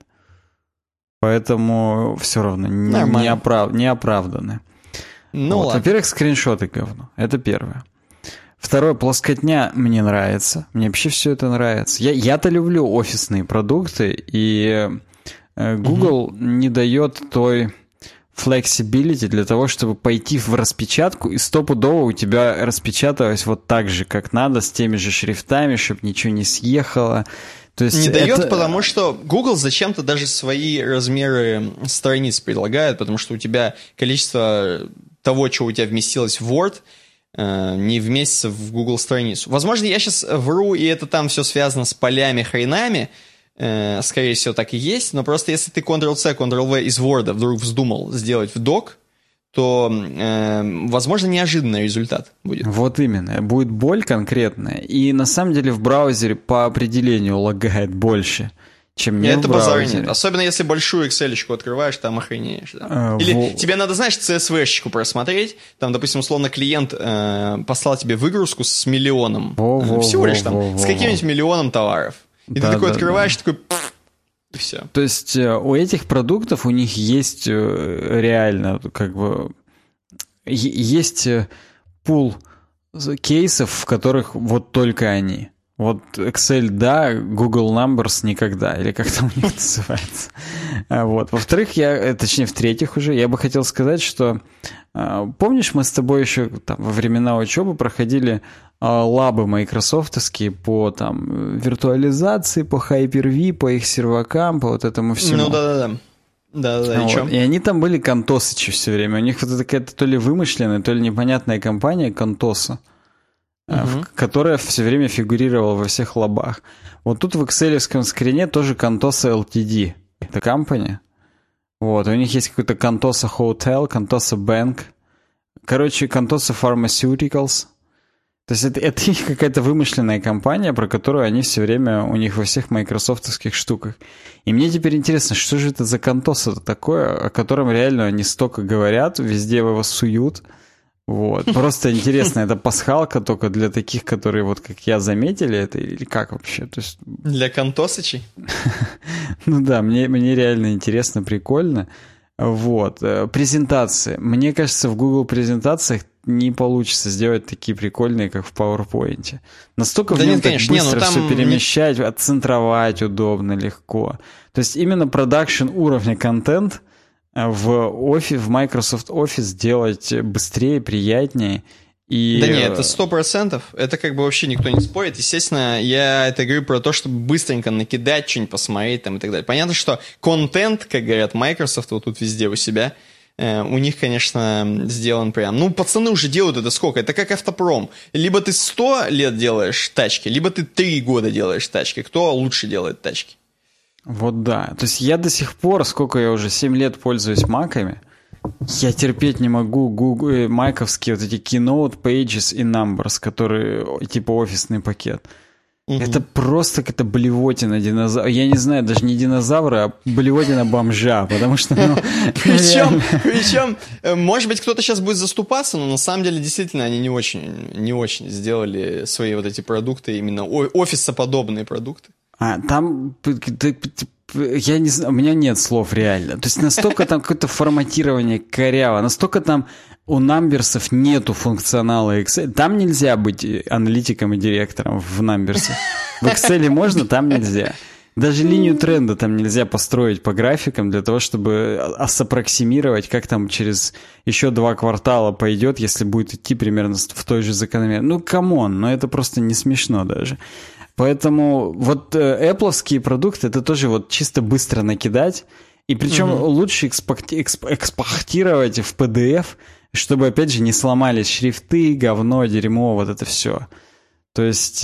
Поэтому все равно не оправданы. Во-первых, скриншоты говно. Это первое. Второе, плоскотня мне нравится. Мне вообще все это нравится. Я-то люблю офисные продукты, и Google не дает той flexibility для того, чтобы пойти в распечатку, и стопудово у тебя распечаталось вот так же, как надо, с теми же шрифтами, чтобы ничего не съехало. То есть не дает, потому что Google зачем-то даже свои размеры страниц предлагает, потому что у тебя количество того, что у тебя вместилось в Word, не вместится в Google страницу. Возможно, я сейчас вру, и это там все связано с полями, хренами. Скорее всего, так и есть. Но просто если ты Ctrl-C, Ctrl-V из Word вдруг вздумал сделать в док, то, возможно, неожиданный результат будет. Вот именно. Будет боль конкретная. И на самом деле в браузере по определению лагает больше, чем не в браузере. Нет. Особенно если большую Excel-очку открываешь, там охренеешь. Да? Или тебе надо, знаешь, CSV-щику просмотреть. Там, допустим, условно, клиент послал тебе выгрузку с миллионом. Всего лишь там, с каким-нибудь миллионом товаров. И ты такой открываешь, такой... И все. То есть у этих продуктов у них есть реально как бы есть пул кейсов, в которых вот только они. Вот Excel да, Google Numbers никогда, или как там у них называется. Вот. Во-вторых, точнее в-третьих уже, я бы хотел сказать, что помнишь, мы с тобой еще там, во времена учебы проходили лабы майкрософтовские по там виртуализации, по Hyper-V, по их сервакам, по вот этому всему. Ну да-да-да. Да-да-да, вот. И они там были Контосычи все время. У них вот это какая-то то ли вымышленная, то ли непонятная компания Контоса, которая все время фигурировала во всех лабах. Вот тут в экселевском скрине тоже Контоса LTD. Это компания. Вот, у них есть какой-то Контоса Hotel, Контоса Bank. Короче, Контоса Pharmaceuticals. То есть это их какая-то вымышленная компания, про которую они все время у них во всех майкрософтовских штуках. И мне теперь интересно, что же это за Контоса такое, о котором реально они столько говорят, везде его суют. Вот. Просто интересно, это пасхалка только для таких, которые вот как я заметили это, или как вообще? То есть... Для Контосычей? Ну да, мне реально интересно, прикольно. Вот. Презентации. Мне кажется, в Google презентациях не получится сделать такие прикольные, как в PowerPoint. Настолько в нем так быстро все перемещать, отцентровать удобно, легко. То есть именно продакшн уровня контент в Microsoft Office делать быстрее, приятнее. И... Да нет, это 100%. Это как бы вообще никто не спорит. Естественно, я это говорю про то, чтобы быстренько накидать, что-нибудь посмотреть там и так далее. Понятно, что контент, как говорят Microsoft, вот тут везде у себя, у них, конечно, сделан прям... Ну, пацаны уже делают это сколько? Это как автопром. Либо ты 100 лет делаешь тачки, либо ты 3 года делаешь тачки. Кто лучше делает тачки? Вот да. То есть я до сих пор, сколько я уже 7 лет пользуюсь маками, я терпеть не могу майковские вот эти Keynote, Pages и Numbers, которые типа офисный пакет. Это просто какая-то блевотина динозавра. Я не знаю, даже не динозавра, а блевотина бомжа, потому что... Причем, может быть, кто-то сейчас будет заступаться, но на самом деле действительно они не очень сделали свои вот эти продукты, именно офисоподобные продукты. Там... Я не знаю, у меня нет слов реально. То есть настолько там какое-то форматирование коряво, настолько там у Numbers'ов нету функционала Excel. Там нельзя быть аналитиком и директором в Numbers'е. В Excel можно, там нельзя. Даже линию тренда там нельзя построить по графикам для того, чтобы саппроксимировать, как там через еще 2 квартала пойдет, если будет идти примерно в той же закономерности. Ну, камон, но это просто не смешно даже. Поэтому вот Apple'овские продукты это тоже вот чисто быстро накидать, и причем лучше экспортировать в PDF, чтобы опять же не сломались шрифты, говно, дерьмо, вот это все. То есть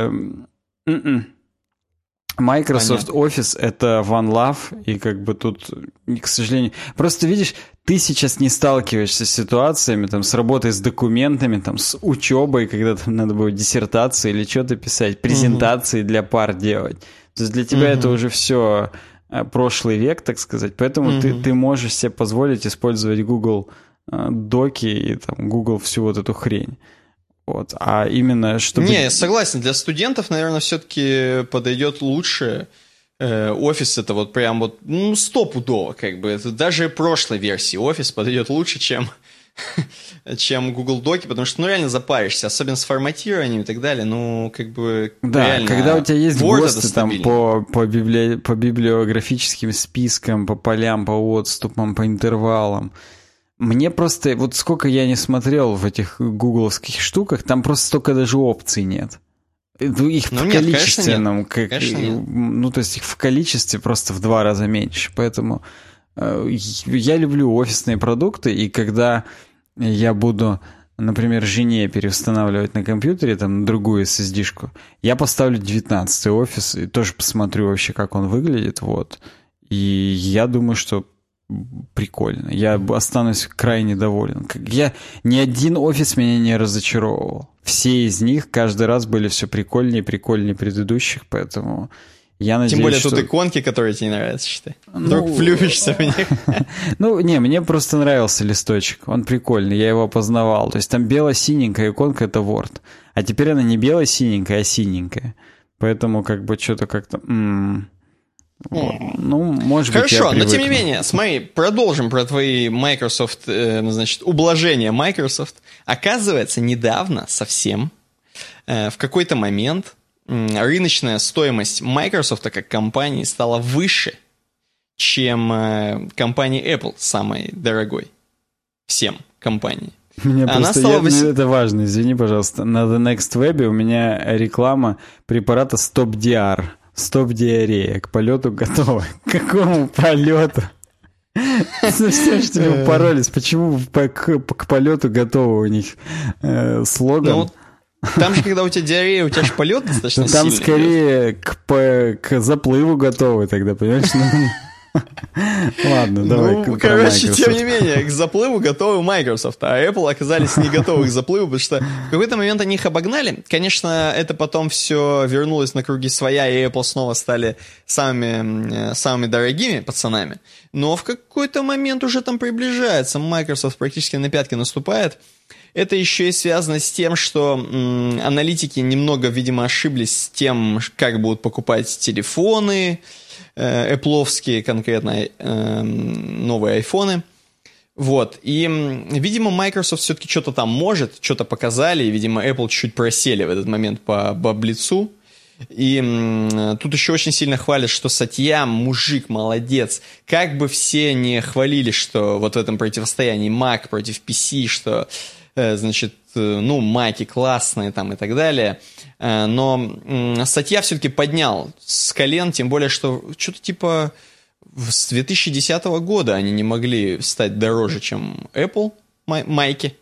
Microsoft Office — это One Love, и как бы тут, к сожалению... Просто видишь, ты сейчас не сталкиваешься с ситуациями, там, с работой с документами, там, с учебой, когда там надо было диссертации или что-то писать, презентации для пар делать. То есть для тебя это уже все прошлый век, так сказать, поэтому ты можешь себе позволить использовать Google доки и там, Google всю вот эту хрень. Вот. А именно чтобы... Не, я согласен, для студентов, наверное, все-таки подойдет лучше. Офис это вот прям вот, ну, стопудово, как бы. Это даже прошлой версии Офис подойдет лучше, чем Google Доки, потому что, ну, реально запаришься, особенно с форматированием и так далее, ну, как бы... Да, реально, когда у тебя есть ГОСТы там по библиографическим спискам, по полям, по отступам, по интервалам. Мне просто, вот сколько я не смотрел в этих гугловских штуках, там просто столько даже опций нет. Их в количественном, конечно нет. Ну, то есть их в количестве просто в 2 раза меньше. Поэтому я люблю офисные продукты, и когда я буду например, жене переустанавливать на компьютере, там, на другую SSD-шку, я поставлю 19-й офис и тоже посмотрю вообще, как он выглядит, вот. И я думаю, что прикольно. Я останусь крайне доволен. Ни один офис меня не разочаровывал. Все из них каждый раз были все прикольнее и прикольнее предыдущих, поэтому я надеюсь, тем более что... тут иконки, которые тебе не нравятся, считай. Вдруг влюбишься в них. Ну, не, мне просто нравился листочек. Он прикольный, я его опознавал. То есть там бело-синенькая иконка — это Word. А теперь она не бело-синенькая, а синенькая. Поэтому как бы что-то как-то... Вот. Ну, может быть, хорошо, но тем не менее, смотри, продолжим про твои Microsoft, значит, ублажения Microsoft. Оказывается, недавно совсем, в какой-то момент, рыночная стоимость Microsoft как компании стала выше, чем компании Apple, самой дорогой всем компанией. Мне просто это важно, извини, пожалуйста. На The Next Web у меня реклама препарата Stop DR. Стоп-диарея. К полету готова. К какому полету? Совсем что ли упоролись? Почему к полету готовы у них слоган? Ну, там же, когда у тебя диарея, у тебя же полет достаточно сильный. Там скорее к заплыву готовы тогда, понимаешь? Ладно, давай. Ну, короче, тем не менее, к заплыву готовы Microsoft, а Apple оказались не готовы к заплыву, потому что в какой-то момент они их обогнали. Конечно, это потом все вернулось на круги своя, и Apple снова стали самыми дорогими пацанами. Но в какой-то момент уже там приближается. Microsoft практически на пятки наступает. Это еще и связано с тем, что аналитики немного, видимо, ошиблись с тем, как будут покупать телефоны, Apple-овские конкретно новые айфоны. Вот. И, видимо, Microsoft все-таки что-то там может, что-то показали, и, видимо, Apple чуть-чуть просели в этот момент по баблицу. И тут еще очень сильно хвалят, что Сатья мужик, молодец. Как бы все не хвалили, что вот в этом противостоянии Mac против PC, что, значит, ну, Маки классные там и так далее. Но Сатья все-таки поднял с колен, тем более, что что-то типа с 2010 года они не могли стать дороже, чем Apple майки.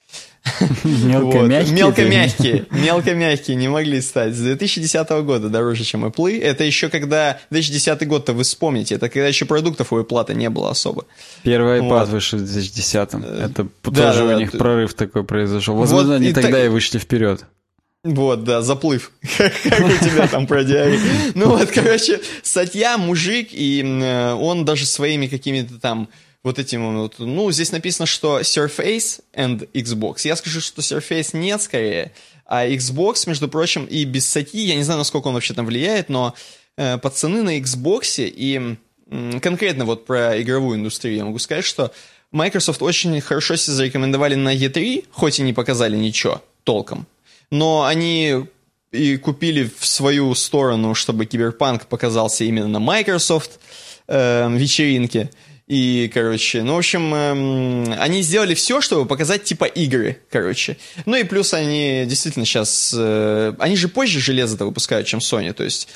Мелкомягкие не могли стать. С 2010 года дороже, чем Apple. Это еще когда 2010 год-то вы вспомните, это когда еще продуктов у Apple не было особо. Первый iPad вышел в 2010-м. Это тоже у них прорыв такой произошел. Возможно, они тогда и вышли вперед. Вот, да, заплыв. Как у тебя там про диарею. Ну вот, короче, Сатья мужик, и он даже своими какими-то там вот этим вот, ну, здесь написано, что Surface and Xbox. Я скажу, что Surface нет скорее, а Xbox, между прочим, и без Сатьи, я не знаю, насколько он вообще там влияет, но пацаны на Xbox, и конкретно вот про игровую индустрию я могу сказать, что Microsoft очень хорошо себя зарекомендовали на E3, хоть и не показали ничего толком, но они и купили в свою сторону, чтобы Киберпанк показался именно на Microsoft вечеринке. И, короче, ну, в общем, они сделали все, чтобы показать, типа, игры, короче. Ну, и плюс они действительно сейчас... они же позже железо-то выпускают, чем Sony. То есть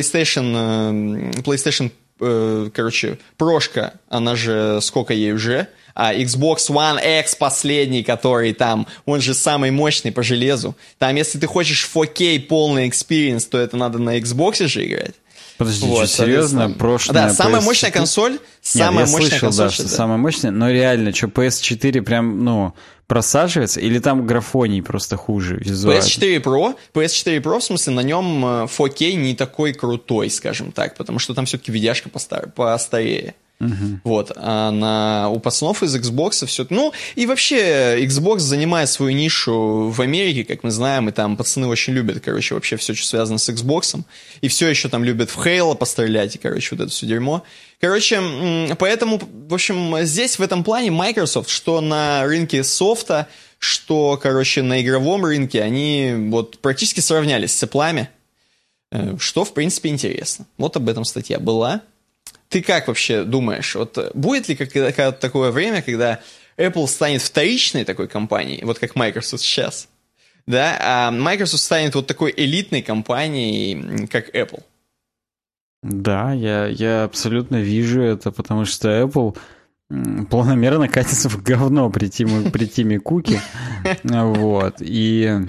PlayStation, короче, прошка, она же сколько ей уже... А Xbox One X последний, который там, он же самый мощный по железу. Там, если ты хочешь 4K полный experience, то это надо на Xbox же играть. Подожди, вот, серьезно? Прошлая да, самая мощная консоль. Самая мощная консоль, да, что самая мощная, но реально, что PS4 прям, ну, просаживается, или там графоний просто хуже визуально? PS4 Pro, в смысле, на нем 4K не такой крутой, скажем так, потому что там все-таки видяшка постарее. Вот, а у пацанов из Xbox все... Ну, и вообще, Xbox занимает свою нишу в Америке, как мы знаем, и там пацаны очень любят, короче, вообще все, что связано с Xbox, и все еще там любят в Halo пострелять, и, короче, вот это все дерьмо. Короче, поэтому, в общем, здесь в этом плане Microsoft, что на рынке софта, что, короче, на игровом рынке, они вот практически сравнялись с Apple'ами, что, в принципе, интересно. Вот об этом статья была. Ты как вообще думаешь, вот будет ли какое-то такое время, когда Apple станет вторичной такой компанией, вот как Microsoft сейчас, да, а Microsoft станет вот такой элитной компанией, как Apple? Да, я абсолютно вижу это, потому что Apple, планомерно катится в говно при Тиме Куке. Вот. И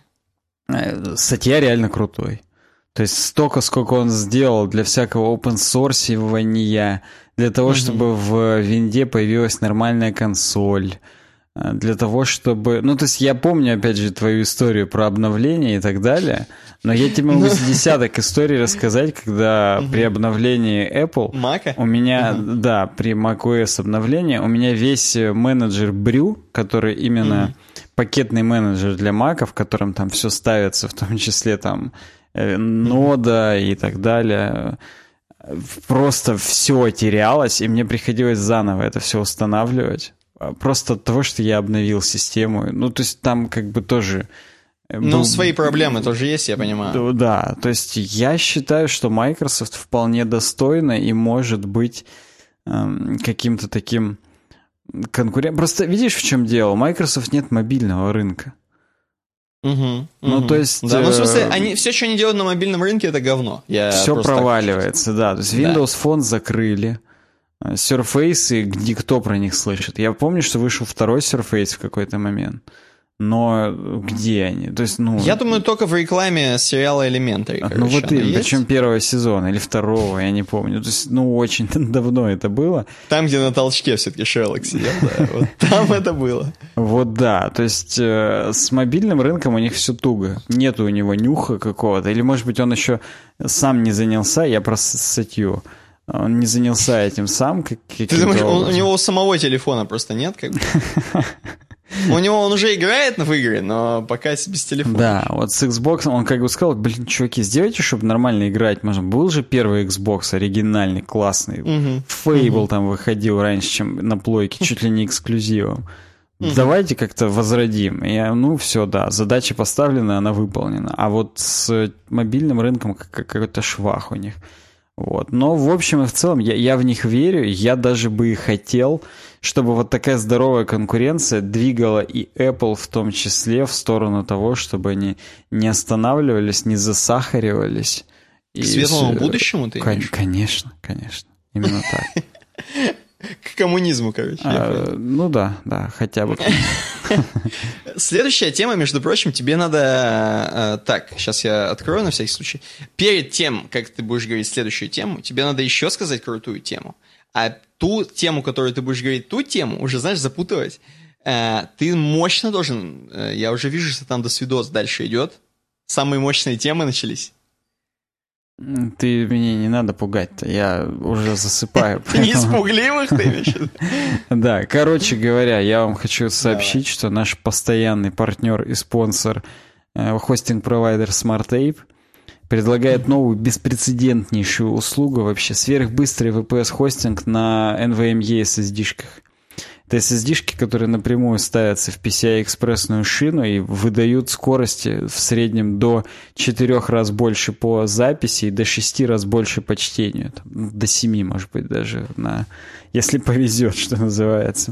Сатья реально крутой. То есть столько, сколько он сделал для всякого open-source'ивания, для того, чтобы в винде появилась нормальная консоль, для того, чтобы... Ну, то есть я помню, опять же, твою историю про обновление и так далее, но я тебе могу с десяток историй рассказать, когда при обновлении Apple... Mac? У меня, да, при macOS обновлении у меня весь менеджер Brew, который именно пакетный менеджер для Mac, в котором там все ставится, в том числе там нода и так далее... Просто все терялось, и мне приходилось заново это все устанавливать. Просто от того, что я обновил систему. Ну, то есть там как бы тоже... Ну, свои проблемы тоже есть, я понимаю. Да, то есть я считаю, что Microsoft вполне достойна и может быть каким-то таким конкурентом. Просто видишь, в чем дело? У Microsoft нет мобильного рынка. Ну, то есть... Да, ну, в смысле, все, что они делают на мобильном рынке, это говно. Все проваливается, да. То есть Windows Phone закрыли. Surface, никто про них слышит. Я помню, что вышел второй Surface в какой-то момент. Но где они? То есть, ну... Я думаю, только в рекламе сериала «Элементы». Ну вот и, причем первого сезона или второго, я не помню. То есть, ну, очень давно это было. Там, где на толчке все-таки Шерлок сидел, да. Вот там это было. Вот да, то есть с мобильным рынком у них все туго. Нету у него нюха какого-то. Или, может быть, он еще сам не занялся, я про Сатью. Он не занялся этим сам. Ты думаешь, у него самого телефона просто нет? Как бы? У него он уже играет в игры, но пока без телефона. Да, вот с Xbox он как бы сказал, блин, чуваки, сделайте, чтобы нормально играть можно. Был же первый Xbox оригинальный, классный. Fable там выходил раньше, чем на плойке, чуть ли не эксклюзивом. Давайте как-то возродим. Ну, все, да, задача поставлена, она выполнена. А вот с мобильным рынком какой-то швах у них. Вот. Но в общем и в целом я в них верю, я даже бы и хотел, чтобы вот такая здоровая конкуренция двигала и Apple в том числе в сторону того, чтобы они не останавливались, не засахаривались. К светлому будущему ты имеешь? Конечно, именно так. К коммунизму, короче. Ну да, хотя бы. Следующая тема, между прочим, тебе надо... Так, сейчас я открою на всякий случай. Перед тем, как ты будешь говорить следующую тему, тебе надо еще сказать крутую тему. А ту тему, которую ты будешь говорить, ту тему, уже, знаешь, запутывать, ты мощно должен... Я уже вижу, что там досвидос дальше идет. Самые мощные темы начались. Ты меня не надо пугать-то, я уже засыпаю. Не из пугливых ты имеешь? Да, короче говоря, я вам хочу сообщить, что наш постоянный партнер и спонсор, хостинг-провайдер SmartApe, предлагает новую беспрецедентнейшую услугу, вообще сверхбыстрый VPS-хостинг на NVMe SSD-шках. Это SSD-шки, которые напрямую ставятся в PCI-экспрессную шину и выдают скорости в среднем до 4 раз больше по записи и до 6 раз больше по чтению. До 7, может быть, даже, если повезет, что называется.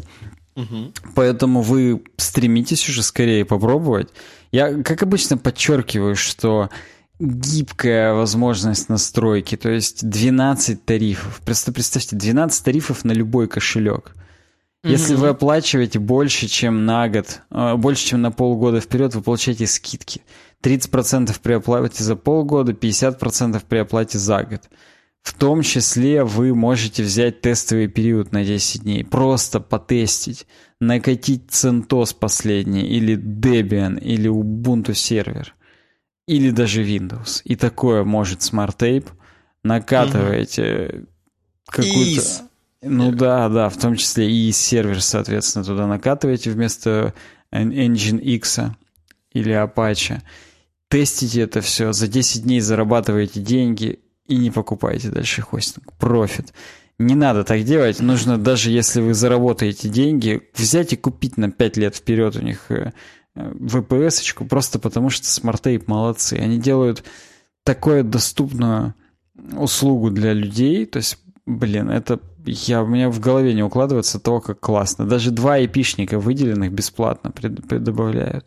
Поэтому вы стремитесь уже скорее попробовать. Я, как обычно, подчеркиваю, что гибкая возможность настройки, то есть 12 тарифов. Просто представьте, 12 тарифов на любой кошелек. Если вы оплачиваете больше, чем на год, больше, чем на полгода вперед, вы получаете скидки. 30% при оплате за полгода, 50% при оплате за год. В том числе вы можете взять тестовый период на 10 дней, просто потестить, накатить CentOS последний, или Debian, или Ubuntu сервер, или даже Windows. И такое может SmartApe. Накатываете какую-то... Ну да, в том числе и сервер, соответственно, туда накатываете вместо Nginx или Apache. Тестите это все, за 10 дней зарабатываете деньги и не покупаете дальше хостинг. Профит. Не надо так делать. Нужно, даже если вы заработаете деньги, взять и купить на 5 лет вперед у них VPS-очку, просто потому что SmartApe молодцы. Они делают такую доступную услугу для людей. То есть, блин, это... у меня в голове не укладывается то, как классно. Даже 2 IP-шника выделенных бесплатно добавляют.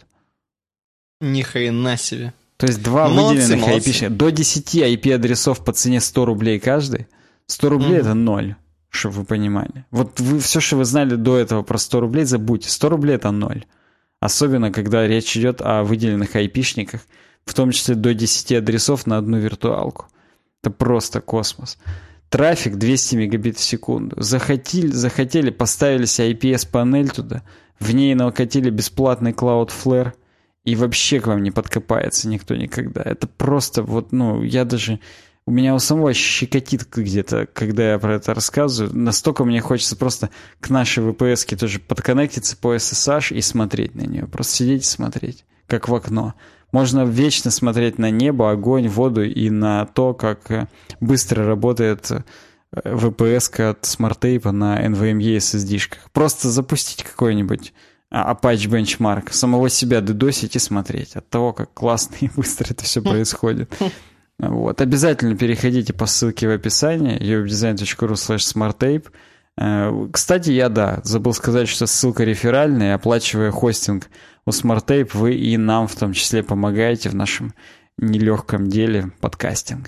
Ни хрена себе. То есть 2 выделенных IP-шника. До 10 IP-адресов по цене 100 рублей каждый. 100 рублей это 0. чтобы вы понимали. Вот вы все, что вы знали до этого про 100 рублей, забудьте. 100 рублей — это ноль. Особенно, когда речь идет о выделенных айпишниках, в том числе до 10 адресов на одну виртуалку. Это просто космос. Трафик 200 мегабит в секунду. Захотели, поставили себе IPS-панель туда, в ней накатили бесплатный Cloudflare, и вообще к вам не подкопается никто никогда. Это просто вот, я даже... У меня у самого щекотит где-то, когда я про это рассказываю. Настолько мне хочется просто к нашей VPS-ке тоже подконнектиться по SSH и смотреть на нее. Просто сидеть и смотреть, как в окно. Можно вечно смотреть на небо, огонь, воду и на то, как быстро работает VPS-ка от SmartTape на NVMe SSD-шках. Просто запустить какой-нибудь Apache Benchmark, самого себя дедосить и смотреть. От того, как классно и быстро это все происходит. Вот. Обязательно переходите по ссылке в описании webdesign.ru/smarttape. Кстати, я забыл сказать, что ссылка реферальная, оплачивая хостинг у SmartTape, вы и нам в том числе помогаете в нашем нелегком деле подкастинга.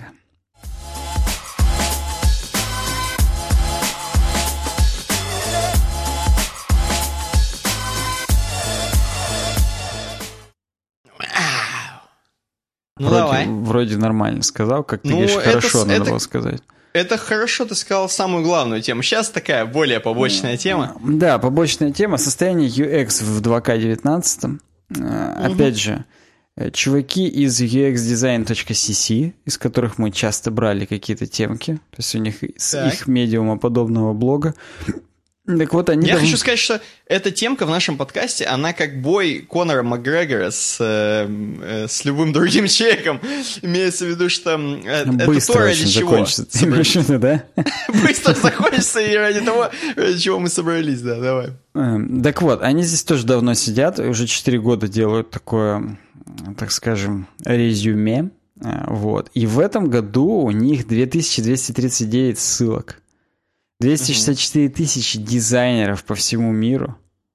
Вроде нормально сказал, как ты говоришь, хорошо надо было сказать. Это хорошо, ты сказал самую главную тему. Сейчас такая более побочная тема. Да, побочная тема. Состояние UX в 2К19. Опять же, чуваки из uxdesign.cc, из которых мы часто брали какие-то темки, то есть у них их медиумоподобного блога. Так вот, они хочу сказать, что эта темка в нашем подкасте, она как бой Конора Макгрегора с любым другим человеком. Имеется в виду, что быстро это то, ради чего... закончится, да? Быстро закончится, и ради того, ради чего мы собрались, да, давай. Так вот, они здесь тоже давно сидят, уже 4 года делают такое, так скажем, резюме. Вот. И в этом году у них 2239 ссылок. 264 тысячи дизайнеров по всему миру.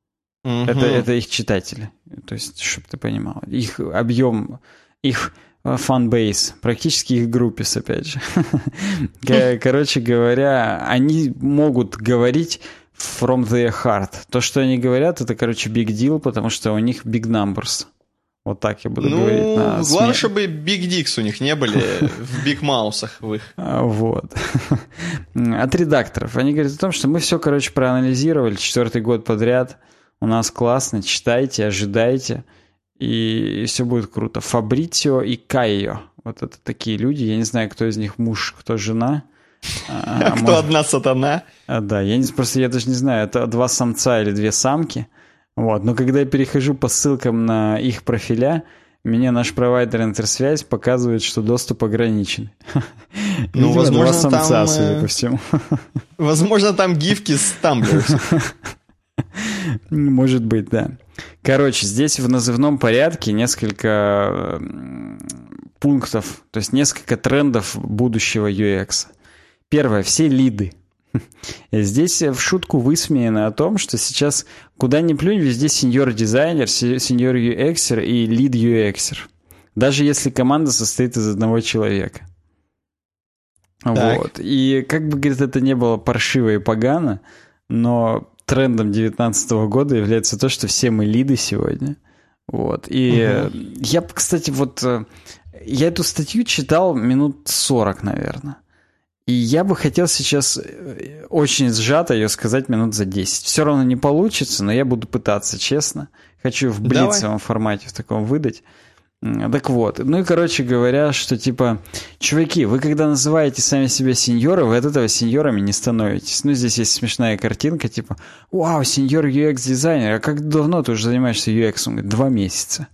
Это их читатели. То есть, чтобы ты понимал. Их объем, их фанбейс, практически их группис, опять же. Короче говоря, они могут говорить from their heart. То, что они говорят, это, big deal, потому что у них big numbers. Вот так я буду говорить. Главное, чтобы Big Dicks у них не были в Big Маусах в их. Вот. От редакторов. Они говорят о том, что мы все, проанализировали 4-й год подряд. У нас классно. Читайте, ожидайте. И все будет круто. Фабрицио и Кайо. Вот это такие люди. Я не знаю, кто из них муж, кто жена. Кто одна сатана. Да, я даже не знаю, это 2 самца или 2 самки. Вот. Но когда я перехожу по ссылкам на их профиля, мне наш провайдер интерсвязь показывает, что доступ ограничен. Возможно, 2 самца, судя по всему. Возможно, там гифки с Tumblr. Может быть, да. Короче, здесь в назывном порядке несколько пунктов, то есть несколько трендов будущего UX. Первое, все лиды. Здесь в шутку высмеяно о том, что сейчас куда ни плюнь, везде сеньор-дизайнер, сеньор-UXер и лид-UXер. Даже если команда состоит из одного человека. Вот. И как бы, говорит, это не было паршиво и погано, но трендом 2019 года является то, что все мы лиды сегодня. Вот. И я, кстати, я эту статью читал минут 40, наверное. И я бы хотел сейчас очень сжато ее сказать минут за 10. Все равно не получится, но я буду пытаться, честно. Хочу в блицевом формате в таком выдать. Так вот. Говоря, что чуваки, вы когда называете сами себя сеньоры, вы от этого сеньорами не становитесь. Здесь есть смешная картинка, вау, сеньор UX-дизайнер, а как давно ты уже занимаешься UX? Он говорит, 2 месяца.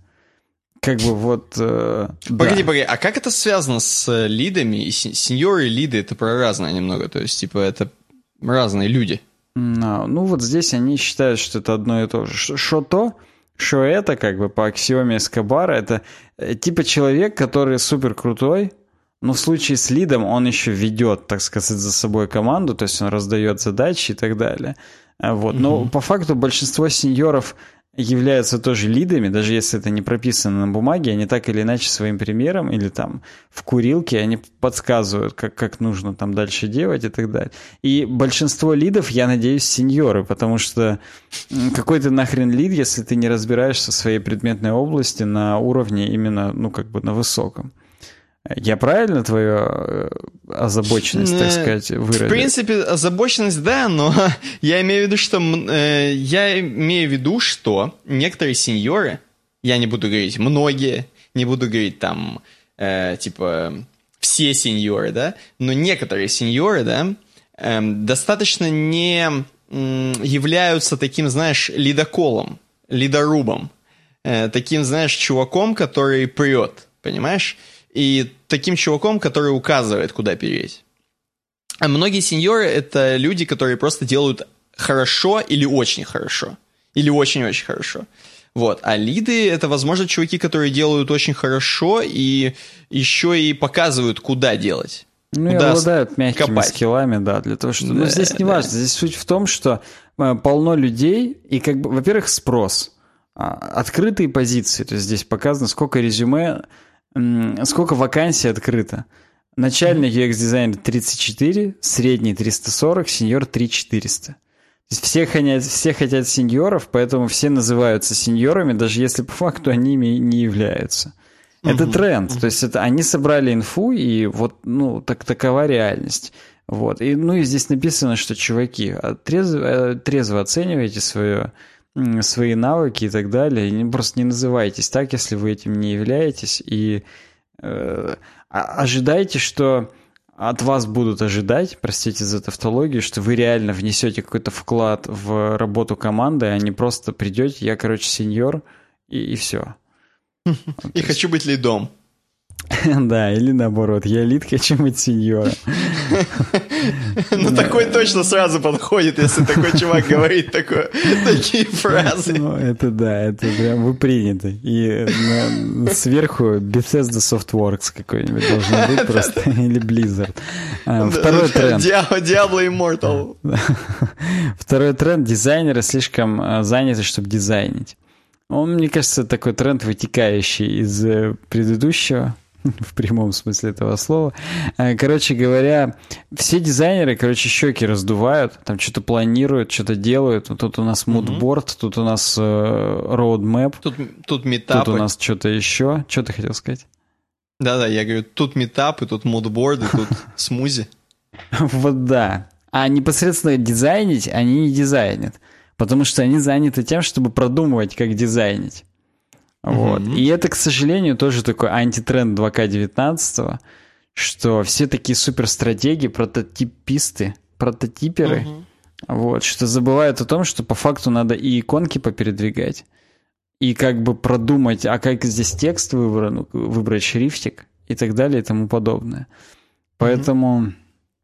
Погоди, а как это связано с лидами? И сеньоры и лиды — это про разное немного, то есть, это разные люди. Здесь они считают, что это одно и то же. Что это, по аксиоме Эскобара, это человек, который супер крутой, но в случае с лидом он еще ведет, так сказать, за собой команду, то есть он раздает задачи и так далее. Вот. Но по факту большинство сеньоров являются тоже лидами, даже если это не прописано на бумаге, они так или иначе своим примером или там в курилке они подсказывают, как нужно там дальше делать и так далее. И большинство лидов, я надеюсь, сеньоры, потому что какой ты нахрен лид, если ты не разбираешься в своей предметной области на уровне именно, ну, как бы на высоком. Я правильно твою озабоченность, так сказать, выразил? В принципе, озабоченность, да, но я имею в виду, что некоторые сеньоры, я не буду говорить многие, не буду говорить там, типа, все сеньоры, да, но некоторые сеньоры, да, достаточно не являются таким, знаешь, лидоколом, лидорубом, таким, знаешь, чуваком, который прет, понимаешь? И таким чуваком, который указывает, куда переть. А многие сеньоры — это люди, которые просто делают хорошо или очень хорошо. Или очень-очень хорошо. Вот. А лиды — это, возможно, чуваки, которые делают очень хорошо и еще и показывают, куда делать. Ну, и обладают мягкими скиллами, да, для того, чтобы... Да, здесь не важно. Здесь суть в том, что полно людей, и как бы, во-первых, спрос. Открытые позиции. То есть здесь показано, сколько резюме... Сколько вакансий открыто? Начальный UX-дизайнер 34, средний 340, сеньор 3400. То есть все хотят сеньоров, поэтому все называются сеньорами, даже если по факту они ими не являются. Это тренд. То есть это они собрали инфу, и вот, ну, такова реальность. Вот. И, ну, и здесь написано, что, чуваки, трезво оценивайте свои навыки и так далее. И просто не называйтесь так, если вы этим не являетесь. И ожидайте, что от вас будут ожидать, простите за тавтологию, что вы реально внесете какой-то вклад в работу команды, а не просто придете, я, короче, сеньор, и все. И хочу быть лидом. Да, или наоборот, я лид, хочу быть сеньором. Ну, такой точно сразу подходит, если такой чувак говорит такие фразы. Ну, это да, это прям вы приняты. И сверху Bethesda Softworks какой-нибудь должен быть просто, или Blizzard. Второй тренд. Diablo Immortal. Второй тренд. Дизайнеры слишком заняты, чтобы дизайнить. Он, мне кажется, такой тренд, вытекающий из предыдущего, в прямом смысле этого слова. Короче говоря, все дизайнеры, щеки раздувают, там что-то планируют, что-то делают. Тут у нас мудборд, тут у нас роудмэп, тут метапы. Тут у нас что-то еще. Что ты хотел сказать? Да-да, я говорю, тут метапы, тут мудборды, тут смузи. Вот да. А непосредственно дизайнить они не дизайнят. Потому что они заняты тем, чтобы продумывать, как дизайнить. Вот. И это, к сожалению, тоже такой антитренд 2К19, что все такие суперстратеги, прототиписты, прототиперы, вот, что забывают о том, что по факту надо и иконки попередвигать, и как бы продумать, а как здесь текст выбрать шрифтик и так далее и тому подобное. Поэтому,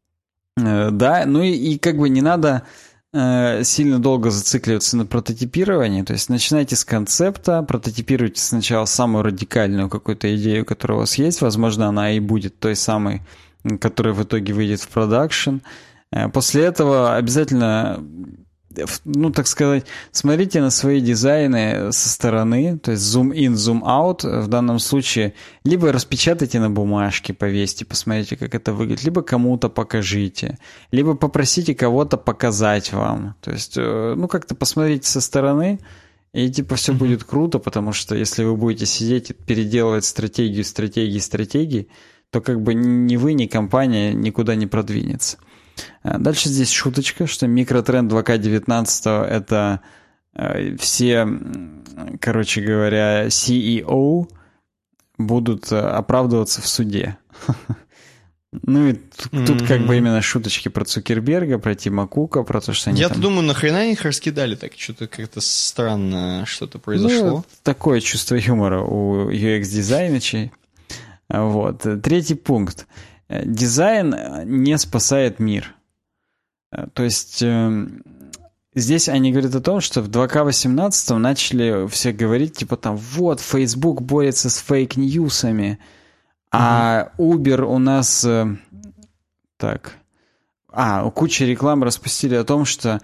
да, ну и как бы не надо сильно долго зацикливаться на прототипировании, то есть начинайте с концепта, прототипируйте сначала самую радикальную какую-то идею, которая у вас есть, возможно, она и будет той самой, которая в итоге выйдет в продакшн. После этого обязательно, ну, так сказать, смотрите на свои дизайны со стороны, то есть зум-ин, зум-аут в данном случае, либо распечатайте на бумажке, повесьте, посмотрите, как это выглядит, либо кому-то покажите, либо попросите кого-то показать вам, то есть, ну, как-то посмотрите со стороны, и типа все будет круто, потому что если вы будете сидеть и переделывать стратегии, то как бы ни вы, ни компания никуда не продвинется. Дальше здесь шуточка, что микротренд 2К19 это все, короче говоря, CEO будут оправдываться в суде. Ну и тут как бы именно шуточки про Цукерберга, про Тима Кука, про то, что они Я-то думаю, нахрена они их раскидали так? Что-то как-то странно что-то произошло. Ну, такое чувство юмора у UX-дизайнерчей. Вот. Третий пункт. Дизайн не спасает мир. То есть здесь они говорят о том, что в 2К18 начали все говорить, типа там, вот, Facebook борется с фейк-ньюсами, а Uber у нас... куча реклам распустили о том, что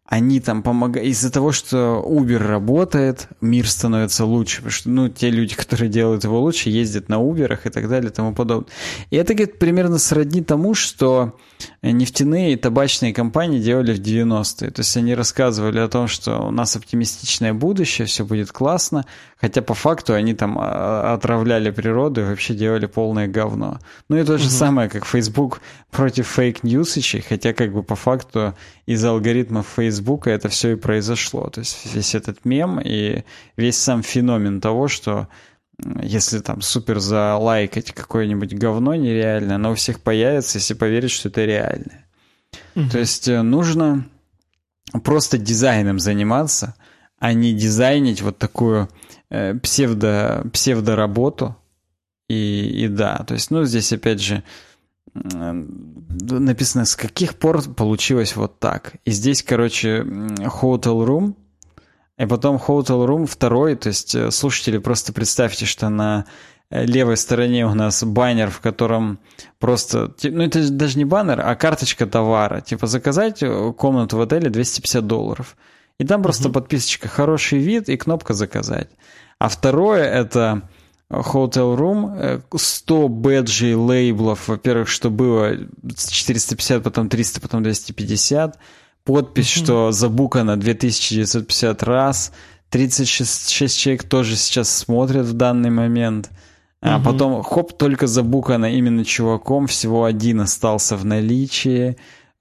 они там помогают. Из-за того, что Uber работает, мир становится лучше. Потому что, ну, те люди, которые делают его лучше, ездят на Uber'ах и так далее и тому подобное. И это, говорит, примерно сродни тому, что нефтяные и табачные компании делали в 90-е. То есть они рассказывали о том, что у нас оптимистичное будущее, все будет классно, хотя по факту они там отравляли природу и вообще делали полное говно. Ну и то же самое, как Facebook против фейк-ньюсичей, хотя как бы по факту из-за алгоритмов Фейсбука это все и произошло. То есть весь этот мем и весь сам феномен того, что если там супер залайкать какое-нибудь говно нереальное, оно у всех появится, если поверить, что это реально. То есть нужно просто дизайном заниматься, а не дизайнить вот такую псевдоработу. И да, то есть, ну, здесь опять же написано, с каких пор получилось вот так. И здесь, короче, Hotel Room, и потом Hotel Room 2, то есть слушатели, просто представьте, что на левой стороне у нас баннер, в котором просто, ну это даже не баннер, а карточка товара, типа заказать комнату в отеле $250. И там просто подписочка «Хороший вид» и кнопка «Заказать». А второе это Hotel Room, 100 бэджей, лейблов, во-первых, что было 450, потом 300, потом 250, подпись, что забукано 2950 раз, 36 человек тоже сейчас смотрят в данный момент, а потом, хоп, только забукано именно чуваком, всего один остался в наличии,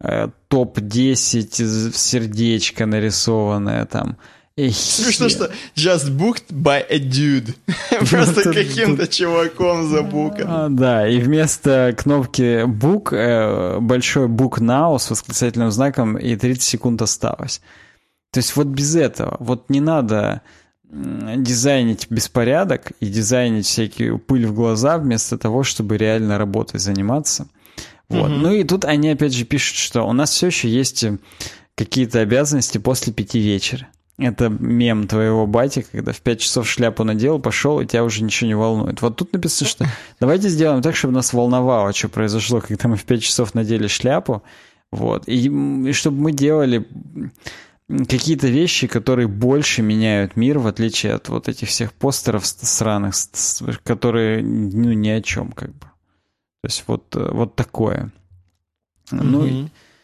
топ-10, сердечко нарисованное там. Смешно, что just booked by a dude. Просто каким-то чуваком забукан. Да, и вместо кнопки book большой book now с восклицательным знаком и 30 секунд осталось. То есть вот без этого. Вот не надо дизайнить беспорядок и дизайнить всякую пыль в глаза вместо того, чтобы реально работой заниматься. Вот. Ну и тут они опять же пишут, что у нас все еще есть какие-то обязанности после 5 вечера. Это мем твоего бати, когда в 5 часов шляпу надел, пошел, и тебя уже ничего не волнует. Вот тут написано, что давайте сделаем так, чтобы нас волновало, что произошло, когда мы в 5 часов надели шляпу. Вот. И чтобы мы делали какие-то вещи, которые больше меняют мир, в отличие от вот этих всех постеров сраных, которые ну, ни о чем как бы. То есть вот такое. Ну и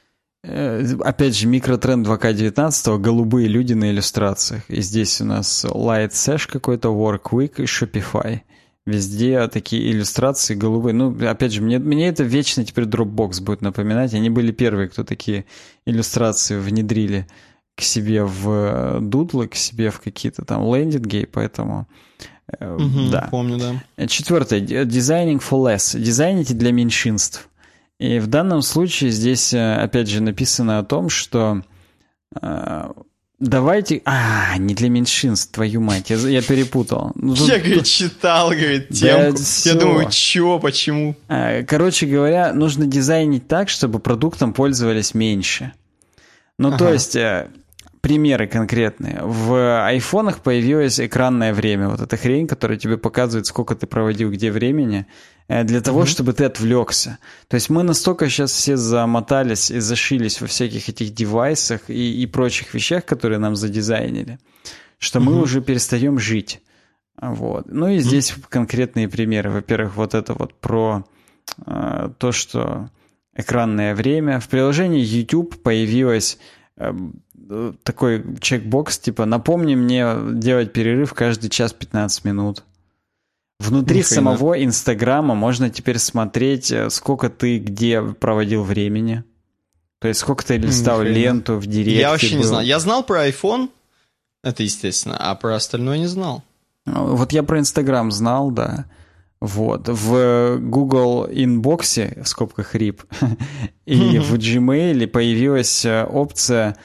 опять же, микротренд 2К19, голубые люди на иллюстрациях. И здесь у нас Light Sash какой-то, Workweek и Shopify. Везде такие иллюстрации голубые. Ну, опять же, мне это вечно теперь Dropbox будет напоминать. Они были первые, кто такие иллюстрации внедрили к себе в дудлы, к себе в какие-то там лендинги, поэтому... да. Помню, да. 4. Designing for less. Дизайните для меньшинств. И в данном случае здесь, опять же, написано о том, что давайте... не для меньшинств, твою мать, я перепутал. Я, говорит, читал, говорит, темку. Да, я думаю, чё, почему? Короче говоря, нужно дизайнить так, чтобы продуктом пользовались меньше. Ну, то есть... Примеры конкретные. В айфонах появилось экранное время. Вот эта хрень, которая тебе показывает, сколько ты проводил где времени, для того, чтобы ты отвлекся. То есть мы настолько сейчас все замотались и зашились во всяких этих девайсах и прочих вещах, которые нам задизайнили, что мы уже перестаем жить. Вот. Ну и здесь конкретные примеры. Во-первых, вот это вот про то, что экранное время. В приложении YouTube появилось... такой чекбокс, типа, напомни мне делать перерыв каждый час 15 минут. Внутри самого Инстаграма можно теперь смотреть, сколько ты где проводил времени. То есть, сколько ты листал ленту в директе. Я вообще не знал. Я знал про iPhone, это естественно, а про остальное не знал. Вот я про Инстаграм знал, да. Вот. В Google Inbox, в скобках RIP, и в Gmail появилась опция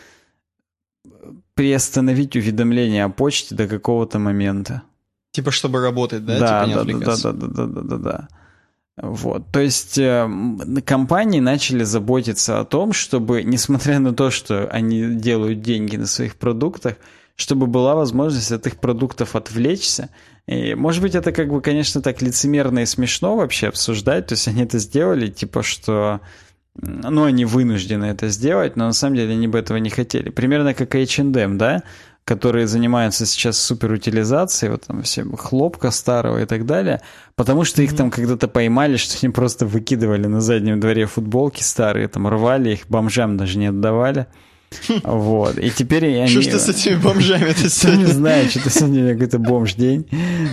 приостановить уведомления о почте до какого-то момента. Типа, чтобы работать, да? Да, типа не отвлекаться. Да. Вот. То есть компании начали заботиться о том, чтобы, несмотря на то, что они делают деньги на своих продуктах, чтобы была возможность от их продуктов отвлечься. И, может быть, это как бы, конечно, так лицемерно и смешно вообще обсуждать. То есть они это сделали, типа, что ну, они вынуждены это сделать, но на самом деле они бы этого не хотели. Примерно как H&M, да, которые занимаются сейчас суперутилизацией, вот там все хлопка старого и так далее, потому что их там когда-то поймали, что они просто выкидывали на заднем дворе футболки старые, там рвали их, бомжам даже не отдавали. Вот. И теперь они... Что ж ты с этими бомжами-то сегодня? Не знаю, что-то сегодня какой-то бомж-день.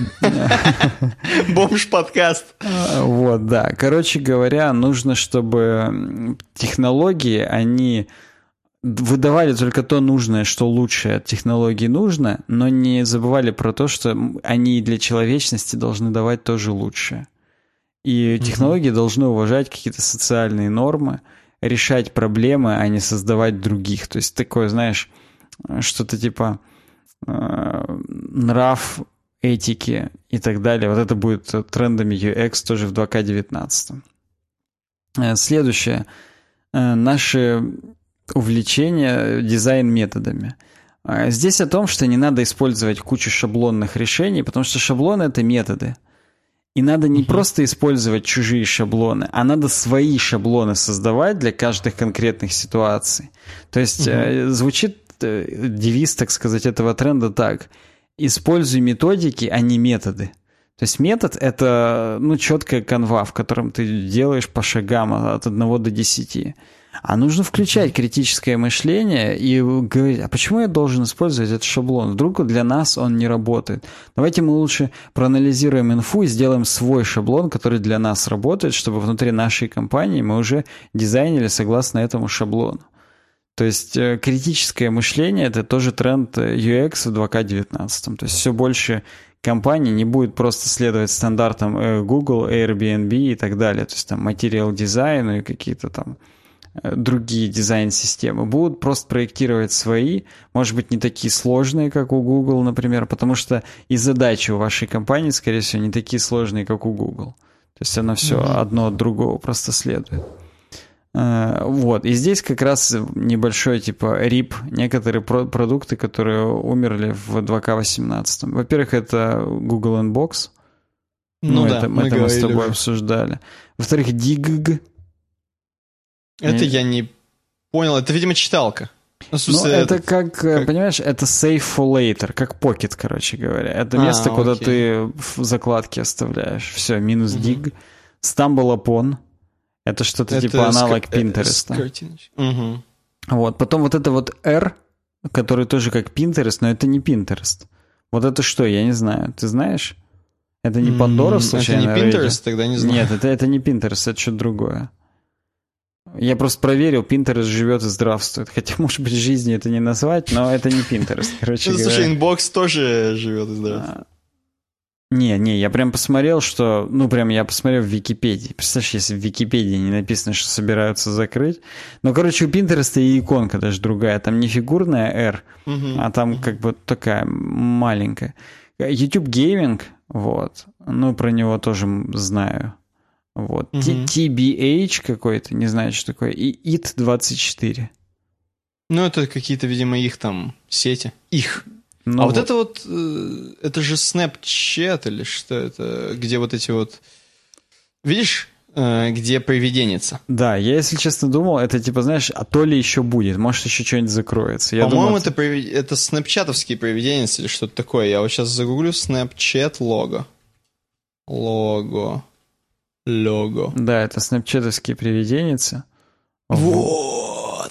Бомж-подкаст. Вот, да. Короче говоря, нужно, чтобы технологии, они выдавали только то нужное, что лучшее от технологий нужно, но не забывали про то, что они для человечности должны давать тоже лучшее. И технологии должны уважать какие-то социальные нормы, решать проблемы, а не создавать других. То есть такое, знаешь, что-то типа нрав, этики и так далее. Вот это будет трендами UX тоже в 2К19. Следующее. Наше увлечение дизайн-методами. Здесь о том, что не надо использовать кучу шаблонных решений, потому что шаблоны — это методы. И надо не просто использовать чужие шаблоны, а надо свои шаблоны создавать для каждых конкретных ситуаций. То есть звучит девиз, так сказать, этого тренда так: используй методики, а не методы. То есть метод — это, ну, четкая канва, в котором ты делаешь по шагам от 1 до 10. А нужно включать критическое мышление и говорить, а почему я должен использовать этот шаблон? Вдруг для нас он не работает. Давайте мы лучше проанализируем инфу и сделаем свой шаблон, который для нас работает, чтобы внутри нашей компании мы уже дизайнили согласно этому шаблону. То есть критическое мышление — это тоже тренд UX в 2К19. То есть все больше компаний не будет просто следовать стандартам Google, Airbnb и так далее. То есть там материал дизайну и какие-то там другие дизайн-системы, будут просто проектировать свои, может быть, не такие сложные, как у Google, например, потому что и задачи у вашей компании, скорее всего, не такие сложные, как у Google. То есть оно все одно от другого просто следует. Вот. И здесь как раз небольшой типа RIP, некоторые продукты, которые умерли в 2К18. Во-первых, это Google Inbox. Ну да, это мы с тобой уже обсуждали. Во-вторых, Digg. Это я не понял. Это, видимо, читалка. Ну, это как, понимаешь, это save for later, как Pocket, короче говоря. Это место, куда ты закладки оставляешь. Все, минус Digg. Stumble Upon. Это что-то типа аналог Pinterest. Вот. Потом вот это вот R, который тоже как Pinterest, но это не Pinterest. Вот это что, я не знаю. Ты знаешь? Это не Pandora, случайно? Это не Pinterest, тогда не знаю. Нет, это не Pinterest, это что-то другое. Я просто проверил, Pinterest живет и здравствует. Хотя, может быть, в жизни это не назвать, но это не Pinterest, короче говоря. Слушай, Inbox тоже живет и здравствует. Не, я прям посмотрел, что... Ну, прям я посмотрел в Википедии. Представляешь, если в Википедии не написано, что собираются закрыть. Ну, короче, у Pinterest и иконка даже другая. Там не фигурная R, а там как бы такая маленькая. YouTube Gaming, вот. Ну, про него тоже знаю. Вот. TBH какой-то, не знаю, что такое. И IT24. Ну, это какие-то, видимо, их там сети. Их. Ну, вот это вот, это же Snapchat или что это? Где вот эти вот... Видишь, где привиденница? Да, я, если честно, думал, это типа, знаешь, а то ли еще будет, может, еще что-нибудь закроется. По-моему, это снапчатовские привиденницы или что-то такое. Я вот сейчас загуглю Snapchat лого. Лого. Да, это снапчатовские привиденницы. Вот.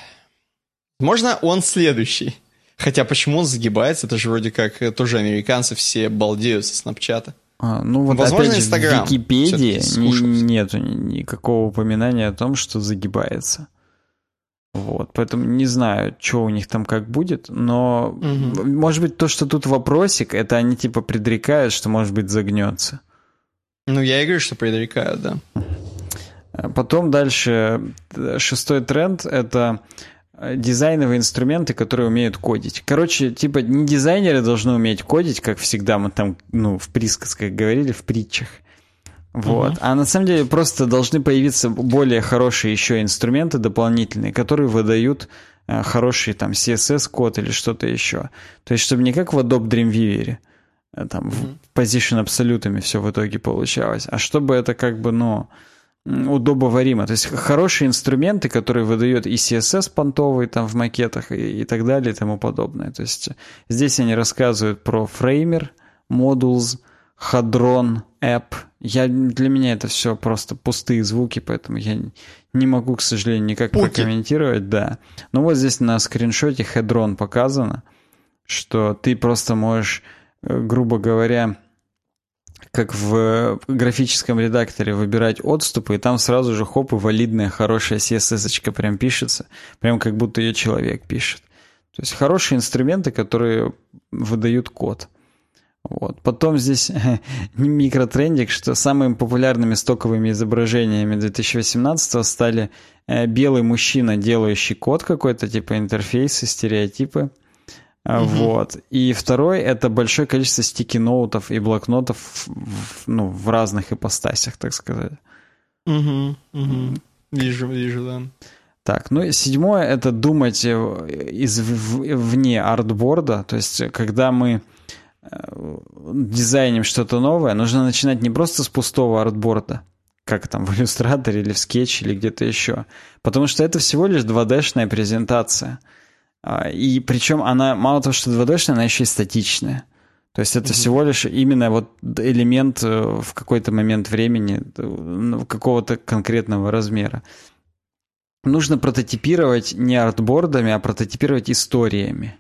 Можно он следующий. Хотя почему он загибается? Это же вроде как тоже американцы все балдеют со снапчата. Ну вот возможно, опять же, Instagram в Википедии нету никакого упоминания о том, что загибается. Вот, поэтому не знаю, что у них там как будет, но может быть то, что тут вопросик, это они типа предрекают, что может быть загнется. Ну, я и говорю, что предрекают, да. Потом дальше 6-й тренд — это дизайновые инструменты, которые умеют кодить. Короче, типа не дизайнеры должны уметь кодить, как всегда мы там, ну, в присказках говорили, в притчах. Вот. А на самом деле просто должны появиться более хорошие еще инструменты дополнительные, которые выдают хороший там CSS-код или что-то еще. То есть, чтобы не как в Adobe Dreamweaver, там в Position абсолютами все в итоге получалось, а чтобы это как бы, ну, удобоваримо. То есть хорошие инструменты, которые выдает и CSS понтовый там в макетах и так далее и тому подобное. То есть здесь они рассказывают про Framer, Modules, Hadron, App. Для меня это все просто пустые звуки, поэтому я не могу, к сожалению, никак прокомментировать. Да. Но вот здесь на скриншоте Hadron показано, что ты просто можешь, грубо говоря, как в графическом редакторе выбирать отступы, и там сразу же хоп, и валидная, хорошая CSS-очка прям пишется, прям как будто ее человек пишет. То есть хорошие инструменты, которые выдают код. Вот. Потом здесь микротрендик, что самыми популярными стоковыми изображениями 2018 стали белый мужчина, делающий код какой-то, типа интерфейсы, стереотипы. Вот. И второй — это большое количество стики-ноутов и блокнотов в разных ипостасях, так сказать. Вижу, да. Так, ну и седьмое — это думать вне артборда. То есть, когда мы дизайним что-то новое, нужно начинать не просто с пустого артборда, как там в иллюстраторе или в скетче или где-то еще. Потому что это всего лишь 2D-шная презентация. И причем она, мало того, что 2D-шная, она еще и статичная. То есть это всего лишь именно вот элемент в какой-то момент времени какого-то конкретного размера. Нужно прототипировать не артбордами, а прототипировать историями.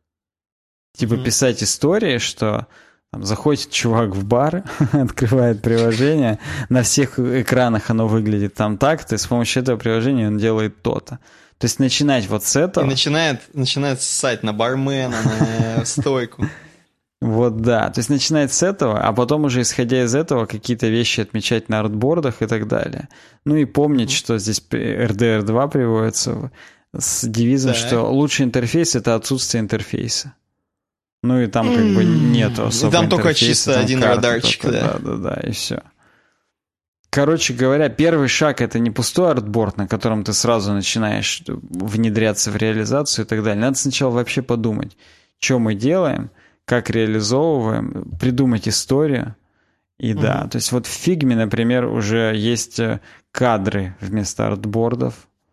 Типа писать истории, что там, заходит чувак в бар, открывает приложение, на всех экранах оно выглядит там так-то, и с помощью этого приложения он делает то-то. То есть начинать вот с этого. И начинает ссать на бармена, на стойку. Вот да, то есть начинать с этого, а потом уже исходя из этого какие-то вещи отмечать на артбордах и так далее. Ну и помнить, что здесь RDR 2 приводится с девизом, что лучший интерфейс — это отсутствие интерфейса. Ну и там как бы нету особо там интерфейса. Только чисто один радарчик, да. Да, и все. Короче говоря, первый шаг — это не пустой артборд, на котором ты сразу начинаешь внедряться в реализацию и так далее. Надо сначала вообще подумать, что мы делаем, как реализовываем, придумать историю. И да, то есть вот в Figma, например, уже есть кадры вместо артбордов.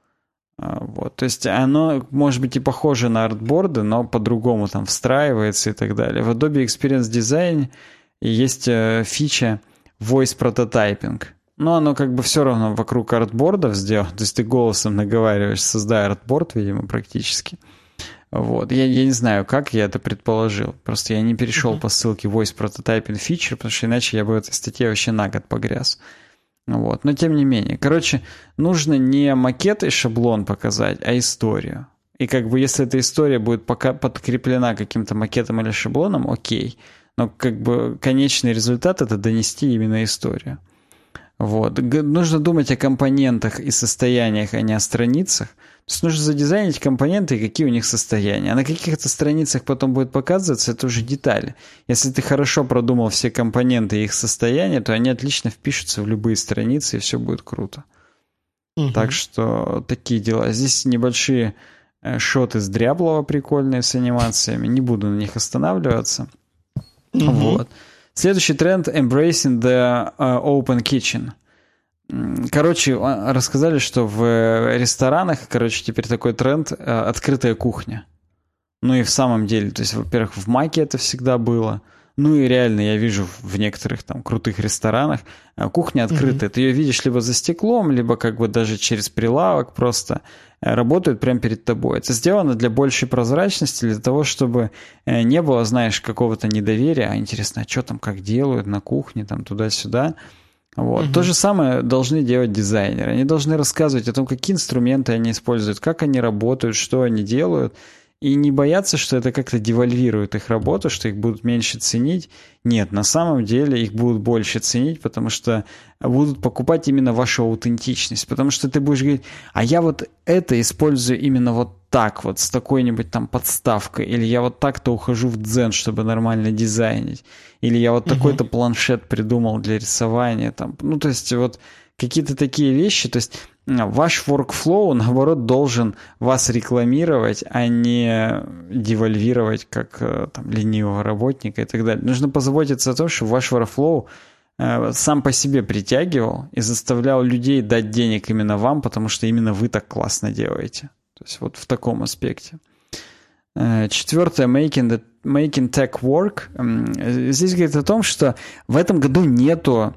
Вот. То есть оно может быть и похоже на артборды, но по-другому там встраивается и так далее. В Adobe Experience Design есть фича Voice Prototyping. Но оно как бы все равно вокруг артбордов сделано. То есть ты голосом наговариваешь, создай артборд, видимо, практически. Вот. Я не знаю, как я это предположил. Просто я не перешел по ссылке Voice Prototyping Feature, потому что иначе я бы в этой статье вообще на год погряз. Вот. Но тем не менее. Короче, нужно не макет и шаблон показать, а историю. И как бы если эта история будет пока подкреплена каким-то макетом или шаблоном, окей. Но как бы конечный результат — это донести именно историю. Вот. Нужно думать о компонентах и состояниях, а не о страницах. То есть нужно задизайнить компоненты и какие у них состояния. А на каких-то страницах потом будет показываться, это уже детали. Если ты хорошо продумал все компоненты и их состояния, то они отлично впишутся в любые страницы, и все будет круто. Так что такие дела. Здесь небольшие шоты с Дряблова прикольные с анимациями. Не буду на них останавливаться. Вот. Следующий тренд — Embracing the Open Kitchen. Короче, рассказали, что в ресторанах, теперь такой тренд — открытая кухня. Ну и в самом деле, то есть, во-первых, в Маке это всегда было. Ну и реально я вижу в некоторых там крутых ресторанах кухня открытая. Ты ее видишь либо за стеклом, либо как бы даже через прилавок просто работают прямо перед тобой. Это сделано для большей прозрачности, для того, чтобы не было, знаешь, какого-то недоверия. А интересно, а что там, как делают на кухне, там туда-сюда. Вот. То же самое должны делать дизайнеры. Они должны рассказывать о том, какие инструменты они используют, как они работают, что они делают. И не бояться, что это как-то девальвирует их работу, что их будут меньше ценить. Нет, на самом деле их будут больше ценить, потому что будут покупать именно вашу аутентичность. Потому что ты будешь говорить, а я вот это использую именно вот так вот, с такой-нибудь там подставкой. Или я вот так-то ухожу в дзен, чтобы нормально дизайнить. Или я вот такой-то планшет придумал для рисования. Там. Ну, то есть вот какие-то такие вещи. То есть ваш workflow, наоборот, должен вас рекламировать, а не девальвировать как там ленивого работника и так далее. Нужно позаботиться о том, чтобы ваш workflow сам по себе притягивал и заставлял людей дать денег именно вам, потому что именно вы так классно делаете. То есть вот в таком аспекте. Четвертое, making tech work. Здесь говорит о том, что в этом году нету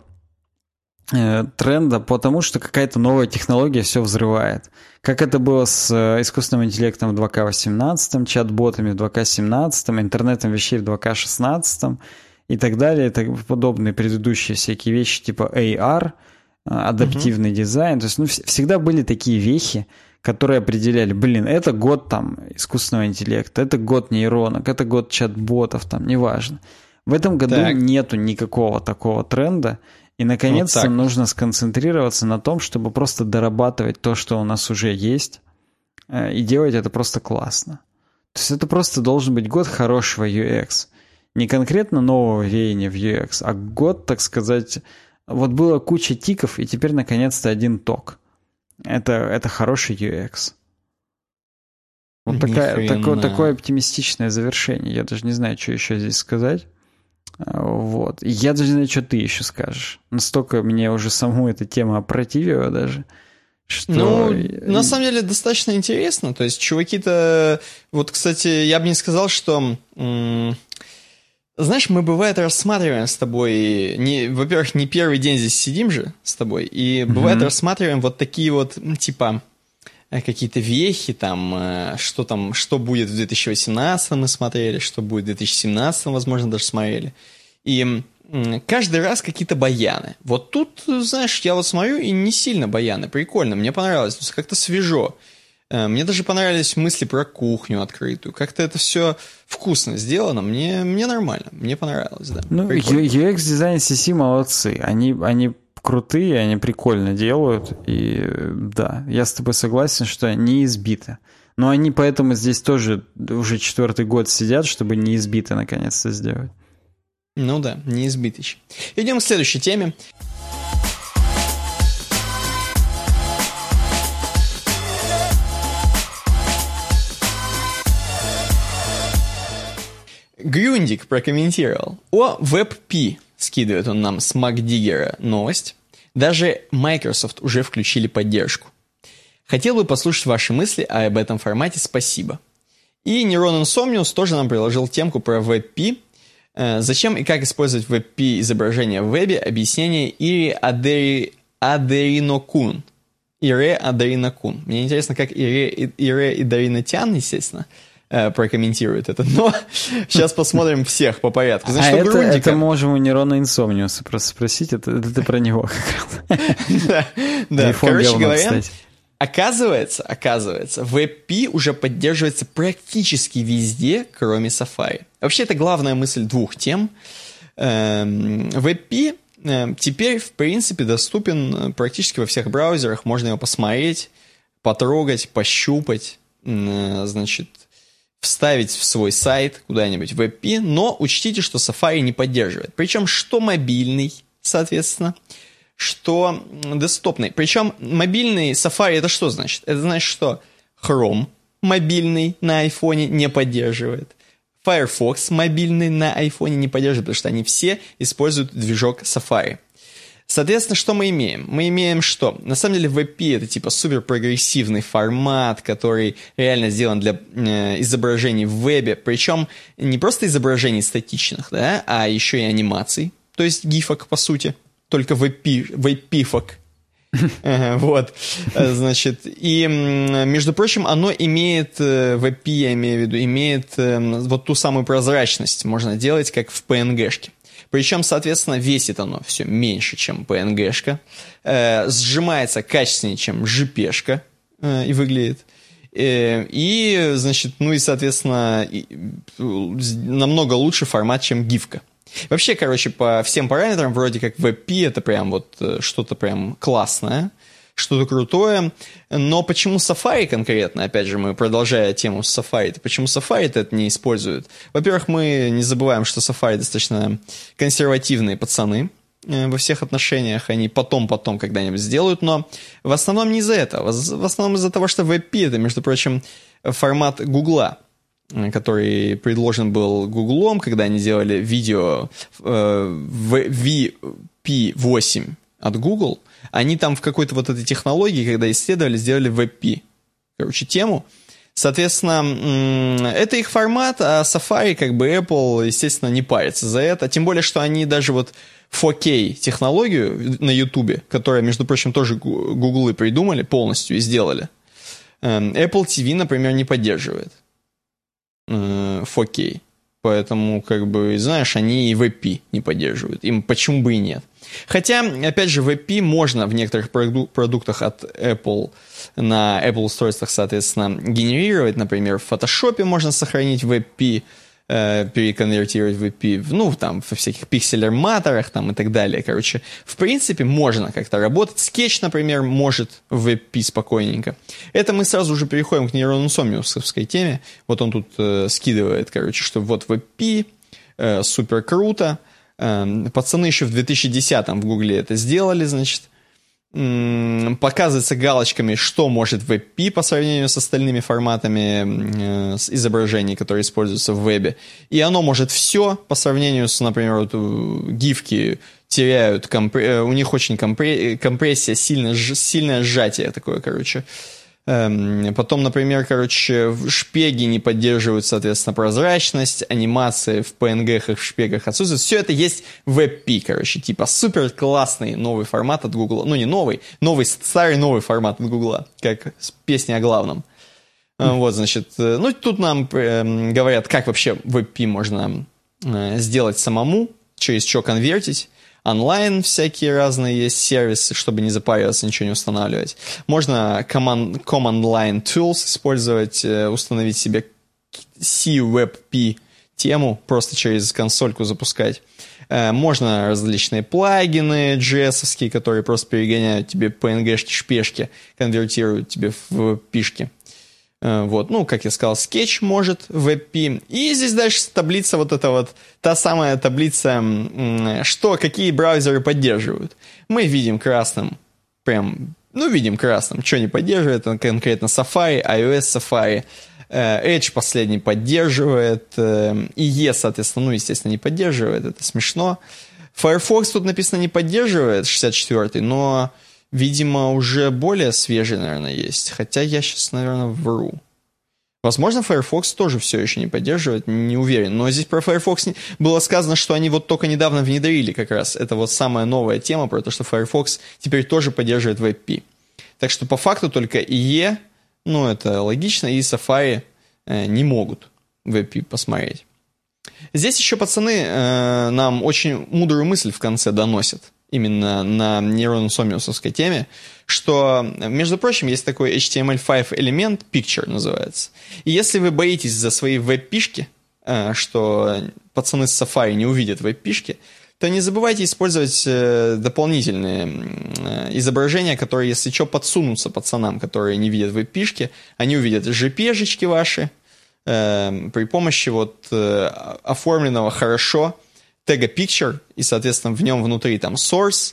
тренда, потому что какая-то новая технология все взрывает. Как это было с искусственным интеллектом в 2К18, чат-ботами в 2К17, интернетом вещей в 2К16 и так далее, и подобные предыдущие всякие вещи типа AR, адаптивный дизайн. То есть, всегда были такие вехи, которые определяли, это год там искусственного интеллекта, это год нейронок, это год чат-ботов, там, неважно. В этом году нету никакого такого тренда, и, наконец-то, нужно сконцентрироваться на том, чтобы просто дорабатывать то, что у нас уже есть, и делать это просто классно. То есть это просто должен быть год хорошего UX. Не конкретно нового веяния в UX, а год, так сказать, вот была куча тиков, и теперь, наконец-то, один ток. Это хороший UX. Вот такое оптимистичное завершение. Я даже не знаю, что еще здесь сказать. Вот. Я даже не знаю, что ты еще скажешь. Настолько мне уже саму эта тема опротивила даже. Что... на самом деле, достаточно интересно. То есть, чуваки-то... Вот, кстати, я бы не сказал, что... Знаешь, мы, бывает, рассматриваем с тобой... Во-первых, не первый день здесь сидим же с тобой. И, бывает, рассматриваем вот такие вот, типа... какие-то вехи, что будет в 2018 мы смотрели, что будет в 2017, возможно, даже смотрели. И каждый раз какие-то баяны. Вот тут, знаешь, я вот смотрю, и не сильно баяны. Прикольно, мне понравилось, как-то свежо. Мне даже понравились мысли про кухню открытую. Как-то это все вкусно сделано. Мне нормально, мне понравилось, да. UX-дизайн CC молодцы. Они крутые, они прикольно делают, и да, я с тобой согласен, что не избито. Но они поэтому здесь тоже уже 4-й год сидят, чтобы не избито наконец-то сделать. Ну да, не избито еще. Идем к следующей теме. Грюндик прокомментировал о WebP. Скидывает он нам с MacDigger новость. Даже Microsoft уже включили поддержку. Хотел бы послушать ваши мысли об этом формате, спасибо. И Neuron Insomnius тоже нам приложил темку про WebP. Зачем и как использовать WebP изображение в вебе, объяснение Ире Адеринокун. Ире Адеринокун. Мне интересно, как Ире Адеринотян, естественно, прокомментирует это. Но сейчас посмотрим всех по порядку. Значит, это можем у Нерона Инсомниуса просто спросить. Это ты про него как раз. Да, короче говоря, оказывается, WebP уже поддерживается практически везде, кроме Safari. Вообще, это главная мысль двух тем. WebP теперь, в принципе, доступен практически во всех браузерах. Можно его посмотреть, потрогать, пощупать, значит, вставить в свой сайт куда-нибудь WebP, но учтите, что Safari не поддерживает. Причем что мобильный, соответственно, что десктопный. Причем мобильный Safari это что значит? Это значит, что Chrome мобильный на айфоне не поддерживает. Firefox мобильный на айфоне не поддерживает, потому что они все используют движок Safari. Соответственно, что мы имеем? Мы имеем что? На самом деле WebP это типа супер прогрессивный формат, который реально сделан для изображений в вебе. Причем не просто изображений статичных, да, а еще и анимаций. То есть гифок, по сути. Только WebP-фок. Вот, значит, и, между прочим, оно имеет, WebP, я имею в виду, имеет вот ту самую прозрачность, можно делать, как в PNG-шке. Причем, соответственно, весит оно все меньше, чем PNG-шка, сжимается качественнее, чем JPG-шка и выглядит. И, значит, ну и, соответственно, намного лучше формат, чем гифка. Вообще, короче, по всем параметрам, вроде как WebP это прям вот что-то прям классное, что-то крутое. Но почему Safari конкретно, опять же, мы продолжая тему с Safari, то почему Safari это не использует? Во-первых, мы не забываем, что Safari достаточно консервативные пацаны во всех отношениях, они потом когда-нибудь сделают, но в основном не из-за этого, в основном из-за того, что WebP это, между прочим, формат Гугла, который предложен был Гуглом, когда они делали видео WebP8 от Google, они там в какой-то вот этой технологии, когда исследовали, сделали WebP, тему. Соответственно, это их формат, а Safari, как бы Apple, естественно, не парится за это. Тем более, что они даже вот 4K технологию на YouTube, которая, между прочим, тоже Гуглы придумали полностью и сделали, Apple TV, например, не поддерживает 4K. Поэтому, как бы, знаешь, они и WebP не поддерживают. Им почему бы и нет. Хотя, опять же, WebP можно в некоторых продуктах от Apple на Apple устройствах, соответственно, генерировать. Например, в Photoshop можно сохранить WebP, переконвертировать в WebP, ну, там, во всяких пиксель-арматорах там и так далее. Короче, в принципе, можно как-то работать. Sketch, например, может в WebP спокойненько. Это мы сразу уже переходим к нейронусомиусовской теме. Вот он тут скидывает, короче, что вот WebP, супер круто. Пацаны еще в 2010-м в Гугле это сделали, значит. Показывается галочками, что может WebP по сравнению с остальными форматами изображений, которые используются в вебе. И оно может все по сравнению с, например, вот гифки теряют, у них очень компрессия, сильное сжатие такое, короче. Потом, например, короче, шпеги не поддерживают, соответственно, прозрачность, анимации в PNG-хах, в шпегах отсутствуют. Все это есть в WebP, короче, типа супер классный новый формат от Google. Ну, не новый, старый новый формат от Google, как песня о главном. Вот, значит, ну, тут нам говорят, как вообще WebP можно сделать самому, через что конвертить. Онлайн всякие разные есть сервисы, чтобы не запариваться, ничего не устанавливать. Можно Command Line Tools использовать, установить себе CWebP тему, просто через консольку запускать. Можно различные плагины JS-овские, которые просто перегоняют тебе PNG-шки, шпешки, конвертируют тебе в пишки. Вот, ну, как я сказал, Sketch может, WebP. И здесь дальше таблица вот эта вот, та самая таблица, какие браузеры поддерживают. Мы видим красным, видим красным, что не поддерживает, конкретно Safari, iOS Safari, Edge последний поддерживает, IE, соответственно, естественно, не поддерживает, это смешно. Firefox тут написано не поддерживает, 64-й, но... Видимо, уже более свежий, наверное, есть. Хотя я сейчас, наверное, вру. Возможно, Firefox тоже все еще не поддерживает, не уверен. Но здесь про Firefox было сказано, что они вот только недавно внедрили как раз. Это вот самая новая тема про то, что Firefox теперь тоже поддерживает WebP. Так что по факту только IE, ну это логично, и Safari не могут WebP посмотреть. Здесь еще пацаны нам очень мудрую мысль в конце доносят. Именно на нейронусомиусовской теме, что, между прочим, есть такой HTML5 элемент, picture называется. И если вы боитесь за свои веб-пишки, что пацаны с Safari не увидят веб-пишки, то не забывайте использовать дополнительные изображения, которые, если что, подсунутся пацанам, которые не видят веб-пишки, они увидят JPG-очки ваши при помощи вот оформленного хорошо тега picture, и, соответственно, в нем внутри там source.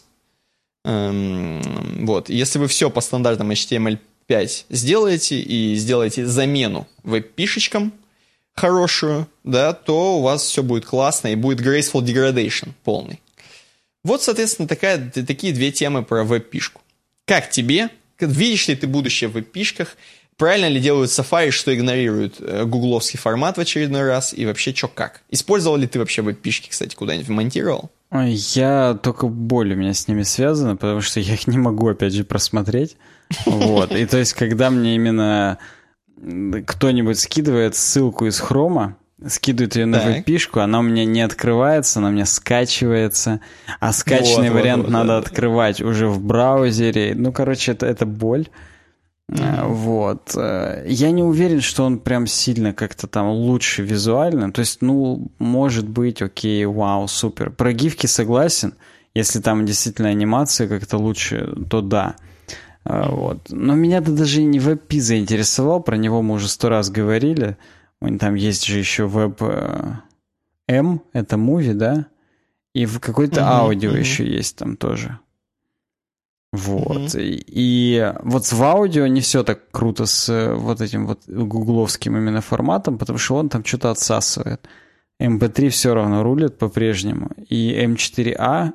Вот. Если вы все по стандартам HTML5 сделаете и сделаете замену веб-пишечкам хорошую, да, то у вас все будет классно и будет graceful degradation полный. Вот, соответственно, такие две темы про веб-пишку. Как тебе? Видишь ли ты будущее в веб-пишках? Правильно ли делают Safari, что игнорируют гугловский формат в очередной раз? И вообще, что как? Использовал ли ты вообще веб-пишки, кстати, куда-нибудь монтировал? Я только боль у меня с ними связана, потому что я их не могу, опять же, просмотреть. Вот. И то есть, когда мне именно кто-нибудь скидывает ссылку из хрома, скидывает ее на веб-пишку, она у меня не открывается, она у меня скачивается, а скачанный вариант надо открывать уже в браузере. Ну, короче, это боль. Вот. Я не уверен, что он прям сильно как-то там лучше визуально. То есть, ну, может быть, окей, вау, супер. Про гифки согласен. Если там действительно анимация как-то лучше, то да. Вот. Но меня-то даже не WebP заинтересовал. Про него мы уже 100 раз говорили. Там есть же еще WebM, это Movie, да? И какой-то аудио еще есть там тоже. Вот. И вот в аудио не все так круто с вот этим вот гугловским именно форматом, потому что он там что-то отсасывает. MP3 все равно рулит по-прежнему. И M4A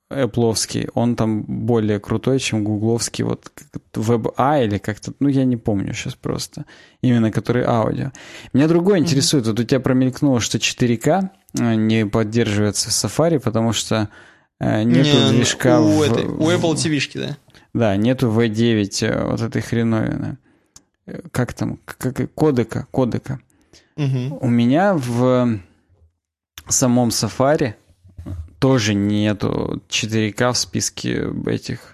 Apple'овский, он там более крутой, чем гугловский, вот WebA или как-то, ну, я не помню сейчас просто, именно который аудио. Меня другое интересует, вот у тебя промелькнуло, что 4К не поддерживается в Safari, потому что нету движка у Apple TV-шки, да? Да, нету V9 вот этой хреновины. Как там? Кодека. У меня в самом Safari тоже нету 4К в списке этих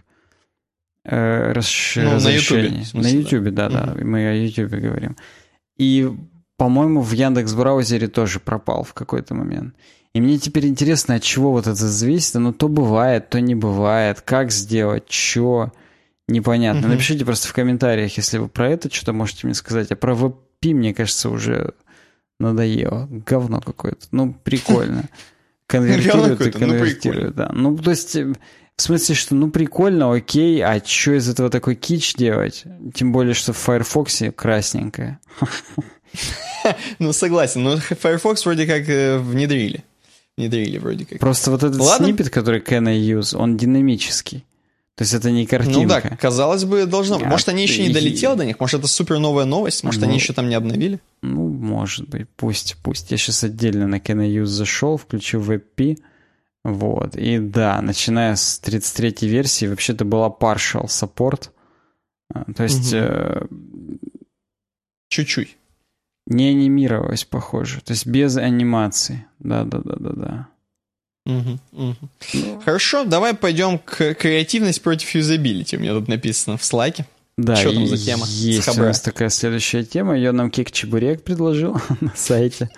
разрешений. На YouTube, да. Мы о YouTube говорим. И, по-моему, в Яндекс.Браузере тоже пропал в какой-то момент. И мне теперь интересно, от чего вот это зависит. Оно то бывает, то не бывает. Как сделать, что... Непонятно. Напишите просто в комментариях, если вы про это что-то можете мне сказать. А про VP, мне кажется, уже надоело. Говно какое-то. Ну, прикольно. Конвертирует и конвертирует, да. Ну, то есть, в смысле, что, ну, прикольно, окей, а что из этого такой кич делать? Тем более, что в Firefox красненькое. Ну, согласен. Но Firefox вроде как внедрили. Внедрили вроде как. Просто вот этот сниппет, который can I use, он динамический. То есть это не картинка. Ну да, казалось бы, должно быть. Может, они еще не долетели до них? Может, это супер новая новость? Может, они еще там не обновили? Ну, может быть. Пусть. Я сейчас отдельно на Can I Use зашел, включил WebP. Вот. И да, начиная с 33-й версии, вообще-то была partial support. То есть... Чуть-чуть. Не анимировалось, похоже. То есть без анимации. Да. Хорошо, давай пойдем к креативность против юзабилити. У меня тут написано в слайке. Да, что там за тема? Есть у нас такая следующая тема. Ее нам Кик Чебурек предложил на сайте.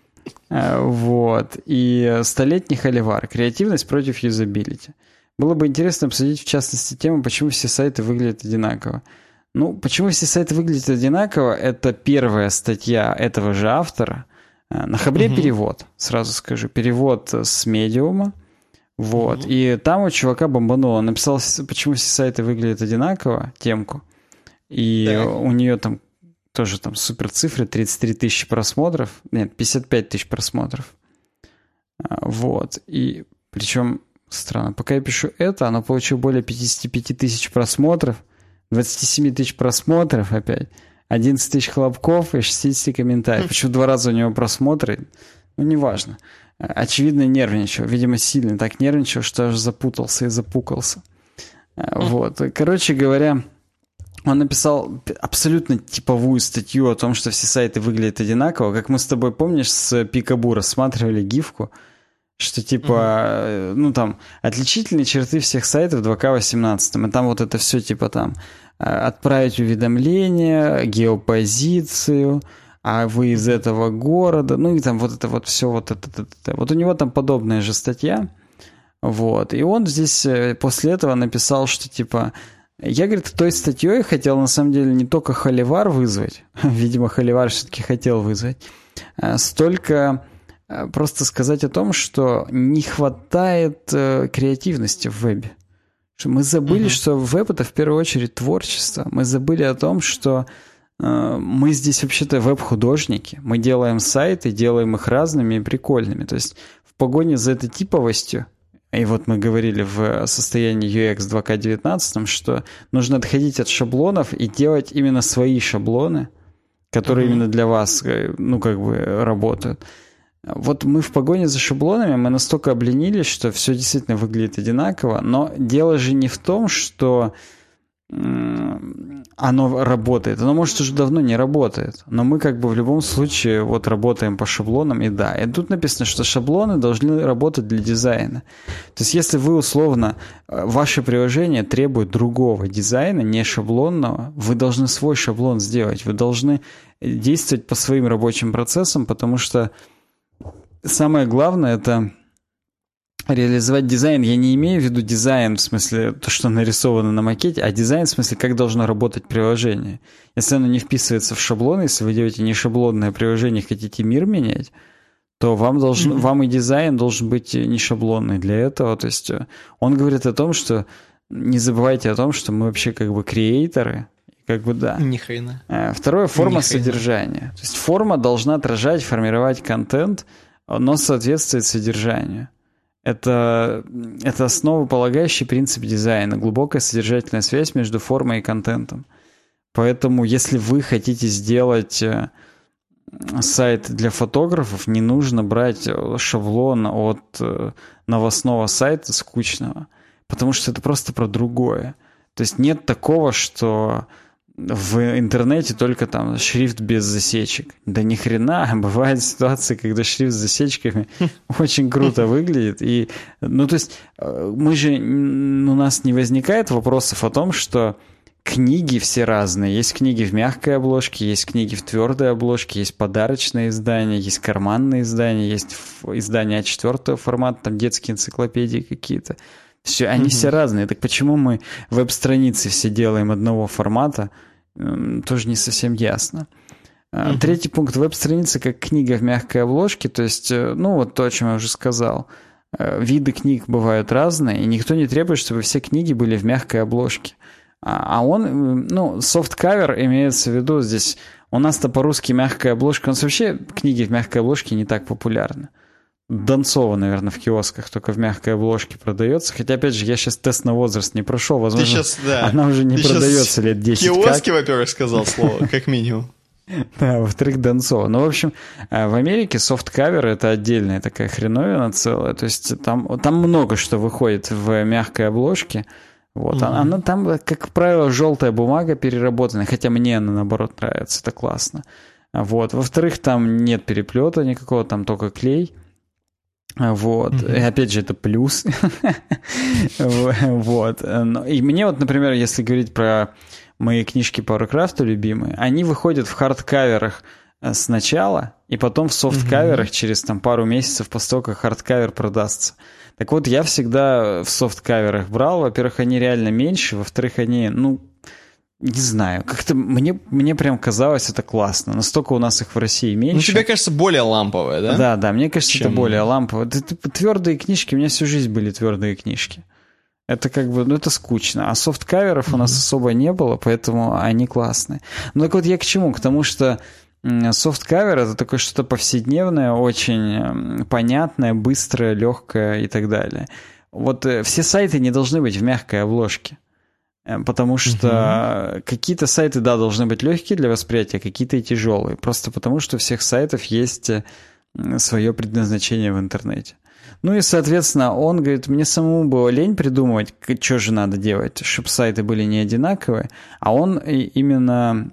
Вот. И 100-летний холивар. Креативность против юзабилити. Было бы интересно обсудить, в частности, тему, почему все сайты выглядят одинаково. Ну, почему все сайты выглядят одинаково, это первая статья этого же автора. На Хабре перевод, сразу скажу. Перевод с медиума. Вот. И там у чувака бомбануло. Он написал, почему все сайты выглядят одинаково, темку. И у нее там тоже там супер цифры, 33 тысячи просмотров. Нет, 55 тысяч просмотров. Вот. И причем, странно, пока я пишу это, оно получило более 55 тысяч просмотров, 27 тысяч просмотров опять. 11 тысяч хлопков и 60 комментариев. Почему 2 раза у него просмотры? Ну, неважно. Очевидно, нервничал. Видимо, сильно так нервничал, что аж запутался и запукался. Вот. Короче говоря, он написал абсолютно типовую статью о том, что все сайты выглядят одинаково. Как мы с тобой, помнишь, с Пикабу рассматривали гифку, что типа, ну там, отличительные черты всех сайтов 2К18. И там вот это все типа там отправить уведомление, геопозицию, а вы из этого города, ну и там вот это вот все, вот это. Вот у него там подобная же статья, вот, и он здесь после этого написал, что типа, я, говорит, той статьей хотел на самом деле не только холивар вызвать, видимо, холивар все-таки хотел вызвать, столько просто сказать о том, что не хватает креативности в вебе. Мы забыли, что веб — это в первую очередь творчество. Мы забыли о том, что мы здесь вообще-то веб-художники. Мы делаем сайты, делаем их разными и прикольными. То есть в погоне за этой типовостью, и вот мы говорили в состоянии UX 2К19, что нужно отходить от шаблонов и делать именно свои шаблоны, которые именно для вас, ну, как бы работают. Вот мы в погоне за шаблонами, мы настолько обленились, что все действительно выглядит одинаково, но дело же не в том, что оно работает. Оно, может, уже давно не работает, но мы как бы в любом случае вот работаем по шаблонам, и да. И тут написано, что шаблоны должны работать для дизайна. То есть если вы условно, ваше приложение требует другого дизайна, не шаблонного, вы должны свой шаблон сделать, вы должны действовать по своим рабочим процессам, потому что самое главное — это реализовать дизайн. Я не имею в виду дизайн в смысле то, что нарисовано на макете, а дизайн в смысле, как должно работать приложение. Если оно не вписывается в шаблоны, если вы делаете не шаблонное приложение, хотите мир менять, то вам и дизайн должен быть не шаблонный для этого. То есть он говорит о том, что не забывайте о том, что мы вообще как бы креаторы. Как бы да. Ни хрена. Второе — форма содержания. То есть форма должна отражать, формировать контент, но соответствует содержанию. Это основополагающий принцип дизайна, глубокая содержательная связь между формой и контентом. Поэтому, если вы хотите сделать сайт для фотографов, не нужно брать шаблон от новостного сайта скучного, потому что это просто про другое. То есть нет такого, что в интернете только там шрифт без засечек. Да ни хрена, бывают ситуации, когда шрифт с засечками очень круто выглядит. И, ну, то есть у нас не возникает вопросов о том, что книги все разные. Есть книги в мягкой обложке, есть книги в твердой обложке, есть подарочные издания, есть карманные издания, есть издания А4 формата, там детские энциклопедии какие-то. Все, они все разные. Так почему мы веб-страницы все делаем одного формата, тоже не совсем ясно. Третий пункт. Веб-страница как книга в мягкой обложке. То есть, ну, вот то, о чем я уже сказал. Виды книг бывают разные, и никто не требует, чтобы все книги были в мягкой обложке. Софт-кавер имеется в виду здесь... У нас-то по-русски мягкая обложка. У нас вообще книги в мягкой обложке не так популярны. Донцова, наверное, в киосках только в мягкой обложке продается. Хотя, опять же, я сейчас тест на возраст не прошел. Возможно, она уже не продается лет 10. Киоски, во-первых, сказал слово, как минимум. Да, во-вторых, Донцова. Ну, в общем, в Америке софт-кавер — это отдельная такая хреновина целая. То есть там много что выходит в мягкой обложке. Вот. Она там, как правило, желтая бумага переработанная. Хотя мне она, наоборот, нравится. Это классно. Вот. Во-вторых, там нет переплета никакого, там только клей. Вот. И опять же, это плюс. Вот. И мне вот, например, если говорить про мои книжки по Warcraft любимые, они выходят в хардкаверах сначала, и потом в софткаверах через там пару месяцев после того, как хардкавер продастся. Так вот, я всегда в софткаверах брал. Во-первых, они реально меньше. Во-вторых, они, не знаю, как-то мне прям казалось это классно. Настолько у нас их в России меньше. Ну, тебе кажется, более ламповое, да? Да, мне кажется, это более ламповое. Твердые книжки, у меня всю жизнь были твердые книжки. Это как бы, это скучно. А софткаверов у нас особо не было, поэтому они классные. Ну, так вот я к чему? К тому, что софткавер — это такое что-то повседневное, очень понятное, быстрое, легкое и так далее. Вот все сайты не должны быть в мягкой обложке. Потому что какие-то сайты, да, должны быть легкие для восприятия, какие-то и тяжелые. Просто потому, что у всех сайтов есть свое предназначение в интернете. Ну и, соответственно, он говорит, мне самому было лень придумывать, что же надо делать, чтобы сайты были не одинаковые. А он именно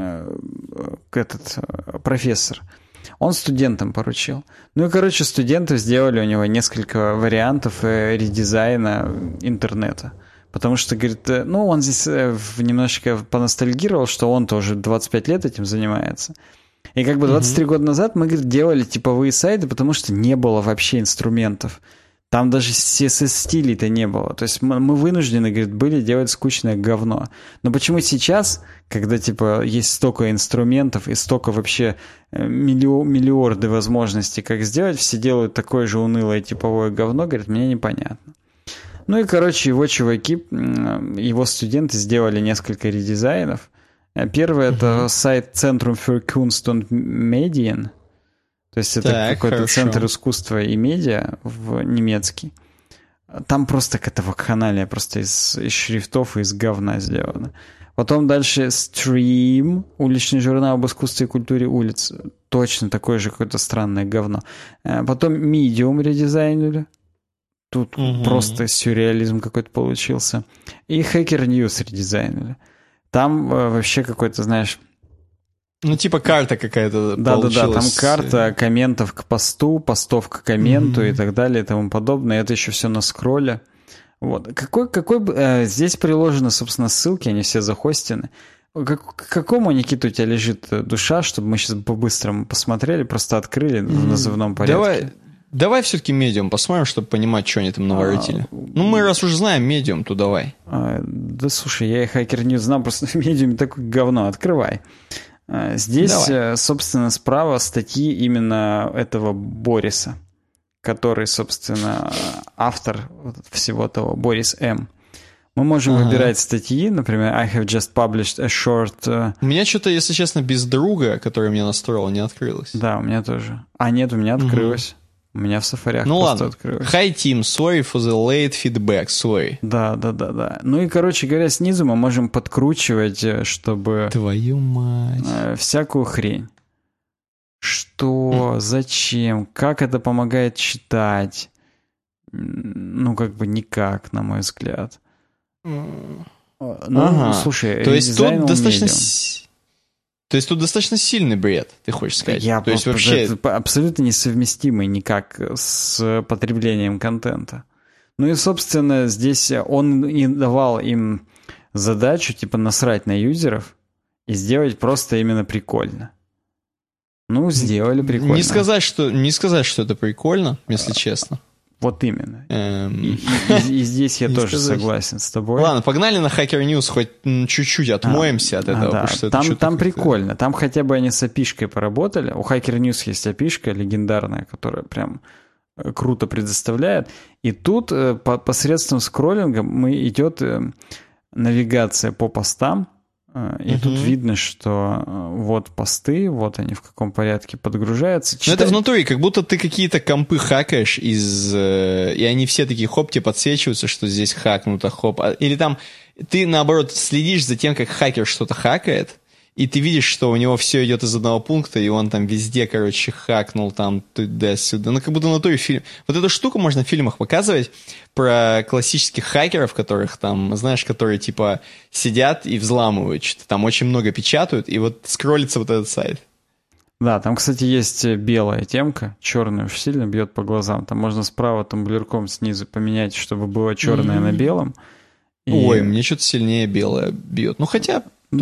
профессор. Он студентам поручил. Ну и, короче, студенты сделали у него несколько вариантов редизайна интернета. Потому что, говорит, он здесь немножечко поностальгировал, что он тоже 25 лет этим занимается. И как бы 23 года назад мы, говорит, делали типовые сайты, потому что не было вообще инструментов. Там даже CSS-стилей-то не было. То есть мы вынуждены, говорит, были делать скучное говно. Но почему сейчас, когда, есть столько инструментов и столько вообще миллиарды возможностей, как сделать, все делают такое же унылое типовое говно, говорит, мне непонятно. Ну и, короче, его чуваки, его студенты сделали несколько редизайнов. Первый это сайт Zentrum für Kunst und Medien. То есть это какой-то центр искусства и медиа в немецкий. Там просто какая-то вакханалия, просто из шрифтов и из говна сделано. Потом дальше Stream, уличный журнал об искусстве и культуре улиц. Точно такое же какое-то странное говно. Потом Medium редизайнили. Тут просто сюрреализм какой-то получился. И Hacker News редизайнили. Там вообще какой-то, знаешь... Ну, типа карта какая-то получилась. Да, там карта комментов к посту, постов к комменту и так далее и тому подобное. Это еще все на скролле. Вот. Здесь приложены, собственно, ссылки, они все захостены. К какому, Никита, у тебя лежит душа, чтобы мы сейчас по-быстрому посмотрели, просто открыли в назывном порядке? Давай все-таки Medium посмотрим, чтобы понимать, что они там наворотили. Мы раз уже знаем Medium, то давай. Да слушай, я и Hacker News знал, просто в Medium такое говно. Открывай. Здесь, собственно, справа статьи именно этого Бориса, который, собственно, автор всего того, Борис М. Мы можем выбирать статьи, например, I have just published a short... У меня что-то, если честно, без друга, который мне настроил, не открылось. Да, у меня тоже. Нет, у меня открылось. У меня в Safari ну просто ладно. открылось. Hi team, sorry for the late feedback, sorry. Да. Ну и, короче говоря, снизу мы можем подкручивать, чтобы... Твою мать. Всякую хрень. Что, зачем, как это помогает читать? Ну, как бы никак, на мой взгляд. Ну, слушай, то есть тут достаточно... Medium. То есть тут достаточно сильный бред, ты хочешь сказать? То есть вообще... Это абсолютно несовместимый никак с потреблением контента. Ну и, собственно, здесь он и давал им задачу, типа, насрать на юзеров и сделать просто именно прикольно. Ну, сделали прикольно. Не сказать, что это прикольно, если честно. Вот именно. И здесь я тоже согласен с тобой. Ладно, погнали на Hacker News, хоть чуть-чуть отмоемся от этого. Да. Потому что там прикольно. Там хотя бы они с API-шкой поработали. У Hacker News есть API-шка легендарная, которая прям круто предоставляет. И тут посредством скроллинга идет навигация по постам. И тут видно, что вот посты, вот они в каком порядке подгружаются. Но это в натуре, как будто ты какие-то компы хакаешь и они все такие, хоп, тебе подсвечиваются, что здесь хакнуто, хоп. Или там ты, наоборот, следишь за тем, как хакер что-то хакает, и ты видишь, что у него все идет из одного пункта, и он там везде, короче, хакнул там туда-сюда. Ну, как будто на натуре фильм. Вот эту штуку можно в фильмах показывать про классических хакеров, которых там, знаешь, которые типа сидят и взламывают что-то. Там очень много печатают, и вот скроллится вот этот сайт. Да, там, кстати, есть белая темка, черная уж сильно бьет по глазам. Там можно справа тамблерком снизу поменять, чтобы было черное на белом. Ой, мне что-то сильнее белое бьет. Ну, хотя...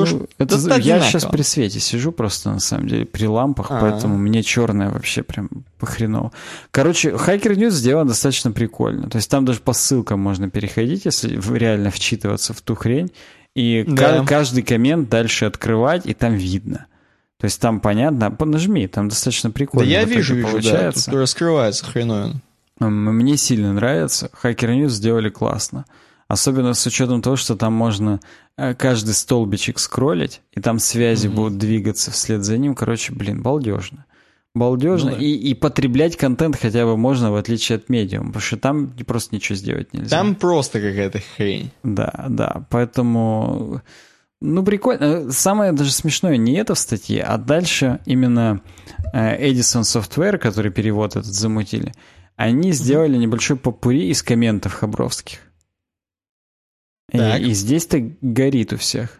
я сейчас при свете сижу просто, на самом деле, при лампах, поэтому мне черное вообще прям похреново. Короче, Hacker News сделан достаточно прикольно. То есть там даже по ссылкам можно переходить, если реально вчитываться в ту хрень, и каждый коммент дальше открывать, и там видно. То есть там понятно, нажми, там достаточно прикольно. Да я вижу, получается. Да, тут раскрывается хреновин. Мне сильно нравится. Hacker News сделали классно. Особенно с учетом того, что там можно каждый столбичек скроллить, и там связи будут двигаться вслед за ним. Короче, балдежно. Балдежно. Ну, да. И потреблять контент хотя бы можно, в отличие от Medium, потому что там просто ничего сделать нельзя. Там просто какая-то хрень. Да. Поэтому... Ну, прикольно. Самое даже смешное не это в статье, а дальше именно Edison Software, который перевод этот замутили, они сделали небольшой попурри из комментов хабровских. И здесь-то горит у всех.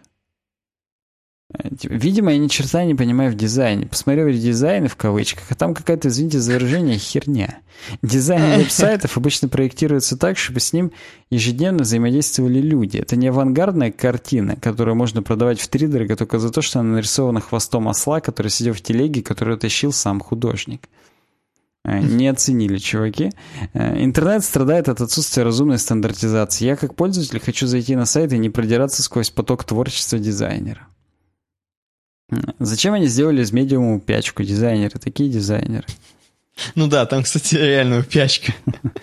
Видимо, я ни черта не понимаю в дизайне. Посмотрел редизайны в кавычках, а там какая-то, извините за выражение, херня. Дизайн веб-сайтов обычно проектируется так, чтобы с ним ежедневно взаимодействовали люди. Это не авангардная картина, которую можно продавать втридорого только за то, что она нарисована хвостом осла, который сидел в телеге, которую тащил сам художник. Не оценили, чуваки. Интернет страдает от отсутствия разумной стандартизации. Я, как пользователь, хочу зайти на сайт и не продираться сквозь поток творчества дизайнера. Зачем они сделали из медиума упячку? Дизайнеры, такие дизайнеры. Ну да, там, кстати, реально упячка.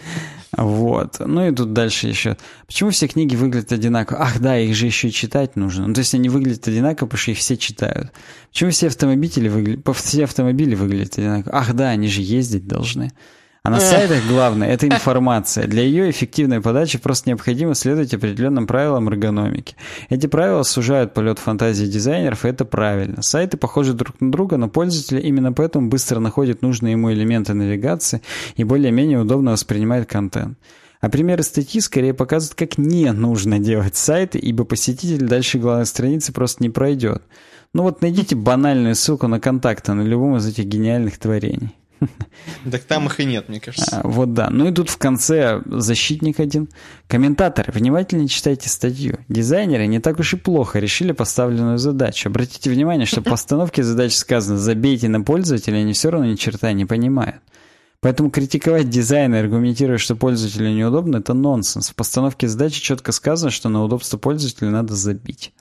Вот. Ну и тут дальше еще. Почему все книги выглядят одинаково? Ах, да, их же еще и читать нужно. Ну, то есть они выглядят одинаково, потому что их все читают. Почему все автомобили выглядят одинаково? Ах, да, они же ездить должны. А на сайтах главное – это информация. Для ее эффективной подачи просто необходимо следовать определенным правилам эргономики. Эти правила сужают полет фантазии дизайнеров, и это правильно. Сайты похожи друг на друга, но пользователи именно поэтому быстро находят нужные ему элементы навигации и более-менее удобно воспринимают контент. А примеры статьи скорее показывают, как не нужно делать сайты, ибо посетитель дальше главной страницы просто не пройдет. Ну вот найдите банальную ссылку на контакты на любом из этих гениальных творений. Так там их и нет, мне кажется. Вот да. Ну и тут в конце защитник один. Комментаторы, внимательнее читайте статью. Дизайнеры не так уж и плохо решили поставленную задачу. Обратите внимание, что в постановке задач сказано «забейте на пользователя», они все равно ни черта не понимают. Поэтому критиковать дизайн, аргументируя, что пользователю неудобно, это нонсенс. В постановке задачи четко сказано, что на удобство пользователя надо забить.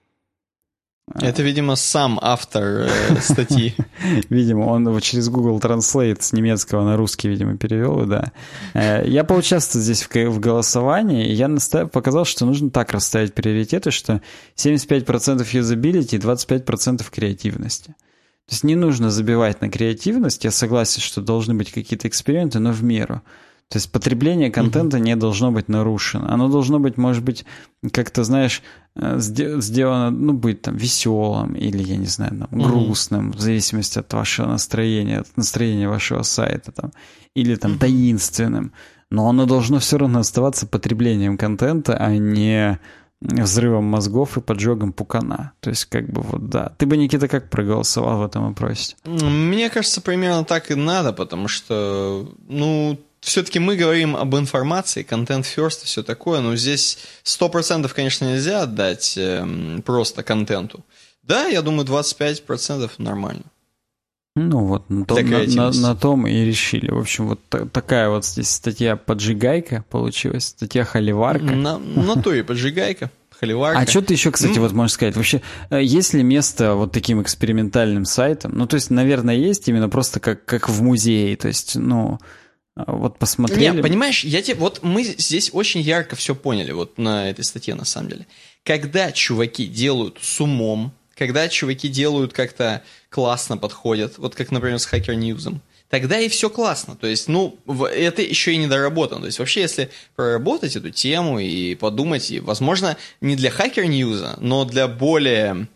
Это, видимо, сам автор статьи. Видимо, он через Google Translate с немецкого на русский, видимо, перевел, да. Я поучаствовал здесь в голосовании, и я показал, что нужно так расставить приоритеты, что 75% юзабилити и 25% креативности. То есть не нужно забивать на креативность. Я согласен, что должны быть какие-то эксперименты, но в меру. То есть потребление контента не должно быть нарушено. Оно должно быть, может быть, как-то, знаешь, сделано, ну, быть там веселым или, я не знаю, там, грустным, в зависимости от вашего настроения, от настроения вашего сайта, там, или там таинственным. Но оно должно все равно оставаться потреблением контента, а не взрывом мозгов и поджогом пукана. То есть, как бы, вот, да. Ты бы, Никита, как проголосовал в этом вопросе? Мне кажется, примерно так и надо, потому что, ну, все-таки мы говорим об информации, контент first и все такое, но здесь 100%, конечно, нельзя отдать просто контенту. Да, я думаю, 25% нормально. Ну вот, на том и решили. В общем, вот такая вот здесь статья поджигайка получилась, статья холиварка. На то и поджигайка, холиварка. А что ты еще, кстати, вот можешь сказать? Вообще, есть ли место вот таким экспериментальным сайтам? Ну, то есть, наверное, есть именно просто как в музее. То есть, ну, вот посмотрели. Нет, понимаешь, вот мы здесь очень ярко все поняли вот на этой статье, на самом деле. Когда чуваки делают с умом, когда чуваки делают как-то классно подходят, вот как, например, с Hacker News, тогда и все классно. То есть, ну, это еще и не доработано. То есть, вообще, если проработать эту тему и подумать, и, возможно, не для Hacker News, но для более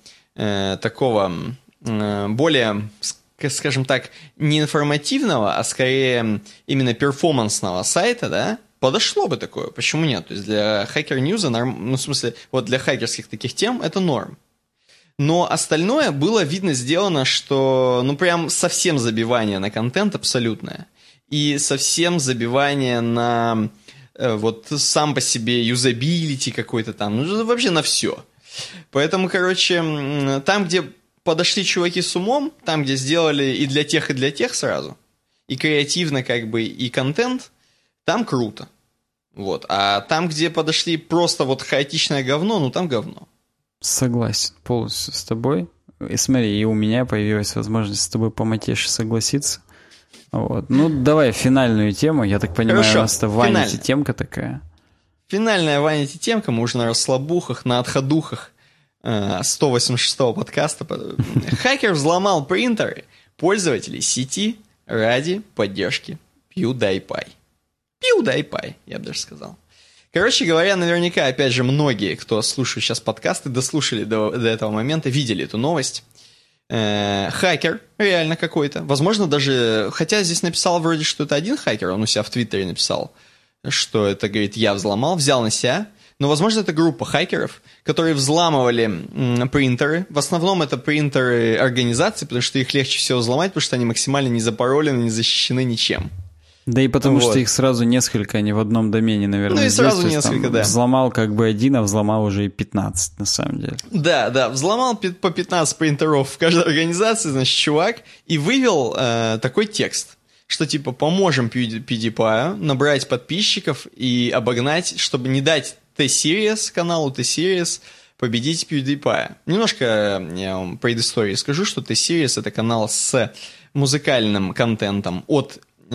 более, скажем так, не информативного, а скорее именно перформансного сайта, да, подошло бы такое. Почему нет? То есть, для Hacker News, ну, в смысле, вот для хакерских таких тем это норм. Но остальное было видно сделано, что, ну, прям совсем забивание на контент абсолютное. И совсем забивание на вот сам по себе юзабилити какой-то там, ну, вообще на все. Поэтому, короче, там, где подошли чуваки с умом, там, где сделали и для тех сразу, и креативно как бы, и контент, там круто. Вот. А там, где подошли просто вот хаотичное говно, ну, там говно. Согласен полностью с тобой. И смотри, и у меня появилась возможность с тобой поматешь согласиться. Вот. Ну, давай финальную тему. Я так понимаю, хорошо, у нас-то ванити-темка такая. Финальная ванити-темка. Мы уже на расслабухах, на отходухах 186-го подкаста. Хакер взломал принтеры пользователей сети ради поддержки PewDiePie. PewDiePie, я бы даже сказал. Короче говоря, наверняка, опять же, многие, кто слушает сейчас подкасты, дослушали до этого момента, видели эту новость. Хакер реально какой-то. Возможно, даже... Хотя здесь написал вроде, что это один хакер, он у себя в Твиттере написал, что это, говорит, я взломал, взял на себя. Но, возможно, это группа хакеров, которые взламывали принтеры. В основном это принтеры организаций, потому что их легче всего взломать, потому что они максимально не запаролены, не защищены ничем. Да и потому вот. Что их сразу несколько, они в одном домене, наверное. Ну и сразу несколько, там, да. Взломал как бы один, а взломал уже и 15, на самом деле. Да, взломал по 15 принтеров в каждой организации, значит, чувак, и вывел такой текст, что типа поможем PewDiePie набрать подписчиков и обогнать, чтобы не дать T-Series, каналу T-Series, победить PewDiePie. Немножко я вам предысторию скажу, что T-Series это канал с музыкальным контентом от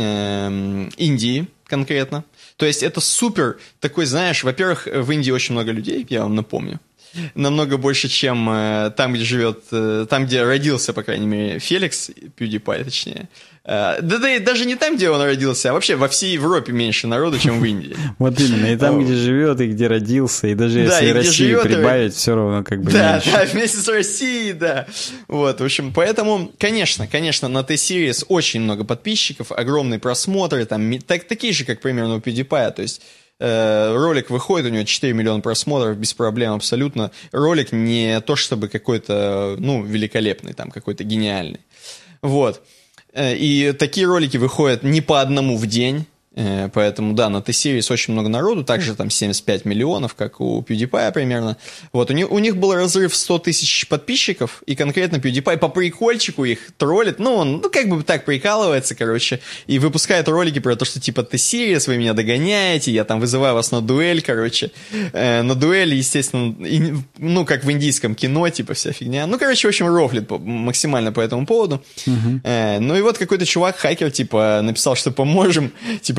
Индии конкретно. То есть это супер такой, знаешь, во-первых, в Индии очень много людей, я вам напомню. Намного больше, чем там, где живет, там, где родился, по крайней мере, Феликс, PewDiePie, точнее. Да и даже не там, где он родился, а вообще во всей Европе меньше народу, чем вИндии. Вот именно, и там, где живет, и где родился, и даже если Россию прибавить, все равно как бы меньше. Да, вместе с Россией, да. Вот, в общем, поэтому, конечно, на T-Series очень много подписчиков, огромные просмотры, там, такие же, как примерно у PewDiePie, то есть ролик выходит, у него 4 миллиона просмотров, без проблем абсолютно. Ролик не то чтобы какой-то, ну, великолепный, там, какой-то гениальный. Вот. И такие ролики выходят не по одному в день. Поэтому, да, на T-Series очень много народу, также там 75 миллионов, как у PewDiePie примерно. Вот, у них был разрыв в 100 тысяч подписчиков, и конкретно PewDiePie по прикольчику их троллит, ну, он, ну, как бы так прикалывается, короче, и выпускает ролики про то, что, типа, T-Series, вы меня догоняете, я там вызываю вас на дуэль, короче. На дуэль, естественно, ну, как в индийском кино, типа, вся фигня. Ну, короче, в общем, рофлит максимально по этому поводу. Ну, и вот какой-то чувак, хакер, типа, написал, что поможем, типа,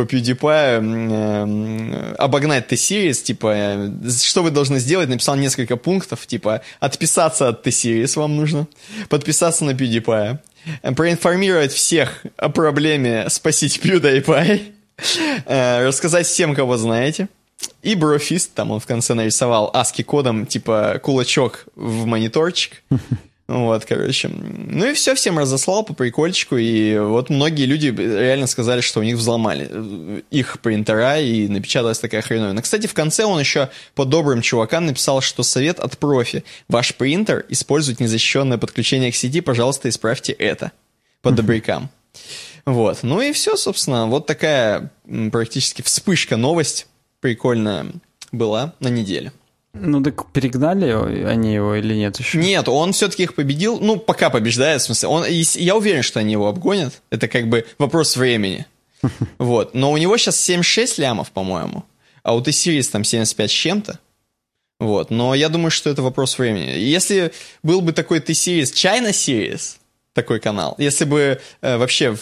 PewDiePie обогнать T-Series, типа, что вы должны сделать, написал несколько пунктов, типа, отписаться от T-Series вам нужно, подписаться на PewDiePie, проинформировать всех о проблеме «Спасите PewDiePie», рассказать всем, кого знаете. И Брофист, там он в конце нарисовал ASCII кодом, типа, кулачок в мониторчик. Вот, короче. Ну и все, всем разослал по прикольчику, и вот многие люди реально сказали, что у них взломали их принтера, и напечаталась такая хреновина. Кстати, в конце он еще по добрым чувакам написал, что совет от профи. Ваш принтер использует незащищенное подключение к сети, пожалуйста, исправьте это. По добрякам. Вот. Ну и все, собственно, вот такая практически вспышка, новость прикольная была на неделе. Ну так перегнали они его или нет еще? Нет, он все-таки их победил. Ну, пока побеждает, в смысле. Я уверен, что они его обгонят. Это как бы вопрос времени. Вот. Но у него сейчас 76 лямов, по-моему. А у T-Series там 75 с чем-то. Вот. Но я думаю, что это вопрос времени. Если был бы такой T-Series, China Series, такой канал, если бы вообще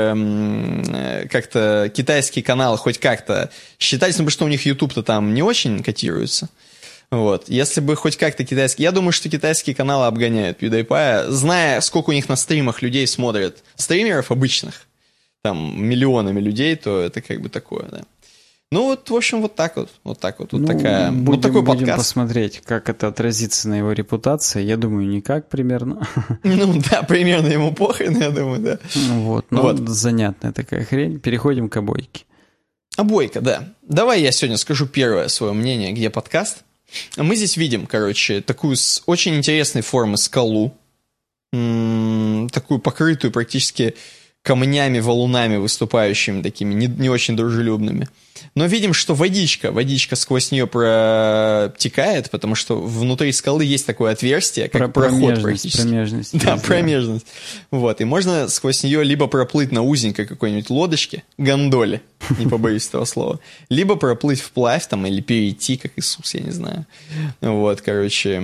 как-то китайские каналы хоть как-то считались, ну, потому что у них YouTube-то там не очень котируется. Вот. Если бы хоть как-то китайские... Я думаю, что китайские каналы обгоняют PewDiePie, зная, сколько у них на стримах людей смотрят. Стримеров обычных, там, миллионами людей, то это как бы такое, да. Ну, вот, в общем, вот так вот. Вот так вот. Вот, такая, вот такой подкаст. Будем посмотреть, как это отразится на его репутации. Я думаю, никак примерно. Ну, да, примерно ему похрен, я думаю, да. Вот, ну, вот. Занятная такая хрень. Переходим к обойке. Обойка, да. Давай я сегодня скажу первое свое мнение, где подкаст. Мы здесь видим, короче, такую очень интересной формы скалу, такую покрытую практически камнями, валунами выступающими, такими не очень дружелюбными. Но видим, что водичка сквозь нее протекает, потому что внутри скалы есть такое отверстие, как проход практически. Промежность. Да, промежность. Вот, и можно сквозь нее либо проплыть на узенькой какой-нибудь лодочке, гондоле, не побоюсь этого слова, либо проплыть вплавь там, или перейти, как Иисус, я не знаю. Вот, короче,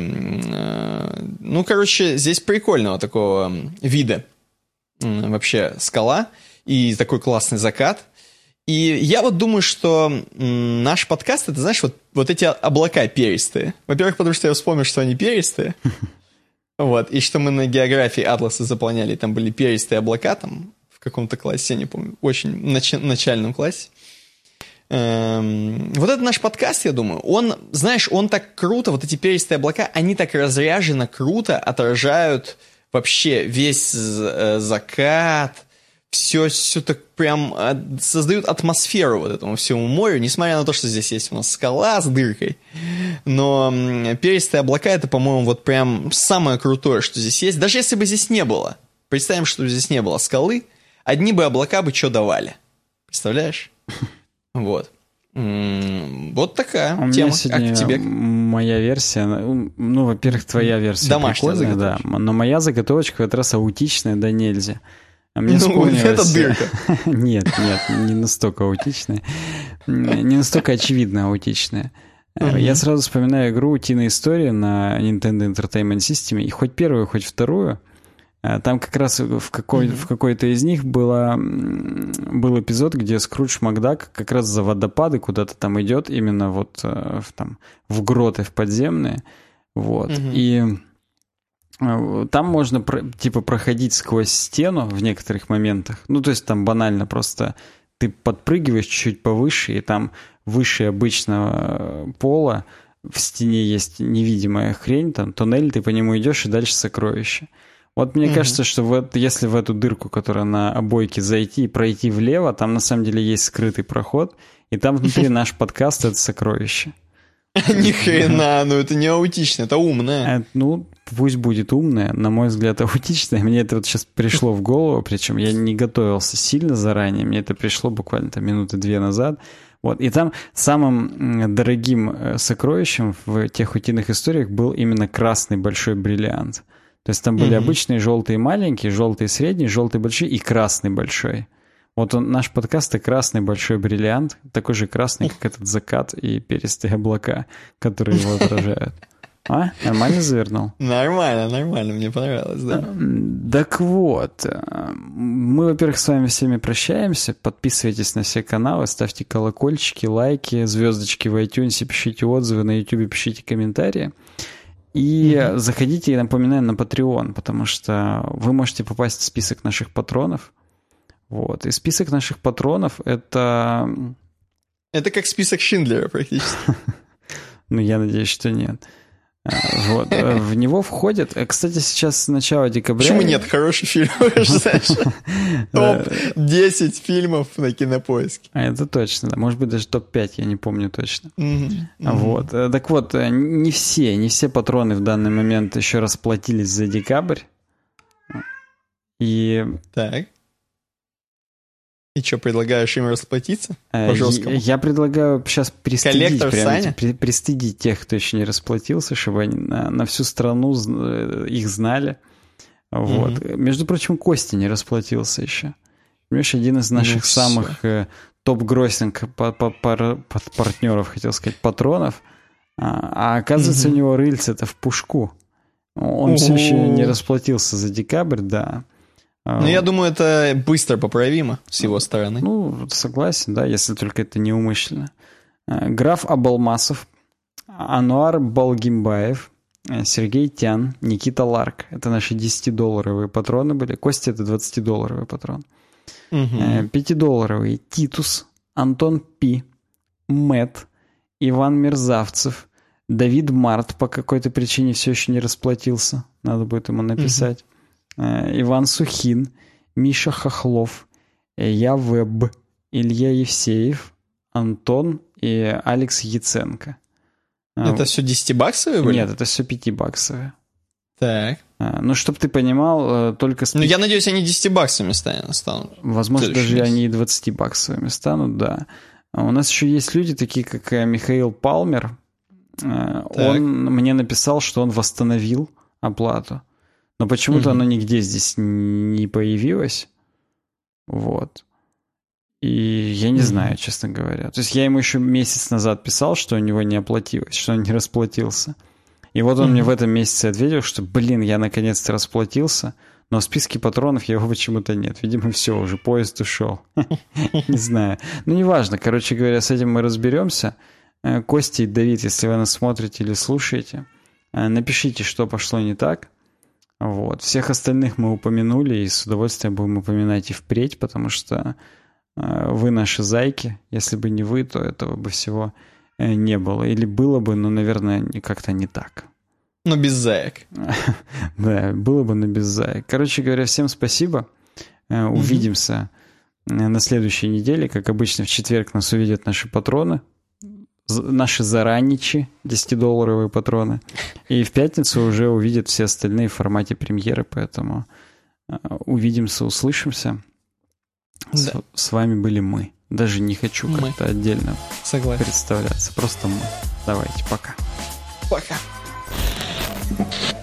здесь прикольного такого вида вообще скала и такой классный закат. И я вот думаю, что наш подкаст, это, знаешь, вот эти облака перистые. Во-первых, потому что я вспомнил, что они перистые. Вот, и что мы на географии атласы заполняли, там были перистые облака, там, в каком-то классе, я не помню, очень начальном классе. Вот это наш подкаст, я думаю, он, знаешь, он так круто, вот эти перистые облака, они так разряженно круто отражают вообще весь закат, все так прям создают атмосферу вот этому всему морю, несмотря на то, что здесь есть у нас скала с дыркой. Но перистые облака — это, по-моему, вот прям самое крутое, что здесь есть. Даже если бы здесь не было, представим, что здесь не было скалы, одни бы облака бы что давали. Представляешь? Вот. Вот такая тема. Как тебе? Моя версия, ну, во-первых, твоя версия домашняя прикольная, да, но моя заготовочка в этот раз аутичная, да нельзя. А мне вспомнилось... это дырка. Нет, не настолько аутичная. Не настолько очевидно аутичная. Я сразу вспоминаю игру «Утиная история» на Nintendo Entertainment System, и хоть первую, хоть вторую. Там как раз в какой-то из них был эпизод, где Скрудж Макдак как раз за водопады куда-то там идет, именно вот в гроты, в подземные. Вот. И там можно типа проходить сквозь стену в некоторых моментах. Ну, то есть там банально просто ты подпрыгиваешь чуть-чуть повыше, и там выше обычного пола в стене есть невидимая хрень, там туннель, ты по нему идешь, и дальше сокровище. Вот мне кажется, что если в эту дырку, которая на обойке, зайти и пройти влево, там на самом деле есть скрытый проход, и там внутри наш подкаст — это сокровище. Ни хрена, ну это не аутично, это умное. Ну, пусть будет умное, на мой взгляд, аутичное. Мне это вот сейчас пришло в голову, причем я не готовился сильно заранее, мне это пришло буквально там минуты 2 назад. Вот. И там самым дорогим сокровищем в тех утиных историях был именно красный большой бриллиант. То есть там были обычные желтые маленькие, желтые средние, желтые большие и красный большой. Вот наш подкаст — это красный большой бриллиант, такой же красный, как этот закат и перистые облака, которые его отражают. А? Нормально завернул? Нормально, мне понравилось, да. Так вот, мы, во-первых, с вами всеми прощаемся. Подписывайтесь на все каналы, ставьте колокольчики, лайки, звездочки в iTunes, пишите отзывы, на YouTube пишите комментарии. И заходите, я напоминаю, на Patreon, потому что вы можете попасть в список наших патронов. Вот. И список наших патронов — это... Это как список Шиндлера практически. Ну, я надеюсь, что нет. Вот. В него входят... Кстати, сейчас с начала декабря... Почему нет? Хороший фильм, знаешь. Топ-10 фильмов на Кинопоиске. Это точно, да. Может быть, даже топ-5, я не помню точно. Вот. Так вот, не все патроны в данный момент еще расплатились за декабрь. И... Так. И что, предлагаешь им расплатиться? По-жесткому? Я предлагаю сейчас пристыдить, Саня? Пристыдить тех, кто еще не расплатился, чтобы они на всю страну их знали. Вот. Между прочим, Костя не расплатился еще. Понимаешь, один из наших самых топ-гроссинг партнеров, хотел сказать, патронов. А оказывается, у него рыльце-то в пушку. Он все еще не расплатился за декабрь, да. Ну, я думаю, это быстро поправимо с его стороны. Ну, согласен, да, если только это неумышленно. Граф Абалмасов, Ануар Балгимбаев, Сергей Тян, Никита Ларк. Это наши 10-долларовые патроны были. Костя — это 20-долларовый патрон. 5-долларовый Титус, Антон Пи, Мэтт, Иван Мерзавцев, Давид Март по какой-то причине все еще не расплатился. Надо будет ему написать. Иван Сухин, Миша Хохлов, Я Веб, Илья Евсеев, Антон и Алекс Яценко. Это все 10-баксовые были? Нет, это все 5-баксовые. Так. Ну, чтобы ты понимал, только... Ну, я надеюсь, они 10-баксовыми станут. Возможно, даже они и 20-баксовыми станут, да. У нас еще есть люди, такие как Михаил Палмер. Он мне написал, что он восстановил оплату. Но почему-то оно нигде здесь не появилось. Вот. И я не знаю, честно говоря. То есть я ему еще месяц назад писал, что у него не оплатилось, что он не расплатился. И вот он мне в этом месяце ответил, что, я наконец-то расплатился, но в списке патронов его почему-то нет. Видимо, все, уже поезд ушел. Не знаю. Ну, неважно. Короче говоря, с этим мы разберемся. Костя и Давид, если вы нас смотрите или слушаете, напишите, что пошло не так. Вот. Всех остальных мы упомянули, и с удовольствием будем упоминать и впредь, потому что вы наши зайки. Если бы не вы, то этого бы всего не было. Или было бы, но, наверное, как-то не так. Но без заек. Да, было бы, но без заек. Короче говоря, всем спасибо. Увидимся на следующей неделе. Как обычно, в четверг нас увидят наши патроны. Наши зараничи, 10-долларовые патроны. И в пятницу уже увидят все остальные в формате премьеры, поэтому увидимся, услышимся. Да. С вами были мы. Даже не хочу как-то отдельно представляться. Просто мы. Давайте, пока. Пока.